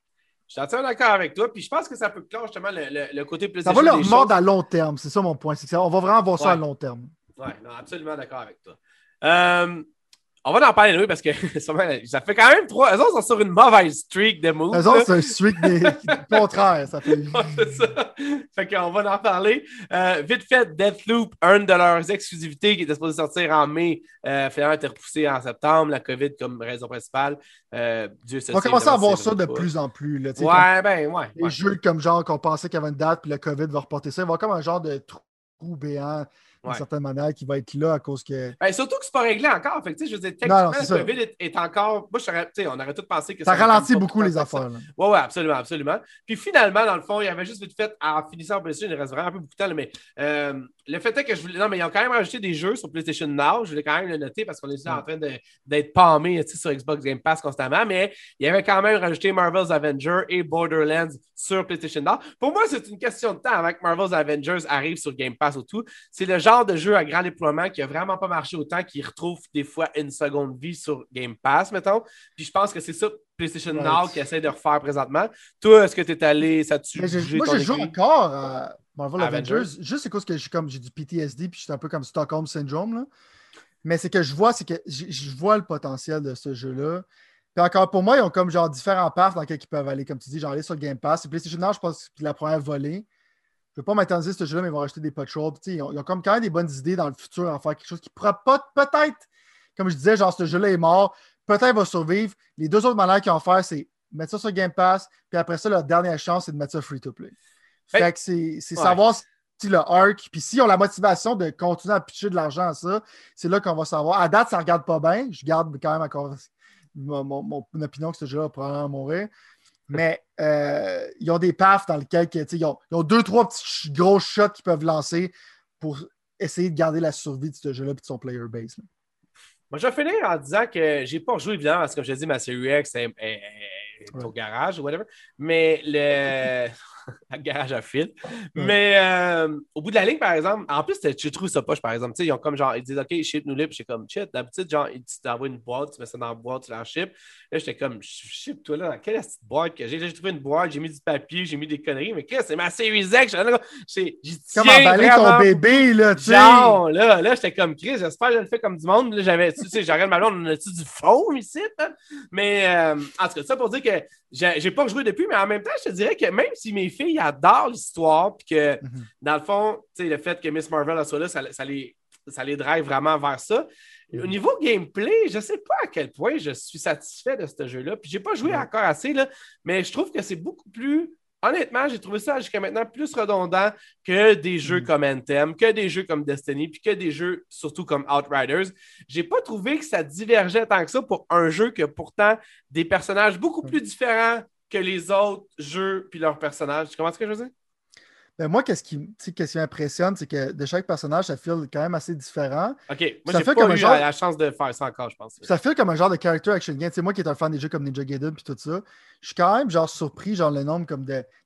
Je suis entièrement d'accord avec toi, puis je pense que ça peut clore justement le, le, le côté plus. Ça va leur mordre à long terme, c'est ça mon point. C'est que ça, on va vraiment voir ça ouais. à long terme. Oui, non, absolument d'accord avec toi. Euh, on va en parler, oui, parce que ça fait quand même trois. Eux autres sont sur une mauvaise streak de moves. Eux autres, c'est un streak des contraire. Ça fait. Ouais, c'est ça. Fait qu'on va en parler. Euh, vite fait, Deathloop, une de leurs exclusivités qui était supposée sortir en mai, euh, finalement, a été repoussée en septembre. La COVID comme raison principale. Euh, Dieu on va commencer à voir ça de pas. plus en plus. Là, ouais, ben, ouais. Les ouais. jeux comme genre qu'on pensait qu'il y avait une date, puis le COVID va reporter ça. Il va y avoir comme un genre de trou béant. D'une ouais. certaine manière, qui va être là à cause que. Ben, surtout que c'est pas réglé encore. Fait que, je veux dire, techniquement, non, non, le COVID est, est encore. Moi, je on aurait tous pensé que ça. Ça ralentit beaucoup les affaires. Oui, oui, absolument, absolument. Puis finalement, dans le fond, il y avait juste vite fait, en finissant en PlayStation, il reste vraiment un peu beaucoup de temps, là, mais euh, le fait est que je voulais. Non, mais ils ont quand même rajouté des jeux sur PlayStation Now. Je voulais quand même le noter parce qu'on est là en train de, d'être palmé sur Xbox Game Pass constamment, mais il y avait quand même rajouté Marvel's Avengers et Borderlands sur PlayStation Now. Pour moi, c'est une question de temps avant que Marvel's Avengers arrive sur Game Pass ou tout. C'est le genre de jeu à grand déploiement qui n'a vraiment pas marché autant, qui retrouve des fois une seconde vie sur Game Pass, mettons. Puis je pense que c'est ça PlayStation right. Now qui essaie de refaire présentement. Toi, est-ce que tu es allé, ça tu Moi, je joue encore à Marvel Avengers, Avengers juste c'est cause que j'ai, comme, j'ai du P T S D puis je suis un peu comme Stockholm Syndrome. Là. Mais c'est que je vois, c'est que je vois le potentiel de ce jeu-là. Puis encore, pour moi, ils ont comme genre différents paths dans lesquels ils peuvent aller, comme tu dis, genre aller sur le Game Pass. Et PlayStation Now, je pense que la première volée. Je ne veux pas m'attendre à ce jeu-là, mais ils vont rajouter des patrols. Ils ont, ils ont comme quand même des bonnes idées dans le futur en faire quelque chose qui pourra pas, peut-être, comme je disais, genre ce jeu-là est mort, peut-être va survivre. Les deux autres manières qu'ils vont faire, c'est mettre ça sur Game Pass, puis après ça, leur dernière chance, c'est de mettre ça free-to-play. Fait hey. que c'est, c'est ouais. savoir si le arc, puis s'ils ont la motivation de continuer à pitcher de l'argent à ça, c'est là qu'on va savoir. À date, ça ne regarde pas bien. Je garde quand même encore mon, mon, mon opinion que ce jeu-là va probablement mourir. Mais euh, ils ont des paths dans lesquels ils ont, ils ont deux, trois petits gros shots qu'ils peuvent lancer pour essayer de garder la survie de ce jeu-là et de son player base. Là. Moi, je vais finir en disant que j'ai pas rejoué, évidemment, parce que comme je te dis, ma série X est, est, est ouais. au garage ou whatever. Mais le. Le garage à fil. Ouais. Mais euh, au bout de la ligne, par exemple, en plus, je trouve ça poche, par exemple. Ils ont comme genre, ils disent, OK, ship nous libre. J'étais comme, shit. D'habitude, genre, ils t'envoient une boîte, tu mets ça dans la boîte, tu la ship. Là, j'étais comme, ship, toi, là, dans quelle petite boîte que j'ai? Là, j'ai trouvé une boîte, j'ai mis du papier, j'ai mis des conneries. Mais qu'est-ce que c'est ma série X? J'ai dit, comme emballer ton bébé, là, tu sais. Genre, là, là, j'étais comme, Chris, j'espère que je le fais comme du monde. Là, j'avais, tu sais, j'arrête ma blonde, on a-tu du foam ici? Hein? Mais, euh, en tout cas, ça pour dire que j'ai, j'ai pas rejoué depuis, mais en même temps, je te dirais que même si mes filles adorent l'histoire, puis que, mm-hmm. dans le fond, tu sais, le fait que Miss Marvel soit là, ça, ça, les, ça les drive vraiment vers ça. Mm-hmm. Au niveau gameplay, je sais pas à quel point je suis satisfait de ce jeu-là, puis j'ai pas joué mm-hmm. encore assez, là, mais je trouve que c'est beaucoup plus... Honnêtement, j'ai trouvé ça jusqu'à maintenant plus redondant que des jeux mm-hmm. comme Anthem, que des jeux comme Destiny, puis que des jeux surtout comme Outriders. J'ai pas trouvé que ça divergeait tant que ça pour un jeu que pourtant des personnages beaucoup plus différents que les autres jeux puis leurs personnages. Tu comprends ce que je veux dire? Ben moi, qu'est-ce qui, qu'est-ce qui m'impressionne, c'est que de chaque personnage, ça file quand même assez différent. OK. Moi, ça j'ai fait pas comme eu un genre... la chance de faire ça encore, je pense. Ça file comme un genre de character action game. Tu sais, moi qui est un fan des jeux comme Ninja Gaiden puis tout ça, je suis quand même genre surpris, genre le nombre comme de,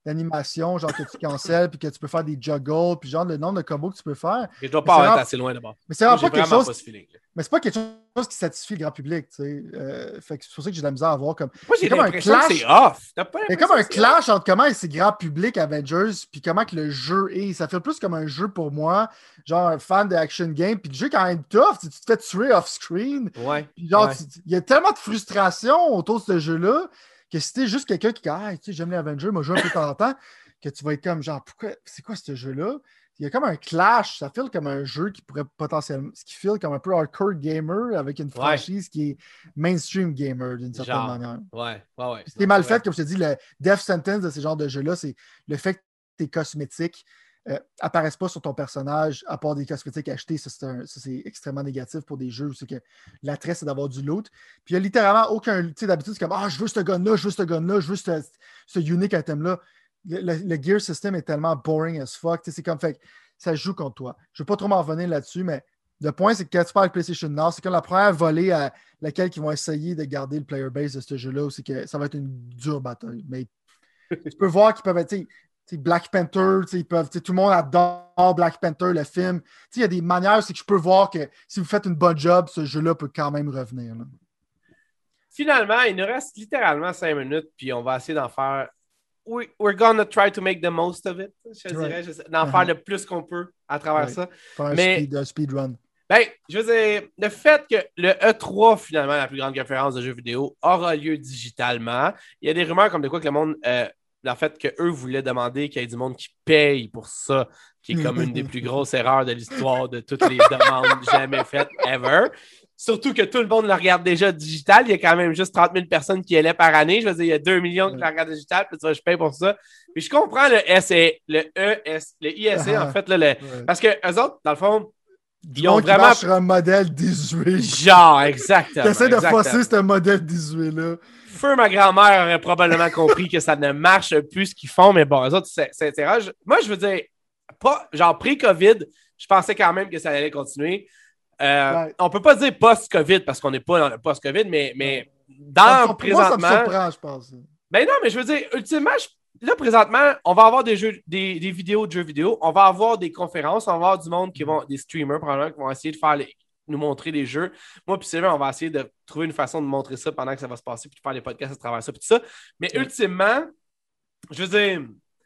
d'animation, genre que tu cancelles, puis que tu peux faire des juggles, puis genre le nombre de combos que tu peux faire. Et je dois pas être assez loin d'abord. Mais c'est vraiment pas quelque chose. Pas ce feeling, mais c'est pas quelque chose qui satisfie le grand public, tu sais. Euh, fait que c'est pour ça que j'ai de la misère à voir comme. Moi, j'ai comme l'impression que c'est off. C'est comme un clash entre comment c'est grand public Avengers, puis comment que le jeu est. Ça fait plus comme un jeu pour moi, genre un fan de action game, puis le jeu est quand même tough. Tu te fais tuer off-screen. Ouais. Puis genre, ouais. il y a tellement de frustration autour de ce jeu-là que si t'es juste quelqu'un qui dit ah, tu sais, j'aime les Avengers, moi je joue un peu de temps en temps, que tu vas être comme genre pourquoi c'est quoi ce jeu-là? Il y a comme un clash, ça file comme un jeu qui pourrait potentiellement, ce qui file comme un peu hardcore gamer avec une franchise ouais. qui est mainstream gamer d'une certaine genre, manière. Ouais, ouais, ouais. C'est mal fait, comme je te dis, le death sentence de ce genre de jeu-là, c'est le fait que tes cosmétiques euh, apparaissent pas sur ton personnage à part des cosmétiques achetés. Ça, c'est, un, ça, c'est extrêmement négatif pour des jeux où c'est que l'attrait, c'est d'avoir du loot. Puis il n'y a littéralement aucun. Tu sais, d'habitude, c'est comme ah, je veux ce gun-là, je veux ce gun-là, je veux ce, ce unique item-là. Le, le, le gear system est tellement boring as fuck. C'est comme fait ça joue contre toi. Je ne veux pas trop m'en revenir là-dessus, mais le point, c'est que quand tu parles de PlayStation Now, c'est comme la première volée à laquelle ils vont essayer de garder le player base de ce jeu-là, c'est que ça va être une dure bataille. Mais tu peux voir qu'ils peuvent être. Black Panther, ils peuvent, tout le monde adore Black Panther, le film. Il y a des manières, c'est que je peux voir que si vous faites une bonne job, ce jeu-là peut quand même revenir. Là. Finalement, il nous reste littéralement cinq minutes, puis on va essayer d'en faire. We, we're gonna try to make the most of it, je dirais, right. je, d'en uh-huh. faire le plus qu'on peut à travers right. ça. Faire un, Mais, speed, un speedrun. Ben, je veux dire, le fait que le E trois, finalement, la plus grande conférence de jeux vidéo, aura lieu digitalement, il y a des rumeurs comme de quoi que le monde. Euh, le fait qu'eux voulaient demander qu'il y ait du monde qui paye pour ça, qui est comme une des plus grosses erreurs de l'histoire de toutes les demandes jamais faites ever. Surtout que tout le monde le regarde déjà digital. Il y a quand même juste trente mille personnes qui allaient par année. Je veux dire, il y a deux millions qui le regardent digital. Puis tu vois, je paye pour ça. Puis je comprends le S A, le E S, le I S A, en fait. Là, le... ouais. Parce que eux autres, dans le fond, ils ont vraiment. Sur un modèle désuet. Genre, exactement. T'essaies de forcer ce modèle désuet-là. Feu, ma grand-mère aurait probablement compris que ça ne marche plus ce qu'ils font, mais bon, eux autres, c'est, c'est intéressant. Moi, je veux dire, pas, genre pré-COVID, je pensais quand même que ça allait continuer. Euh, ouais. On peut pas dire post-COVID parce qu'on n'est pas dans le post-COVID, mais, mais dans ça, présentement. Moi, ça me surprend, je pense. Ben non, mais je veux dire, ultimement, je, là, présentement, on va avoir des, jeux, des, des vidéos de jeux vidéo, on va avoir des conférences, on va avoir du monde qui vont, des streamers probablement, qui vont essayer de faire les. nous montrer des jeux. Moi puis Sylvain, on va essayer de trouver une façon de montrer ça pendant que ça va se passer, puis de faire les podcasts à travers ça, puis tout ça. Mais ouais. ultimement, je veux dire,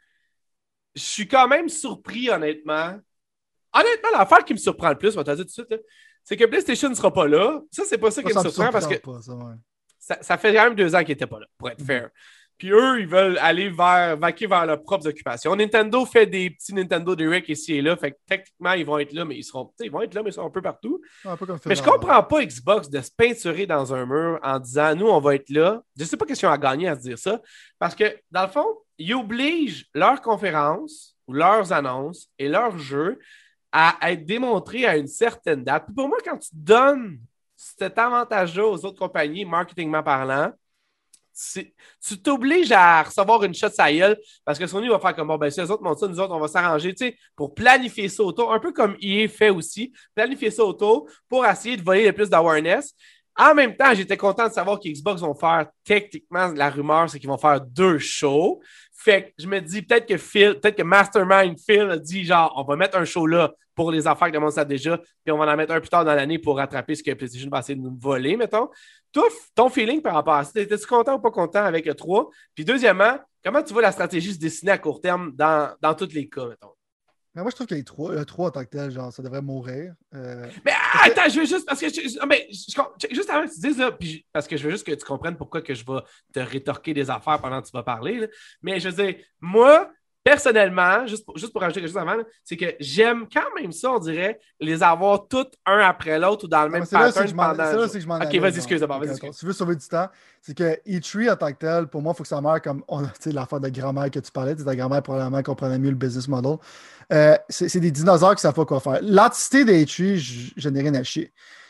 je suis quand même surpris, honnêtement. Honnêtement, l'affaire qui me surprend le plus, on va te dire tout de suite, là, c'est que PlayStation ne sera pas là. Ça, c'est pas ça, ça qui me surprend, me parce que pas, ça, ouais. ça, ça fait quand même deux ans qu'ils n'étaient pas là, pour être mm-hmm. fair. Puis eux, ils veulent aller vers, vaquer vers leurs propres occupations. Nintendo fait des petits Nintendo Direct ici et là. Fait que techniquement, ils vont être là, mais ils seront. Ils vont être là, mais ils sont un peu partout. Un peu comme mais je comprends pas Xbox de se peinturer dans un mur en disant nous, on va être là. Je sais pas qu'est-ce qu'ils ont à gagner à se dire ça. Parce que, dans le fond, ils obligent leurs conférences ou leurs annonces et leurs jeux à être démontrés à une certaine date. Puis pour moi, quand tu donnes cet avantage-là aux autres compagnies, marketingment parlant, C'est, tu t'obliges à recevoir une shot sa gueule parce que Sony va faire comme bon, ben si les autres montent ça, nous autres, on va s'arranger, tu sais, pour planifier ça autour, un peu comme E A fait aussi, planifier ça autour pour essayer de voler le plus d'awareness. En même temps, j'étais content de savoir qu'Xbox vont faire, techniquement, la rumeur, c'est qu'ils vont faire deux shows. Fait que je me dis, peut-être que Phil, peut-être que Mastermind Phil a dit, genre, on va mettre un show là pour les affaires que le monde sait déjà, puis on va en mettre un plus tard dans l'année pour rattraper ce que PlayStation va essayer de nous voler, mettons. Toi, ton feeling par rapport à ça, étais-tu content ou pas content avec le trois? Puis deuxièmement, comment tu vois la stratégie se dessiner à court terme dans, dans tous les cas, mettons? Mais moi, je trouve que les trois, le trois en tant que tel, genre, ça devrait mourir. Euh... Mais ah, attends, je veux juste, parce que, je, mais, je, juste avant que tu dises, là, puis, parce que je veux juste que tu comprennes pourquoi que je vais te rétorquer des affaires pendant que tu vas parler, là. Mais je veux dire, moi, personnellement, juste pour, juste pour rajouter quelque chose avant, là, c'est que j'aime quand même ça, on dirait, les avoir toutes un après l'autre ou dans le non, même pattern pendant... C'est là c'est que je m'en Ok, allais, vas-y, excuse d'abord, vas-y, excuse. Si tu veux sauver du temps, c'est que E trois en tant que tel, pour moi, il faut que ça meure comme, tu sais, l'affaire de grand-mère que tu parlais, ta grand-mère probablement comprenait mieux le business model. Euh, c'est, c'est des dinosaures qui ne savent pas quoi faire. L'entité des E trois, je, je n'ai rien à chier.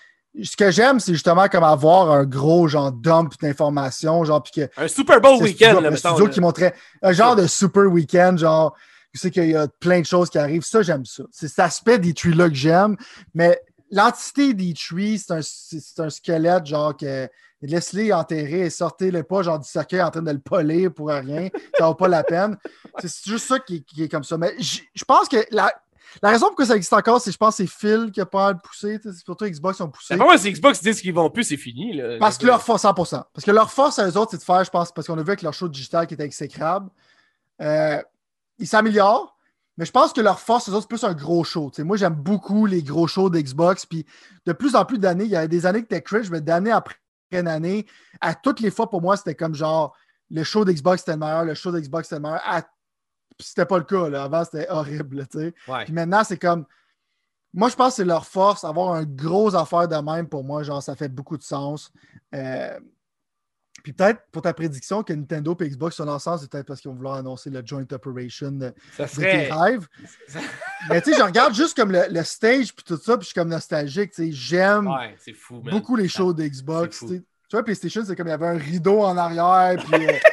Ce que j'aime, c'est justement comme avoir un gros genre dump d'informations, genre puis que un Super Bowl week-end, là, un studio qui montrait un genre de super week-end, genre tu sais qu'il y a plein de choses qui arrivent. Ça, j'aime ça. C'est cet aspect des trois là que j'aime, mais l'entité des trois, c'est un, c'est, c'est un squelette genre que laisse-les enterrer et sortez-les pas genre du cercueil en train de le polir pour rien. Ça vaut pas la peine. C'est juste ça qui, qui est comme ça. Mais je pense que la, la raison pour laquelle ça existe encore, c'est je pense que c'est Phil qui a pas mal poussé. C'est surtout Xbox qui ont poussé. Moi, c'est Xbox qui disent qu'ils vont plus, c'est fini. Là. Parce que leur force, cent pour cent. Parce que leur force à eux autres, c'est de faire, je pense, parce qu'on a vu avec leur show digital qui était exécrable. Euh, ils s'améliorent, mais je pense que leur force, eux autres, c'est plus un gros show. T'sais, moi, j'aime beaucoup les gros shows d'Xbox. Puis de plus en plus d'années, il y a des années que t'es cringe, mais d'année après année, à toutes les fois, pour moi, c'était comme genre le show d'Xbox c'était le meilleur, le show d'Xbox c'était le meilleur. À... C'était pas le cas. Là. Avant, c'était horrible. Ouais. Puis maintenant, c'est comme. Moi, je pense que c'est leur force. Avoir un gros affaire de même, pour moi, genre, ça fait beaucoup de sens. Euh... Puis peut-être pour ta prédiction que Nintendo et Xbox sont ensemble, c'est peut-être parce qu'ils vont vouloir annoncer le joint operation de, ça serait... de tes rêves. Ça... Mais tu sais, je regarde juste comme le, le stage puis tout ça, puis je suis comme nostalgique. Tu sais, j'aime ouais, c'est fou, beaucoup les shows de Xbox. Tu vois, PlayStation, c'est comme il y avait un rideau en arrière. Puis, euh...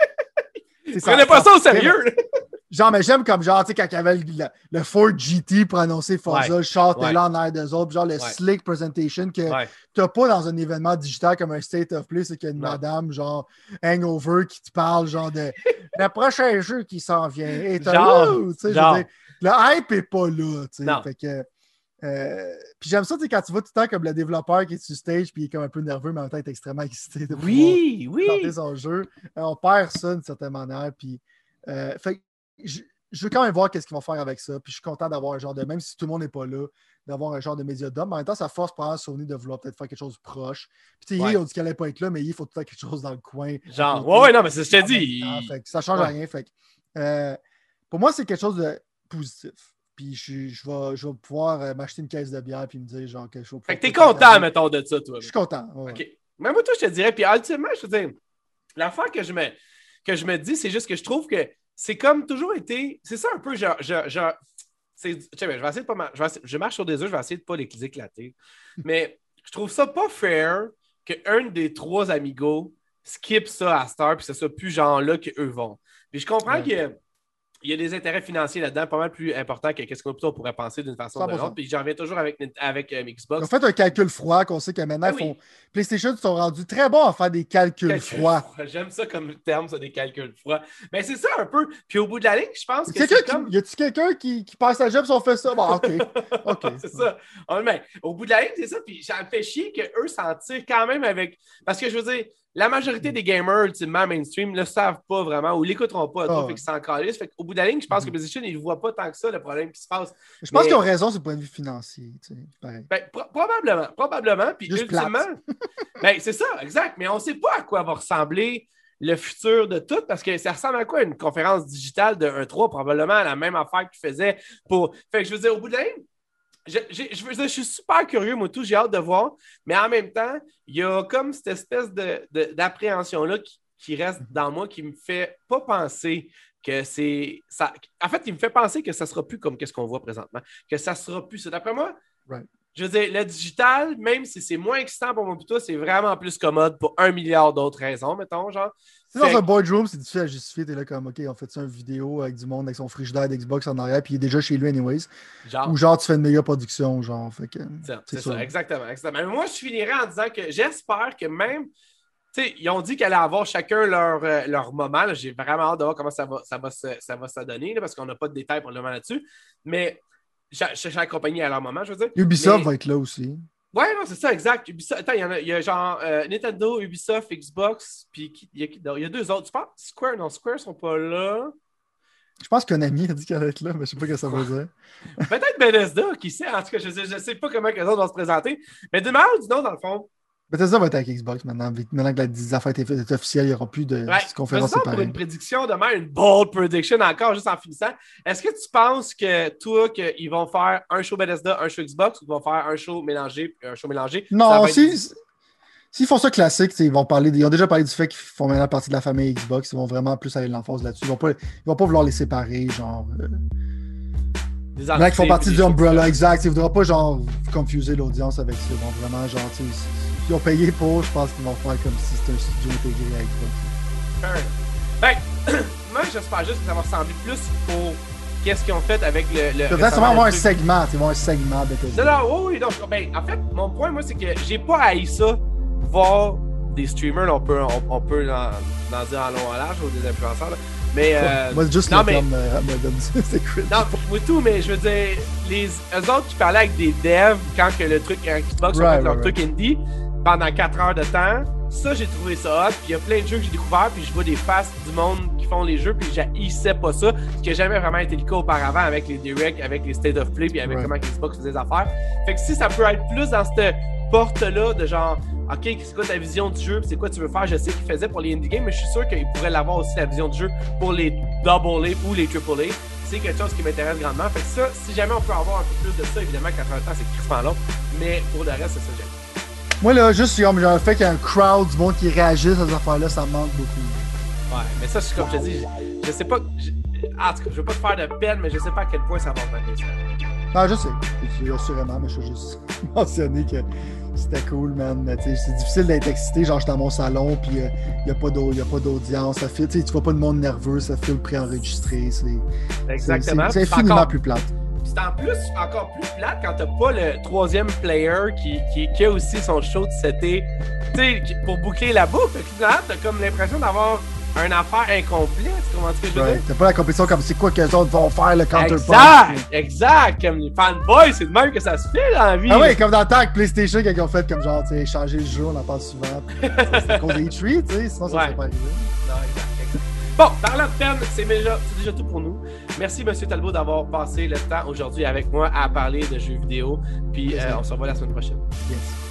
tu prenais pas ça au sérieux. Genre, mais j'aime comme genre, tu sais, quand il y avait le, le, le Ford G T pour annoncer Forza, ouais. le char ouais. là en air d'eux autres, genre le ouais. slick presentation que ouais. t'as pas dans un événement digital comme un State of Play, c'est qu'il y a une non. madame, genre, hangover qui te parle, genre, de le prochain jeu qui s'en vient. Et genre, tu sais, je veux dire, le hype est pas là, tu sais. Fait que. Euh, puis j'aime ça, tu sais, quand tu vois tout le temps comme le développeur qui est sur stage, puis il est comme un peu nerveux, mais en même temps, il est extrêmement excité de oui, pouvoir oui. son jeu. Euh, on perd ça d'une certaine manière, puis. Euh, fait Je, je veux quand même voir qu'est-ce qu'ils vont faire avec ça. Puis je suis content d'avoir un genre de, même si tout le monde n'est pas là, d'avoir un genre de médiadome. Mais en même temps, ça force probablement Sony de vouloir peut-être faire quelque chose de proche. Puis tu sais, ouais. on dit qu'elle n'allait pas être là, mais il faut tout le temps quelque chose dans le coin. Genre, ouais, ouais, non, mais c'est ce que je t'ai dit. Fait que ça ne change ouais. rien. Fait que, euh, pour moi, c'est quelque chose de positif. Puis je, je, vais, je vais pouvoir euh, m'acheter une caisse de bière puis me dire genre quelque chose. Fait que t'es content, mettons, de ça, toi. Je suis content. Ouais. OK. Mais moi, toi, je te dirais, puis ultimement, je te dis, l'affaire que je me, que je me dis, c'est juste que je trouve que c'est comme toujours été. C'est ça un peu, genre. genre, genre c'est, je vais essayer de pas. Je, vais essayer, je marche sur des œufs, je vais essayer de pas les éclater. Mais je trouve ça pas fair qu'un des trois amigos skip ça à Star puis que ce soit plus genre là qu'eux vont. Puis je comprends ouais. que. Il y a des intérêts financiers là-dedans, pas mal plus importants que ce qu'on pourrait penser d'une façon ou d'une autre. Puis j'en reviens toujours avec, avec euh, Xbox. Ils ont fait un calcul froid qu'on sait que maintenant, oui. font... PlayStation sont rendus très bons à faire des calculs Calcul froids. Froid. J'aime ça comme terme, ça, des calculs froids. Mais c'est ça un peu. Puis au bout de la ligne, je pense que c'est comme... Qui... Y a-tu quelqu'un qui, qui passe sa job si on fait ça? Bon, OK. OK. c'est ça. Mais au bout de la ligne, c'est ça. Puis ça me fait chier qu'eux s'en tirent quand même avec... Parce que je veux dire... La majorité des gamers, ultimement, mainstream, ne le savent pas vraiment ou ne l'écouteront pas. Oh. Fait qu'ils s'en calissent. Fait qu'au bout de la ligne, je pense que PlayStation, ils ne voient pas tant que ça le problème qui se passe. Je pense mais... qu'ils ont raison sur le point de vue financier. Tu sais, ben, pro- probablement. Probablement. Puis Juste ultimement, ben, c'est ça, exact. Mais on ne sait pas à quoi va ressembler le futur de tout parce que ça ressemble à quoi une conférence digitale de un trois, probablement la même affaire qu'ils faisaient pour. Fait que je veux dire, au bout de la ligne, Je, je, je, je, je suis super curieux, moi, tout, j'ai hâte de voir, mais en même temps, il y a comme cette espèce de, de, d'appréhension-là qui, qui reste dans moi, qui me fait pas penser que c'est... ça. En fait, il me fait penser que ça sera plus comme ce qu'on voit présentement, que ça sera plus ça. D'après moi, right. je veux dire, le digital, même si c'est moins excitant pour moi, toi, c'est vraiment plus commode pour un milliard d'autres raisons, mettons, genre. C'est dans un boardroom, c'est difficile à justifier. T'es là comme, OK, on fait ça une vidéo avec du monde avec son frigidaire d'Xbox en arrière, puis il est déjà chez lui anyways. Genre. Ou genre, tu fais une méga production, genre. Fait que, c'est, c'est, c'est ça, ça, exactement, exactement. Mais moi, je finirais en disant que j'espère que même, tu sais, ils ont dit qu'elle allait avoir chacun leur, euh, leur moment. Là. J'ai vraiment hâte de voir comment ça va, ça va, se, ça va se donner, là, parce qu'on n'a pas de détails pour le moment là-dessus. Mais chaque compagnie a leur moment, je veux dire. Ubisoft mais... va être là aussi. Ouais, non, c'est ça, exact. Ubisoft, attends, il y, en a, il y a genre euh, Nintendo, Ubisoft, Xbox, puis il y, a, il y a deux autres. Tu penses Square? Non, Square sont pas là. Je pense qu'un ami a dit qu'elle allait être là, mais je sais pas ce que ça veut dire. Peut-être Bethesda, qui sait. En tout cas, je sais, je sais pas comment les autres vont se présenter. Mais d'une manière ou d'une autre, dans le fond. Bethesda va être avec Xbox maintenant. Maintenant que la affaire est officielle, il n'y aura plus de ouais. conférences séparées. Pour une prédiction, demain, une bold prediction encore, juste en finissant. Est-ce que tu penses que toi, qu'ils vont faire un show Bethesda, un show Xbox, ou qu'ils vont faire un show mélangé, un show mélangé? Non, si, être... s'ils font ça classique, ils vont parler, ils ont déjà parlé du fait qu'ils font maintenant partie de la famille Xbox. Ils vont vraiment plus aller de l'emphase là-dessus. Ils vont pas, ils vont pas vouloir les séparer, genre. Euh... Des artistes, qui font partie du Umbrella, exact. Ils ne voudront pas genre confuser l'audience avec ça. Ils vont vraiment genre, tu sais, ils ont payé pour, je pense qu'ils vont faire comme si c'était un studio intégré avec toi. Ben, moi, j'espère juste que ça va ressembler plus pour qu'est-ce qu'ils ont fait avec le. le Peut-être avoir un segment, c'est un segment de Non, non, oui, oui. Donc, ben, en fait, mon point, moi, c'est que j'ai pas haï ça, voir des streamers, là, on peut, on, on peut en, en dire en long en large, ou des influenceurs, là. Mais, euh, moi, juste non, le mais, terme euh, me donne c'est cringe. Non, pour, pour tout, mais je veux dire, les, eux autres qui parlaient avec des devs quand que le truc, quand Xbox right, a fait leur right, truc right. indie, pendant quatre heures de temps, ça, j'ai trouvé ça hot. Puis il y a plein de jeux que j'ai découvert, puis je vois des faces du monde qui font les jeux, puis j'haïssais pas ça, ce qui n'a jamais vraiment été le cas auparavant avec les directs, avec les State of Play, puis avec right. comment Xbox faisait des affaires. Fait que si ça peut être plus dans cette porte-là de genre, OK, c'est quoi ta vision du jeu, puis c'est quoi tu veux faire, je sais qu'il faisait pour les indie games, mais je suis sûr qu'il pourrait l'avoir aussi la vision du jeu pour les double A ou les triple A. C'est quelque chose qui m'intéresse grandement. Fait que ça, si jamais on peut avoir un peu plus de ça, évidemment, quatre heures de temps, c'est crispant long, mais pour le reste, c'est ça que j'aime. Moi, là, juste comme genre, le fait qu'il y a un crowd du monde qui réagisse à ces affaires-là, ça me manque beaucoup. Ouais, mais ça, comme je te dis, je, je sais pas. Je, en tout cas, je veux pas te faire de peine, mais je sais pas à quel point ça va revenir ça. Ah, je sais. Assurément, mais je veux juste mentionner que c'était cool, man. C'est difficile d'être excité. Genre, j'étais dans mon salon, puis il euh, n'y a pas d'audience. Ça file, tu vois pas de monde nerveux, ça file préenregistré. Exactement. C'est infiniment encore... plus plate. C'est en plus encore plus plate quand t'as pas le troisième player qui, qui, qui a aussi son show de setter, tu sais, pour boucler la boucle. Là, t'as comme l'impression d'avoir une affaire incomplète. Comment tu veux ouais, dire? T'as pas la compétition comme c'est quoi que les autres vont faire le counterpunch. Exact! Exact! Comme les fanboys, c'est de même que ça se fait dans la vie. Ah ouais, comme dans le temps avec PlayStation, quand ils ont fait comme genre, tu sais, changer le jeu, on en parle souvent. C'est à cause des trees, tu sais, sinon ça ne serait pas arrivé. Non, exact, exact. Bon, parlant de peine, c'est déjà, déjà tout pour nous. Merci, M. Talbot, d'avoir passé le temps aujourd'hui avec moi à parler de jeux vidéo. Puis, euh, on se revoit la semaine prochaine. Yes.